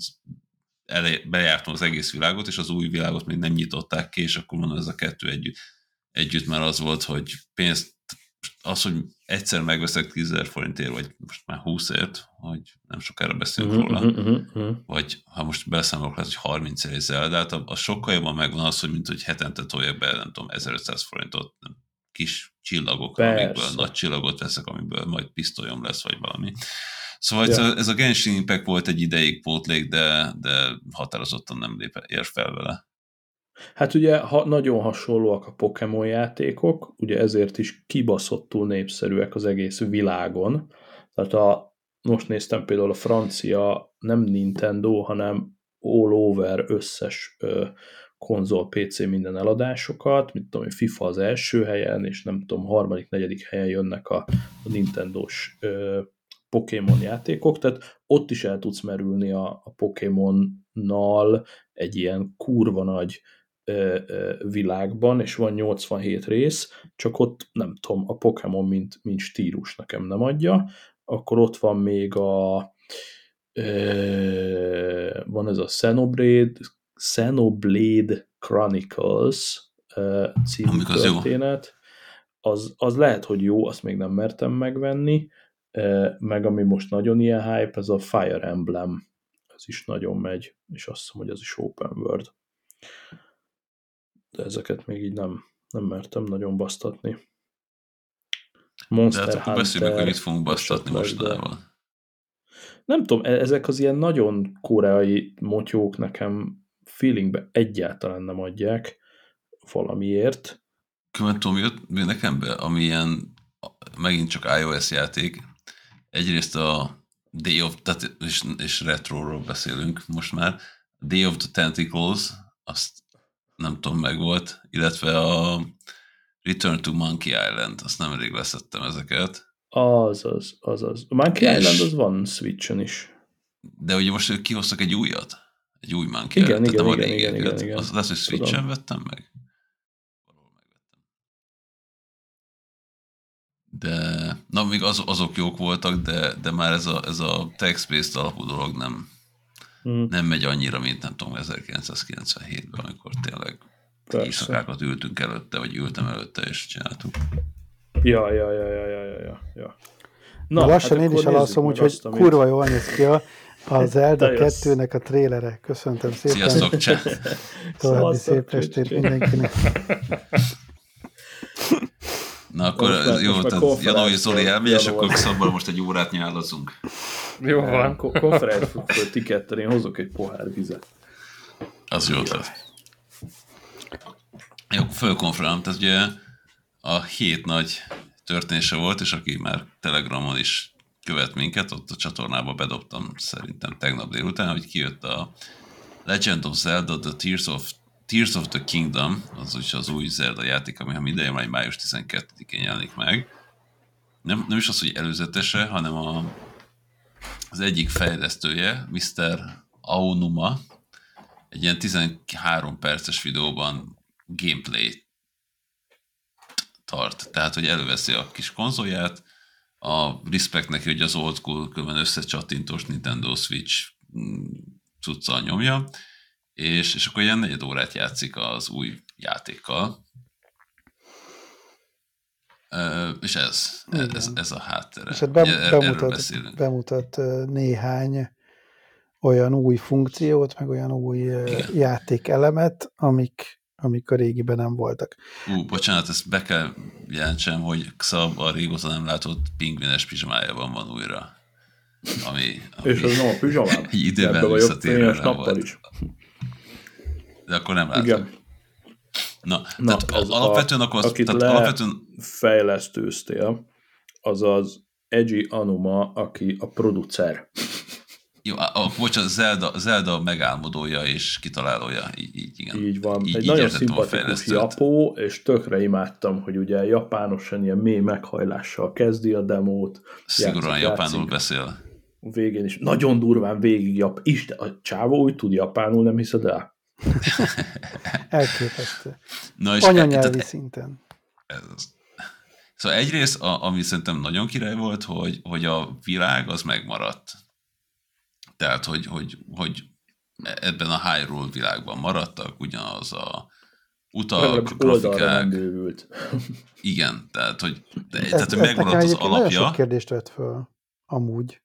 elé, bejártam az egész világot, és az új világot még nem nyitották ki, és akkor mondom, ez a kettő együtt, együtt már az volt, hogy pénzt az, hogy egyszer megveszek tízezer forintért, vagy most már húszért, hogy nem sokára beszélünk uh-huh, róla, uh-huh, uh-huh. vagy ha most beszámolok, hogy harmincért egy Zeldát, az sokkal jobban megvan az, hogy mint hogy hetente toljak be, nem tudom, ezerötszáz forintot kis csillagokra, Persze. amikből nagy csillagot veszek, amiből majd pisztolyom lesz, vagy valami. Szóval ja. ez a Genshin Impact volt egy ideig pótlék, de, de határozottan nem lép, ér fel vele. Hát ugye ha nagyon hasonlóak a Pokémon játékok, ugye ezért is kibaszottul népszerűek az egész világon. Tehát a, most néztem például a francia, nem Nintendo, hanem all over összes ö, konzol, pé cé minden eladásokat, mint tudom, FIFA az első helyen, és nem tudom, harmadik, negyedik helyen jönnek a, a Nintendo-s ö, Pokémon játékok, tehát ott is el tudsz merülni a, a Pokémonnal egy ilyen kurva nagy ö, ö, világban, és van nyolcvanhét rész, csak ott nem tudom, a Pokémon mint, mint stílus nekem nem adja, akkor ott van még a ö, van ez a Xenoblade, Xenoblade Chronicles ö, című Amikor történet, az, az lehet, hogy jó, azt még nem mertem megvenni, meg ami most nagyon ilyen hype, ez a Fire Emblem, ez is nagyon megy, és azt hiszem, hogy ez is open world. De ezeket még így nem, nem mertem nagyon basztatni. Monster de hát akkor beszéljük, hogy mit fogunk basztatni mostanában. Nem tudom, ezek az ilyen nagyon koreai motyók nekem feelingbe egyáltalán nem adják valamiért. Különben tudom, jött nekem be, ami ilyen megint csak iOS játék. Egyrészt a Day of, tehát és, és retroról beszélünk most már. Day of the Tentacles, azt nem tudom, meg volt, illetve a Return to Monkey Island, azt nemrég leszettem ezeket. Azaz, azaz. A Monkey és, Island az van Switchen is. De ugye most kihoztak egy újat, egy új Monkey igen, Island, igen, tehát igen, nem igen, a igen, igen, igen. Az lesz, hogy Switchen Tudom. vettem meg? De, na még az, azok jók voltak, de, de már ez a, ez a text-based alapú dolog nem, mm. nem megy annyira, mint nem tudom, ezerkilencszázkilencvenhétben, amikor tényleg éjszakákat ültünk előtte, vagy ültem előtte, és csináltuk. Ja, ja, ja, ja, ja, ja, ja. Na, Na lassan hát én is elalszom, úgyhogy kurva jól néz ki a, a Zelda kettőnek a trélere. Köszöntöm szépen. Sziasztok, chat! További szép estét mindenkinek. Na akkor most jó, tehát Janó és Zoli elmegy, és akkor szabban most egy órát nyálazunk. Jó van. Konferenciáról tikettel én hozok egy pohár vizet. Az jó tett. Jó, fölkonferálom, tehát ugye a hét nagy történése volt, és aki már Telegramon is követ minket, ott a csatornába bedobtam szerintem tegnap délután, hogy kijött a Legend of Zelda, The Tears of Tears of the Kingdom, az úgy az új Zelda játék, ami ha minden majd május tizenkettedikén jelenik meg. Nem, nem is az, hogy előzetese, hanem a, az egyik fejlesztője, miszter Aonuma, egy ilyen tizenhárom perces videóban gameplay tart. Tehát, hogy előveszi a kis konzolját, a respect neki, hogy az old school, különben összecsattintós Nintendo Switch cuccal nyomja, És, és akkor ilyen negyed órát játszik az új játékkal. Uh, és ez, ez, ez a háttere. És hát bem, bemutat, bemutat néhány olyan új funkciót, meg olyan új Igen. játékelemet, amik, amik a régiben nem voltak. Ú, bocsánat, ezt be kell jelentsem, hogy Xab a régóta nem látott pingvines pizsamájában van újra. Ami, ami és az nem a pizsamám. Egy időben visszatérve rá volt. Is. De akkor nem látom. Igen. Na, Na tehát alapvetően a, akkor... Akit tehát alapvetően... fejlesztőztél, az az Eiji Aonuma, aki a producer. Jó, a, bocsánat, Zelda, Zelda megálmodója és kitalálója. Így, így, igen. Így van. Így, Egy így nagyon szimpatikus japó, és tökre imádtam, hogy ugye japánosan ilyen mély meghajlással kezdi a demót. Szigorúan játszik, japánul játszik. Beszél. Végén is. Nagyon durván végig jap. Isten, a csávó úgy tud japánul, nem hiszed el? Elképesztő. Na és anyanyelvi e, szinten. Ez. Szóval egyrészt, a, ami szerintem nagyon király volt, hogy, hogy a világ az megmaradt. Tehát, hogy, hogy, hogy ebben a Hyrule világban maradtak, ugyanaz a utak, oldalra nem grafikák. bővült. Igen, tehát, hogy, de, Ez, tehát, hogy ez megmaradt az nagyon alapja. sok kérdést vett föl, amúgy.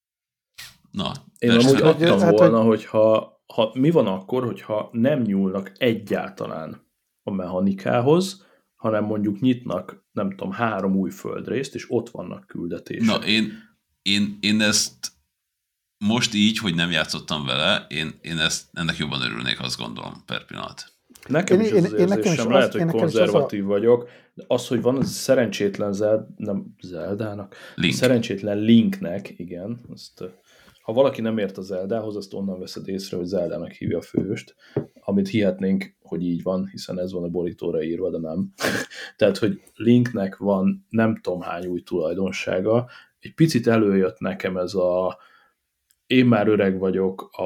Na, Én persze, amúgy hogy- adtam hát, volna, hogyha ha, mi van akkor, hogyha nem nyúlnak egyáltalán a mechanikához, hanem mondjuk nyitnak, nem tudom, három új földrészt, és ott vannak küldetések. Na, én, én, én ezt most így, hogy nem játszottam vele, én, én ezt, ennek jobban örülnék, azt gondolom, per pillanat. Nekem Én- is én- az, az én nekem is érzésem, az- lehet, én hogy nekem is az a- konzervatív vagyok, de az, hogy van az szerencsétlen Zeld, nem Zeldának, Link. szerencsétlen Linknek, igen, azt, ha valaki nem ért a Zeldához, azt onnan veszed észre, hogy Zeldának hívja a főhőst, amit hihetnénk, hogy így van, hiszen ez van a borítóra írva, de nem. Tehát, hogy Linknek van nem tudom hány új tulajdonsága, egy picit előjött nekem ez a én már öreg vagyok, a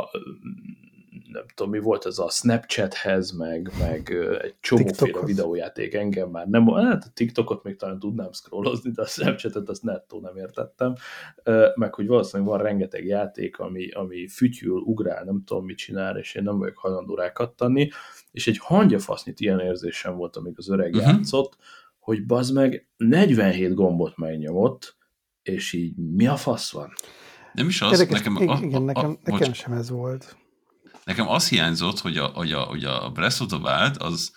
nem tudom, mi volt ez a Snapchathez, meg, meg egy csomóféle TikTokhoz. videójáték engem már nem, hát a TikTokot még talán tudnám scrollozni, de a Snapchatet azt nettó nem értettem, meg hogy valószínűleg van rengeteg játék, ami, ami fütyül, ugrál, nem tudom, mit csinál, és én nem vagyok hajlandó rákattanni, és egy hangyafasznyit ilyen érzésem volt, amíg az öreg Uh-huh. játszott, hogy bazd meg negyvenhét gombot megnyomott, és így mi a fasz van? Nem is az, Érdekes, nekem, igen, a, igen, a, nekem, a, nekem bocs, sem ez volt. nekem az hiányzott, hogy a, hogy, a, hogy a Breath of the Wild az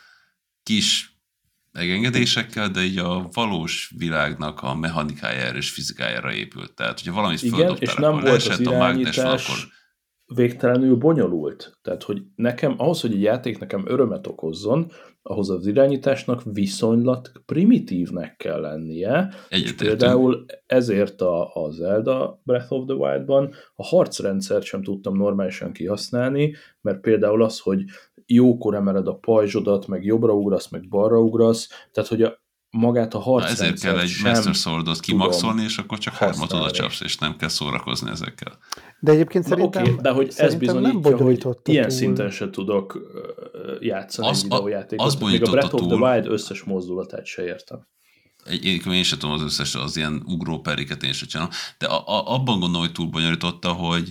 kis megengedésekkel, de így a valós világnak a mechanikájára és fizikájára épült. Tehát, hogyha valamit Igen, földobtál, és nem akkor volt az leesett, a mágnes van, irányítás akkor végtelenül bonyolult. Tehát, hogy nekem, ahhoz, hogy egy játék nekem örömet okozzon, ahhoz az irányításnak viszonylag primitívnek kell lennie, és egyetértünk. például ezért a, a Zelda Breath of the Wild-ban a harcrendszert sem tudtam normálisan kihasználni, mert például az, hogy jókor emeled a pajzsodat, meg jobbra ugrasz, meg balra ugrasz, tehát, hogy a, magát a Na, harcrendszert ezért kell egy sem Master Swordot kimaxolni, és akkor csak hármat oda használni. csapsz, és nem kell szórakozni ezekkel. De egyébként Na, szerintem, oké, de hogy ez szerintem nem bizonyítja, hogy bonyolította ilyen túl. szinten se tudok ö, játszani Az- egy videójátékot. az Még a bonyolította Breath of the túl. Wild összes mozdulatát se értem. Egy, én, én sem tudom az összes, az ilyen ugróperiket én sem csinálom, de a, a, abban gondolom, hogy túl bonyolította, hogy,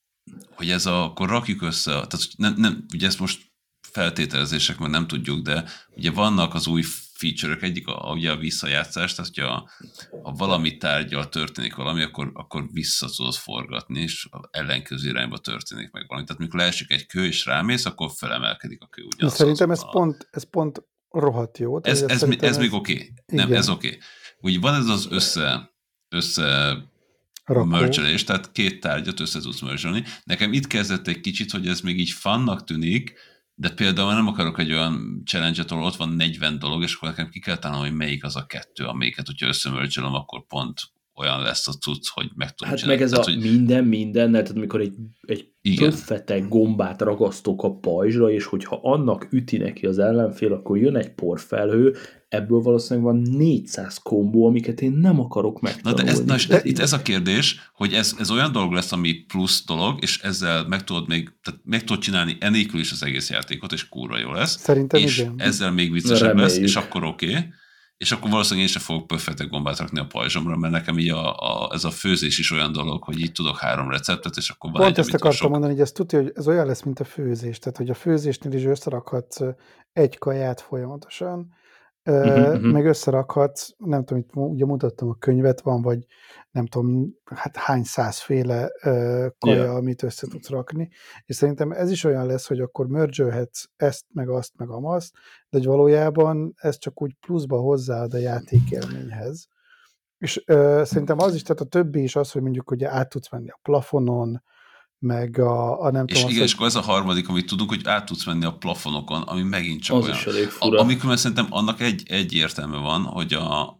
hogy ez a, akkor rakjuk össze, tehát nem, nem, ugye ezt most feltételezések, meg nem tudjuk, de ugye vannak az új feature-ök, egyik a, ugye a visszajátszás, tehát hogyha ha valami tárgyal történik valami, akkor, akkor vissza tudod forgatni, és ellenkező irányba történik meg valami. Tehát mikor leesik egy kő, és rámész, akkor felemelkedik a kő ugyanaz. Szerintem ez a, pont, ez pont rohadt jó. Ez, ez, ez, ez még oké. Okay. Nem, igen. ez oké. Okay. Úgy van ez az össze, össze Rakó. mergelés, tehát két tárgyat össze tudsz mergelni. Nekem itt kezdett egy kicsit, hogy ez még így funnak tűnik, de például nem akarok egy olyan challenge-et, ahol ott van negyven dolog, és akkor nekem ki kell találnom, hogy melyik az a kettő, amelyiket, hogyha összemergelem, akkor pont olyan lesz a cucc, hogy meg tudom Hát csinálni. meg ez tehát, a hogy minden mindennel, tehát amikor egy, egy pöffeteg gombát ragasztok a pajzsra, és hogyha annak üti neki az ellenfél, akkor jön egy porfelhő, ebből valószínűleg van négyszáz kombó, amiket én nem akarok Na megtanulni. de ez, na, de itt ez a kérdés, hogy ez, ez olyan dolog lesz, ami plusz dolog, és ezzel meg tudod még, tehát meg tudod csinálni enélkül is az egész játékot, és kurva jó lesz. Szerintem és igen. ezzel még viccesebb Reméljük. lesz, és akkor oké. Okay. És akkor valószínűleg én sem fogok pöffeteg gombát rakni a pajzsomra, mert nekem így a, a, ez a főzés is olyan dolog, hogy így tudok három receptet, és akkor van Pont egy, ezt akartam sok... mondani, hogy ezt tudja, hogy ez olyan lesz, mint a főzés. Tehát, hogy a főzésnél is összerakhatsz egy kaját folyamatosan, uh-huh, uh-huh. meg összerakhatsz, nem tudom, itt ugye mutattam a könyvet, van, vagy nem tudom, hát hány százféle uh, kaja, yeah. amit össze tudsz rakni, és szerintem ez is olyan lesz, hogy akkor mergelhetsz ezt, meg azt, meg amazt, de hogy valójában ez csak úgy pluszba hozzáad a játékélményhez. És uh, szerintem az is, tehát a többi is az, hogy mondjuk ugye át tudsz menni a plafonon, meg a, a nem és tudom... igen, az, és akkor ez a harmadik, amit tudunk, hogy át tudsz menni a plafonokon, ami megint csak az olyan. Is elég fura. A, amikor szerintem annak egy, egy értelme van, hogy a,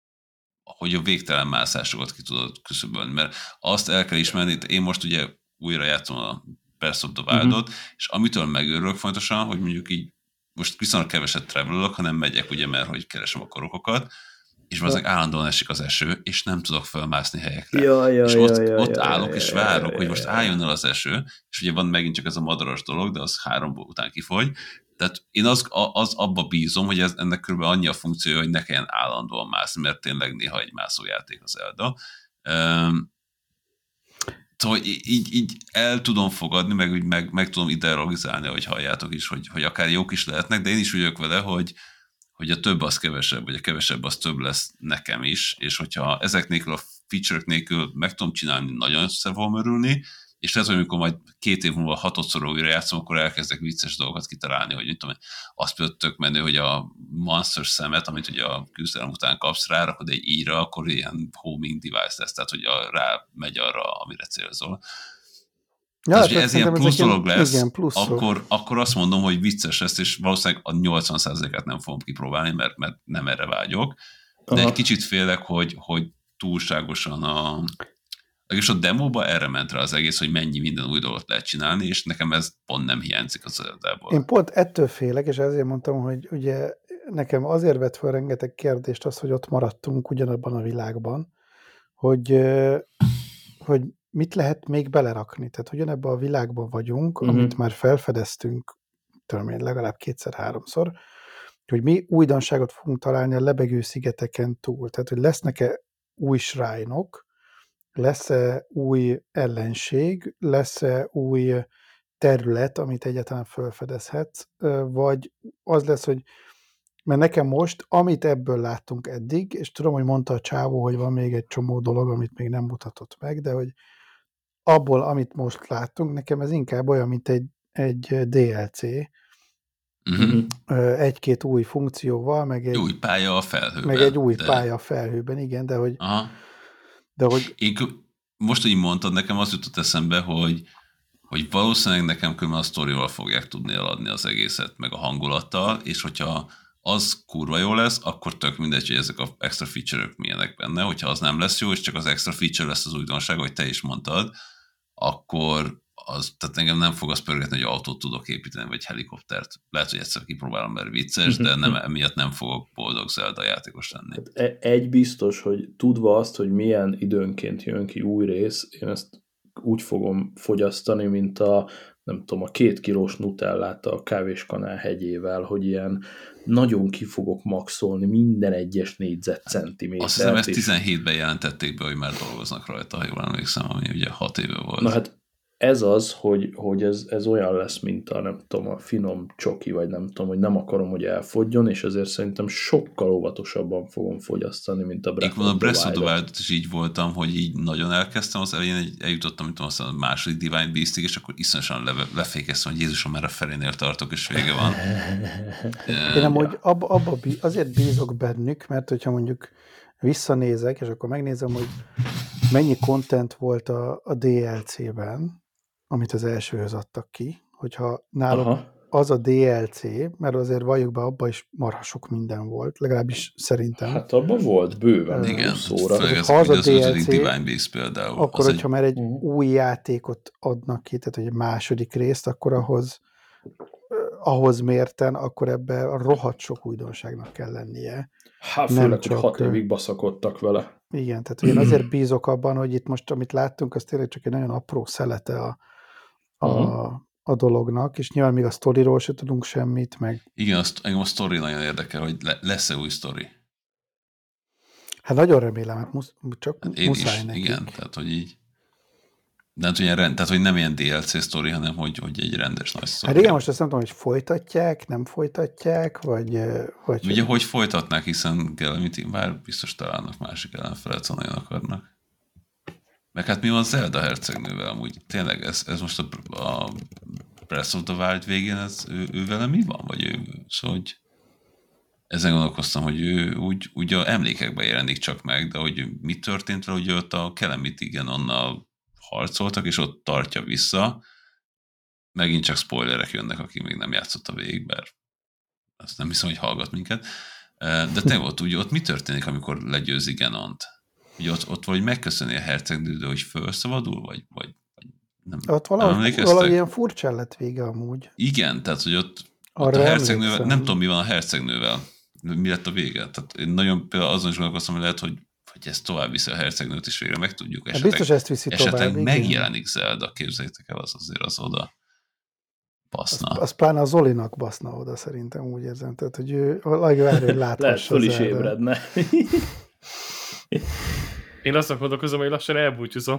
hogy a végtelen mászásokat ki tudod küszöbölni, mert azt el kell ismerni, én most ugye újra játszom a Breath of the Wild-ot, uh-huh. és amitől megőrülök fontosan, hogy mondjuk így most viszonylag keveset travelolok, hanem megyek, ugye, mert hogy keresem a korokokat, és valószínűleg állandóan esik az eső, és nem tudok felmászni helyekre. Ja, ja, és ja, ott, ja, ott ja, állok, ja, és ja, várok, ja, hogy most álljon el az eső, és ugye van megint csak ez a madaras dolog, de az három után kifogy. Tehát én az, az abba bízom, hogy ez, ennek kb. Annyi a funkciója, hogy ne kelljen állandóan mászni, mert tényleg néha egy mászójáték az Zelda. Um, Szóval így, így el tudom fogadni, meg, meg, meg tudom ideologizálni, hogy halljátok is, hogy, hogy akár jók is lehetnek, de én is úgy vagyok vele, hogy, hogy a több az kevesebb, vagy a kevesebb az több lesz nekem is, és hogyha ezek nélkül a feature-ek nélkül meg tudom csinálni, nagyon össze fogom örülni, és lehet, hogy amikor majd két év múlva hatodszor újra játszom, akkor elkezdek vicces dolgokat kitalálni, hogy mit tudom, azt például tök menő, hogy a Monster szemet, amit ugye a küzdelem után kapsz, rárakod egy íra, akkor ilyen homing device lesz, tehát hogy a, rá megy arra, amire célzol. Ja, tehát, hogy ez ilyen plusz dolog lesz, igen, akkor, akkor azt mondom, hogy vicces lesz, és valószínűleg a nyolcvan százalékát nem fogom kipróbálni, mert, mert nem erre vágyok, de Aha. egy kicsit félek, hogy, hogy túlságosan a... És a demóban erre ment rá az egész, hogy mennyi minden új dolgot lehet csinálni, és nekem ez pont nem hiányzik az Zeldából. Én pont ettől félek, és ezért mondtam, hogy ugye nekem azért vett fel rengeteg kérdést az, hogy ott maradtunk ugyanabban a világban, hogy, hogy mit lehet még belerakni. Tehát ugyanebben a világban vagyunk, uh-huh. amit már felfedeztünk, tudom én, legalább kétszer-háromszor, hogy mi újdonságot fogunk találni a lebegő szigeteken túl. Tehát, hogy lesznek-e új shrine-ok, lesz-e új ellenség, lesz-e új terület, amit egyáltalán felfedezhetsz, vagy az lesz, hogy mert nekem most, amit ebből láttunk eddig, és tudom, hogy mondta a csávó, hogy van még egy csomó dolog, amit még nem mutatott meg, de hogy abból, amit most láttunk, nekem ez inkább olyan, mint egy, egy dé el cé, uh-huh. egy-két új funkcióval, meg egy új pálya a felhőben. Meg egy új de... pálya a felhőben, igen, de hogy Aha. De hogy... Én, most, hogy mondtad, nekem az jutott eszembe, hogy, hogy valószínűleg nekem különben a sztorival fogják tudni eladni az egészet, meg a hangulattal, és hogyha az kurva jó lesz, akkor tök mindegy, hogy ezek az extra feature-ök milyenek benne. Hogyha az nem lesz jó, és csak az extra feature lesz az újdonság, hogy te is mondtad, akkor az, tehát engem nem fog az pörgetni, hogy autót tudok építeni, vagy helikoptert. Lehet, hogy egyszer kipróbálom, mert vicces, de nem, emiatt nem fogok boldog Zelda játékos lenni. Hát egy biztos, hogy tudva azt, hogy milyen időnként jön ki új rész, én ezt úgy fogom fogyasztani, mint a, nem tudom, a két kilós nutellát a kávéskanál hegyével, hogy ilyen nagyon ki fogok maxolni minden egyes négyzetcentimétert. Azt hiszem, ezt tizenhétben jelentették be, hogy már dolgoznak rajta, ha jól emlékszem, ami ugye hat éve volt. Na hát ez az, hogy, hogy ez, ez olyan lesz, mint a, nem tudom, a finom csoki, vagy nem tudom, hogy nem akarom, hogy elfogjon, és ezért szerintem sokkal óvatosabban fogom fogyasztani, mint a Breath of the Wild-ot. A Breath of the Wild-ot is így voltam, hogy így nagyon elkezdtem, az elején eljutottam, mint aztán a második Divine Beastig, és akkor iszonyosan le, lefékeztem, hogy Jézusom, már a felénél tartok, és vége van. Én amúgy abba, abba azért bízok bennük, mert hogyha mondjuk visszanézek, és akkor megnézem, hogy mennyi content volt a, a dé el cé-ben, amit az elsőhöz adtak ki, hogyha náluk Aha. az a dé el cé, mert azért valljuk be, abban is marha sok minden volt, legalábbis szerintem. Hát abban volt bőven igen, szóra. Ez, ha az a dé el cé, például, akkor hogyha egy... már egy uh-huh. új játékot adnak ki, tehát egy második részt, akkor ahhoz ahhoz mérten, akkor ebben rohadt sok újdonságnak kell lennie. Hát főleg, hogy hat évig baszakodtak vele. Igen, tehát én azért bízok abban, hogy itt most, amit láttunk, az tényleg csak egy nagyon apró szelete a, a, uh-huh. a dolognak, és nyilván még a sztoriról se tudunk semmit, meg... Igen, engem a sztori nagyon érdekel, hogy lesz-e új sztori. Hát nagyon remélem, hát musz, csak hát én muszáj is, nekik. Igen, tehát hogy így... De hát, rend, tehát, hogy nem ilyen dé el cé sztori, hanem hogy, hogy egy rendes nagy sztori. Hát igen, most azt nem tudom, hogy folytatják, nem folytatják, vagy... vagy ugye, hogy folytatnák, hiszen Gelemit már biztos találnak másik ellenfelet, ha nagyon akarnak. Meg hát mi van Zelda hercegnővel amúgy? Tényleg ez, ez most a, a Breath of the Wild végén, ez, ő, ő vele mi van? Vagy ő, szóval, hogy ezen gondolkoztam, hogy ő úgy, úgy a emlékekben jelenik csak meg, de hogy mi történt vele, hogy ott a Kelemit igen onnal harcoltak, és ott tartja vissza. Megint csak spoilerek jönnek, aki még nem játszott a végig, bár azt nem hiszem, hogy hallgat minket. De te ott, ugye ott mi történik, amikor legyőzi Genont? Ugye ott, ott vagy megköszöni a hercegnő, de hogy felszabadul, vagy, vagy, vagy nem, ott valahogy, valahogy ilyen furcsán lett vége amúgy. Igen, tehát, hogy ott, ott a hercegnővel, nem tudom, mi van a hercegnővel, mi lett a vége. Tehát én nagyon például azon is gondolkoztam, hogy lehet, hogy hogy ezt tovább viszi a hercegnőt, és végre megtudjuk. Esetleg, biztos ezt viszi esetleg tovább. Esetleg megjelenik Zelda, képzeljétek el, az azért az oda baszna. Az, az pláne a Zolinak baszna oda, szerintem úgy érzem. Tehát, hogy ő valahogy várja, hogy láthassa lehet, föl is ébredne. Én azt gondolkozom, hogy lassan elbúcsúzom.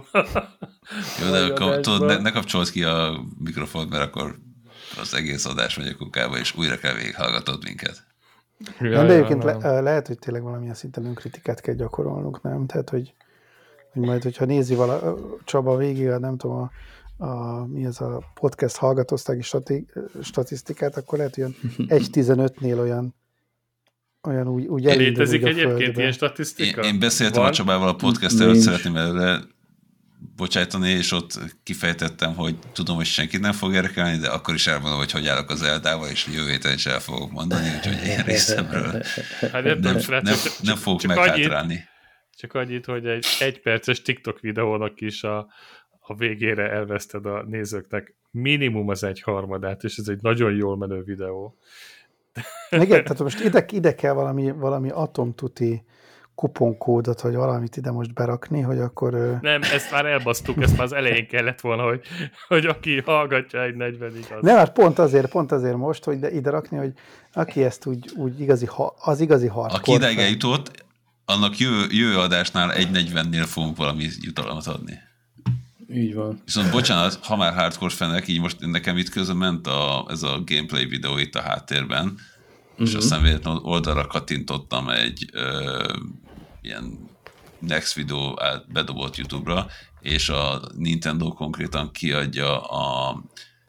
Jó, de akkor tudod, ne, ne kapcsold ki a mikrofont, mert akkor az egész adás megy a kukába, és újra kell végighallgatod minket. Ja, nem, de egyébként ja, le, lehet, hogy tényleg valamilyen szinten önkritikát kell gyakorolnunk, nem? Tehát, hogy, hogy majd, hogyha nézi vala, Csaba végig, nem tudom, a, a, mi ez a podcast hallgatóztági stati, statisztikát, akkor lehet, hogy olyan egy tizenötnél olyan olyan úgy, úgy elindul. Létezik úgy egyébként földbe. Ilyen statisztika? Én, én beszéltem Van? a Csabával a podcast előtt, szeretném előre bocsájtani, és ott kifejtettem, hogy tudom, hogy senkit nem fog érdekelni, de akkor is elmondom, hogy hogy állok az Eldával, és jövő héten is el fogok mondani, úgyhogy én részemről hát nem, nem, nem, nem fogok meghátrálni. Csak annyit, hogy egy egyperces TikTok videónak is a, a végére elveszted a nézőknek minimum az egy harmadát, és ez egy nagyon jól menő videó. Igen, tehát most ide, ide kell valami, valami atomtuti kuponkódot, vagy valamit ide most berakni, hogy akkor... Nem, ezt már elbasztuk, ezt már az elején kellett volna, hogy, hogy aki hallgatja egy negyvenig az... Nem, hát pont azért, pont azért most, hogy ide, ide rakni, hogy aki ezt úgy, úgy igazi, az igazi hardcore... Aki ideig eljutott, annak jövő, jövő adásnál egy negyvennél fogunk valami jutalmat adni. Így van. Viszont bocsánat, ha már hardcore fenek, így most nekem itt közben ment a, ez a gameplay videó itt a háttérben, uh-huh. és aztán véletlenül oldalra kattintottam egy ö, ilyen next videó bedobott YouTube-ra, és a Nintendo konkrétan kiadja a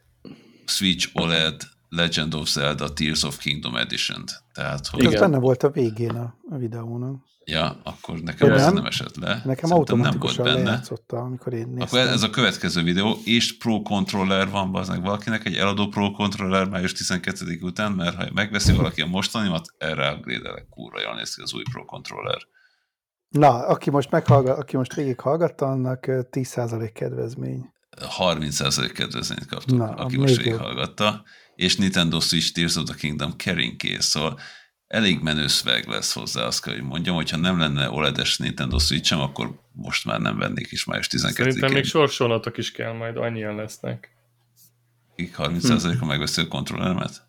Switch o el e dé Legend of Zelda Tears of Kingdom Edition-t. Tehát, hogy... Ez benne volt a végén a, a videónak. Ja, akkor nekem ez nem esett le. Nekem automatikusan lejátszotta, amikor én néztem. Akkor ez a következő videó, és Pro Controller van baznak valakinek, egy eladó Pro Controller május tizenkettedike után, mert ha megveszi valaki a mostanimat, erre upgrade-elek, kurva jól néz ki az új Pro Controller. Na, aki most, meghallgat, aki most végighallgatta, annak tíz százalék kedvezmény. harminc százalék kedvezményt kaptuk, Na, aki most végighallgatta. És Nintendo Switch Tears of the Kingdom carrying case, szóval elég menő szveg lesz hozzá, azt kell, hogy mondjam, hogyha nem lenne o el e dé-es Nintendo Switch-em, akkor most már nem vennék is május tizenkettedikén. Szerintem még sorsolnatok is kell, majd annyian lesznek. Így harminc százalékra hm. megveszi a kontrolleremet?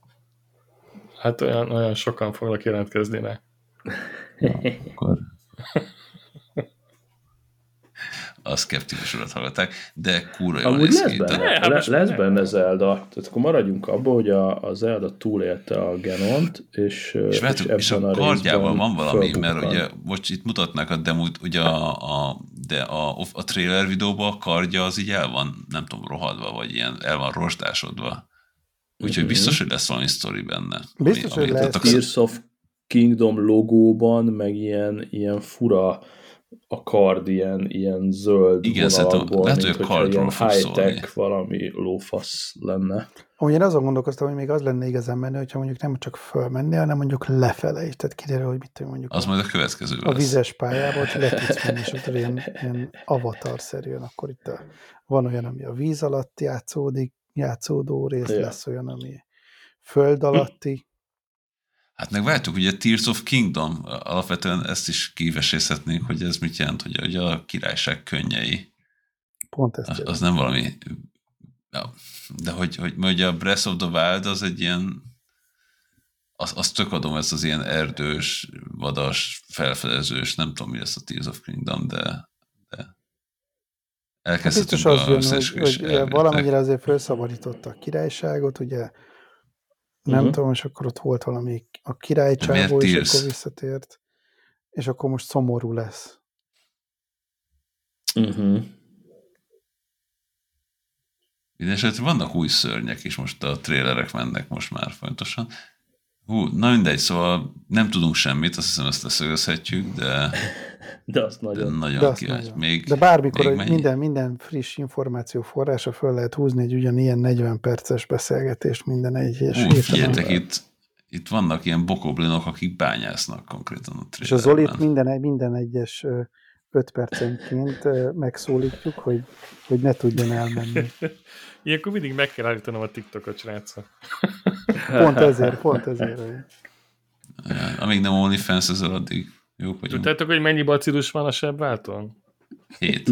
Hát olyan, olyan sokan fognak jelentkezni rá. Ja, akkor... a szkeptikus urat hallgatták, de kúra jól néz ki. Lesz benne, le, lesz benne Zelda. Tehát akkor maradjunk abban, hogy a, a Zelda túlélte a Genont, és, és, és, és, és a, a kardjában van valami, mert ugye most itt mutatnak a demót, ugye a, a, de a, a trailer videóban a kardja az így el van, nem tudom, rohadva, vagy ilyen el van rostásodva. Úgyhogy mm-hmm. biztos, hogy lesz valami sztori benne. Biztos, ami, hogy lesz. Tears of Kingdom logóban, meg ilyen, ilyen fura a kard ilyen, ilyen zöld igen, vonalakból, lehet, mint hogyha ilyen high-tech valami lófasz lenne. Amúgy én azon gondolkoztam, hogy még az lenne igazán menő, hogyha mondjuk nem csak fölmenni, hanem mondjuk lefele is. Tehát kiderül, hogy mit mondjuk. Az a, majd a következő A vizes pályából, hogy le tudsz menni, és ott ilyen, ilyen avatar-szerűen. Akkor itt a, van olyan, ami a víz alatt játszódik, játszódó rész, ja. lesz olyan, ami föld alatti. Hát meg vártuk, ugye Tears of Kingdom, alapvetően ezt is kivesészhetnénk, hogy ez mit jelent, hogy, hogy a királyság könnyei. Pont ezt az, az nem valami... Ja, de hogy, hogy ugye a Breath of the Wild az egy ilyen... Az, azt tök adom, ezt az ilyen erdős, vadas, felfedezős, nem tudom, mi lesz a Tears of Kingdom, de... de elkezdhetünk hát a összes... Valamennyire azért felszabadította a királyságot, ugye nem uh-huh. tudom, és akkor ott volt valami a királycsávó, és akkor visszatért, és akkor most szomorú lesz. Uh-huh. Mindenesetre vannak új szörnyek is, most a trélerek mennek most már fontosan. Hú, na mindegy, szóval nem tudunk semmit, azt hiszem ezt leszögözhetjük, de de azt nagyon, de nagyon király. Még, de bármikor még minden, minden friss információ forrása föl lehet húzni egy ugyanilyen negyven perces beszélgetést minden egyes héten. Hú, figyeljetek, itt, itt vannak ilyen bokoblinok, akik bányásznak konkrétan a trélerben. És a Zolit minden, minden egyes öt percenként megszólítjuk, hogy, hogy ne tudjon elmenni. Ilyenkor mindig meg kell állítanom a TikTokot, srácok. Pont ezért, pont ezért. Hogy... Amíg nem OnlyFans, ezzel addig jók vagyunk. Tudtátok, hogy mennyi bacillus van a sebválton? Hét.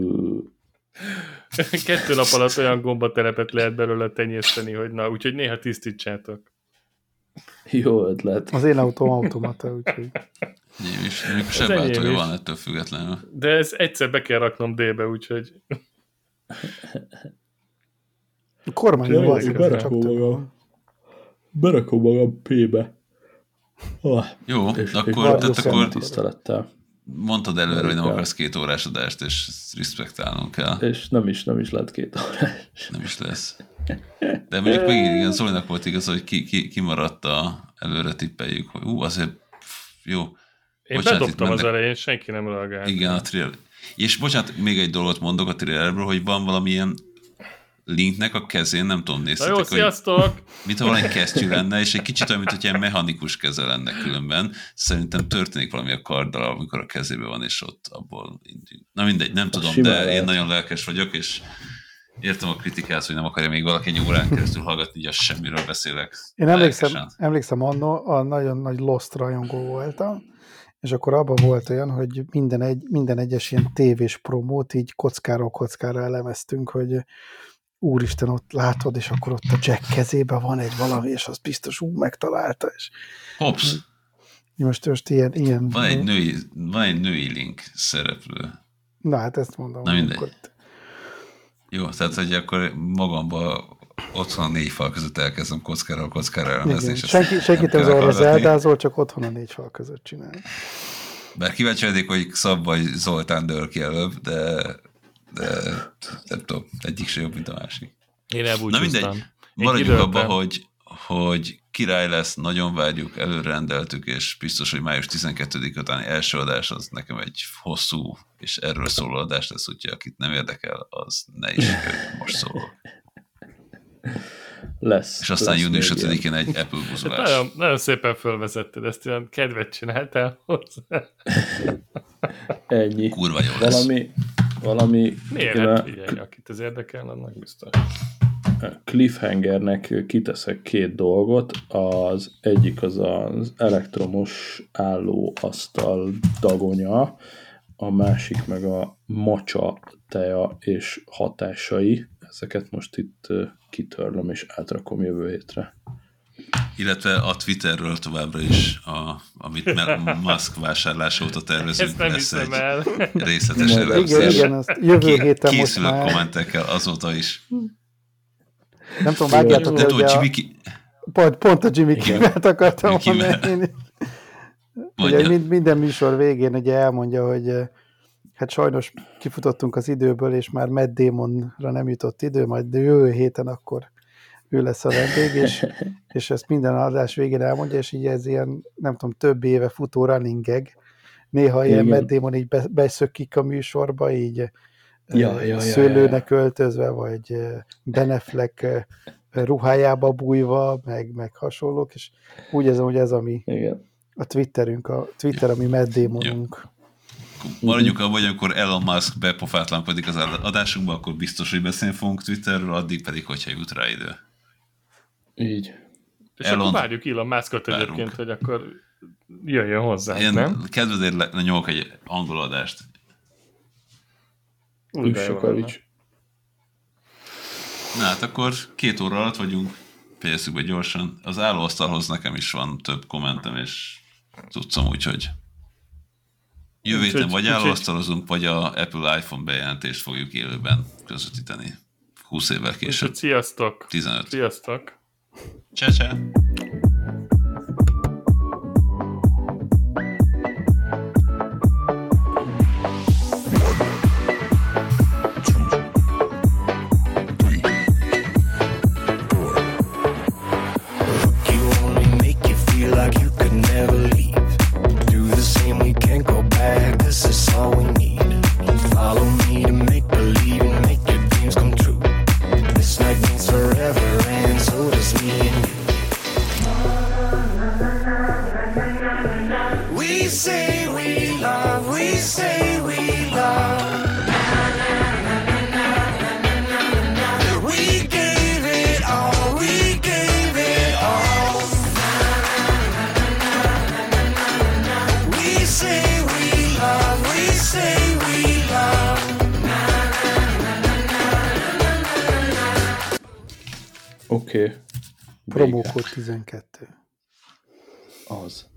Kettő nap alatt olyan gombatelepet lehet belőle tenyészteni, hogy na, úgyhogy néha tisztítsátok. Jó ötlet. Az én autóm automata, úgyhogy... Én is, amikor sebáltója van ettől függetlenül. De ez egyszer be kell raknom D-be, úgyhogy... A kormányon van szépen, csak berakom több magam. van. Berakom magam P-be. Oh, Jó, és akkor, tehát akkor tisztelettel. mondtad előre, hogy nem akarsz két órás adást, és ezt respektálnunk kell. És nem is, nem is lett két órás. Nem is lesz. De mondjuk megint igen, Zolinak volt igaz, hogy ki, ki, kimaradt a előre tippeljük, hogy ú, azért jó. Én Bocsánat, bedobtam mennek... az elején, senki nem reagált. Igen, a trailer. És bocsánat, még egy dolgot mondok a trailerből, hogy van valamilyen linknek a kezén, nem tudom, néztetek, Na jó, sziasztok! hogy mintha valami kesztyű lenne, és egy kicsit olyan, mint hogy ilyen mechanikus keze lenne különben. Szerintem történik valami a karddal, amikor a kezében van, és ott abból indul. Na mindegy, nem tudom, de lehet. Én nagyon lelkes vagyok, és értem a kritikát, hogy nem akarja még valaki egy órán keresztül hallgatni, így azt semmiről beszélek. Én emlékszem, emlékszem annó, a nagyon nagy Lost rajongó voltam, és akkor abban volt olyan, hogy minden, egy, minden egyes ilyen tévés promót így kockáról kockára elemeztünk, hogy úristen, ott látod, és akkor ott a Jack kezében van egy valami, és az biztos úgy megtalálta. És Hops! Most, most ilyen, ilyen... Van egy női, van egy női link szereplő. Na hát ezt mondom. Na mindegy. Akkor... Jó, tehát hogy akkor magamban otthon a négy fal között elkezdem kockára, kockára elemezni. Senki, senkit nem zavar az eldázol, csak otthon a négy fal között csinál. Bár kíváncsi vagyok, hogy Szab vagy Zoltán dől ki előbb, de, de nem tudom, egyik se jobb, mint a másik. Én elbúcsúztam. Na mindegy, maradjunk abban, hogy, hogy király lesz, nagyon várjuk, előrendeltük, és biztos, hogy május tizenkettedike utáni első adás az nekem egy hosszú és erről szóló adás lesz, úgyhogy akit nem érdekel, az ne is most szóló. Lesz. És aztán június ötödikén egy Apple buzolás. Nagyon, nagyon szépen fölvezetted, ezt olyan kedvet csináltál hozzá. Ennyi. Kurva jó lesz. Valami, valami miért? Hát figyelj, akit ez érdekel, annak biztos. Cliffhangernek kiteszek két dolgot. Az egyik az az elektromos állóasztal dagonya, a másik meg a matcha teja és hatásai. Ezeket most itt kitörlöm és átrakom jövő hétre. Illetve a Twitterről továbbra is, a, amit Musk vásárlása óta tervezünk. Ezt nem lesz hiszem egy el. részletes igen, elemzés. igen, azt jövő héten most Készülök már... kommentekkel azóta is. Nem tudom, vágjátok, de hogy tudod, a... Jimmy ki... pont, pont a Jimmy Kimmelt akartam Kimmel. mondani. Ugye mind, minden műsor végén ugye elmondja, hogy hát sajnos kifutottunk az időből, és már Matt Damonra nem jutott idő, majd jövő héten akkor ő lesz a vendég, és, és ezt minden adás végén elmondja, és így ez ilyen, nem tudom, több éve futó running gag. Néha ilyen Matt Damon így be, beszökik a műsorba, így ja, ja, szőlőnek ja, ja. öltözve, vagy Ben Affleck ruhájába bújva, meg, meg hasonlók, és úgy érzem, hogy ez ami igen. a Twitterünk, a Twitter, ami Matt Damonunk. Maradjunk abban, hogy amikor Elon Musk bepofátlankodik az adásunkba, akkor biztos, hogy beszélni fogunk Twitterről, addig pedig, hogyha jut rá idő. Így. És Elon... akkor várjuk Elon Muskot egyébként, hogy akkor jöjjön hozzá, Én nem? kedvedért nyomok egy angol adást. Üssakavics. Na hát akkor két óra alatt vagyunk, fejezzük be gyorsan. Az állóasztalhoz nekem is van több kommentem, és tudszom, úgyhogy jövő héten vagy állóasztalozunk, vagy a Apple iPhone bejelentést fogjuk élőben közvetíteni. húsz évvel később. Úgyhogy sziasztok! tizenöt. Sziasztok! Csá, csá. Oké. Okay. Promókód tizenkettő. Az.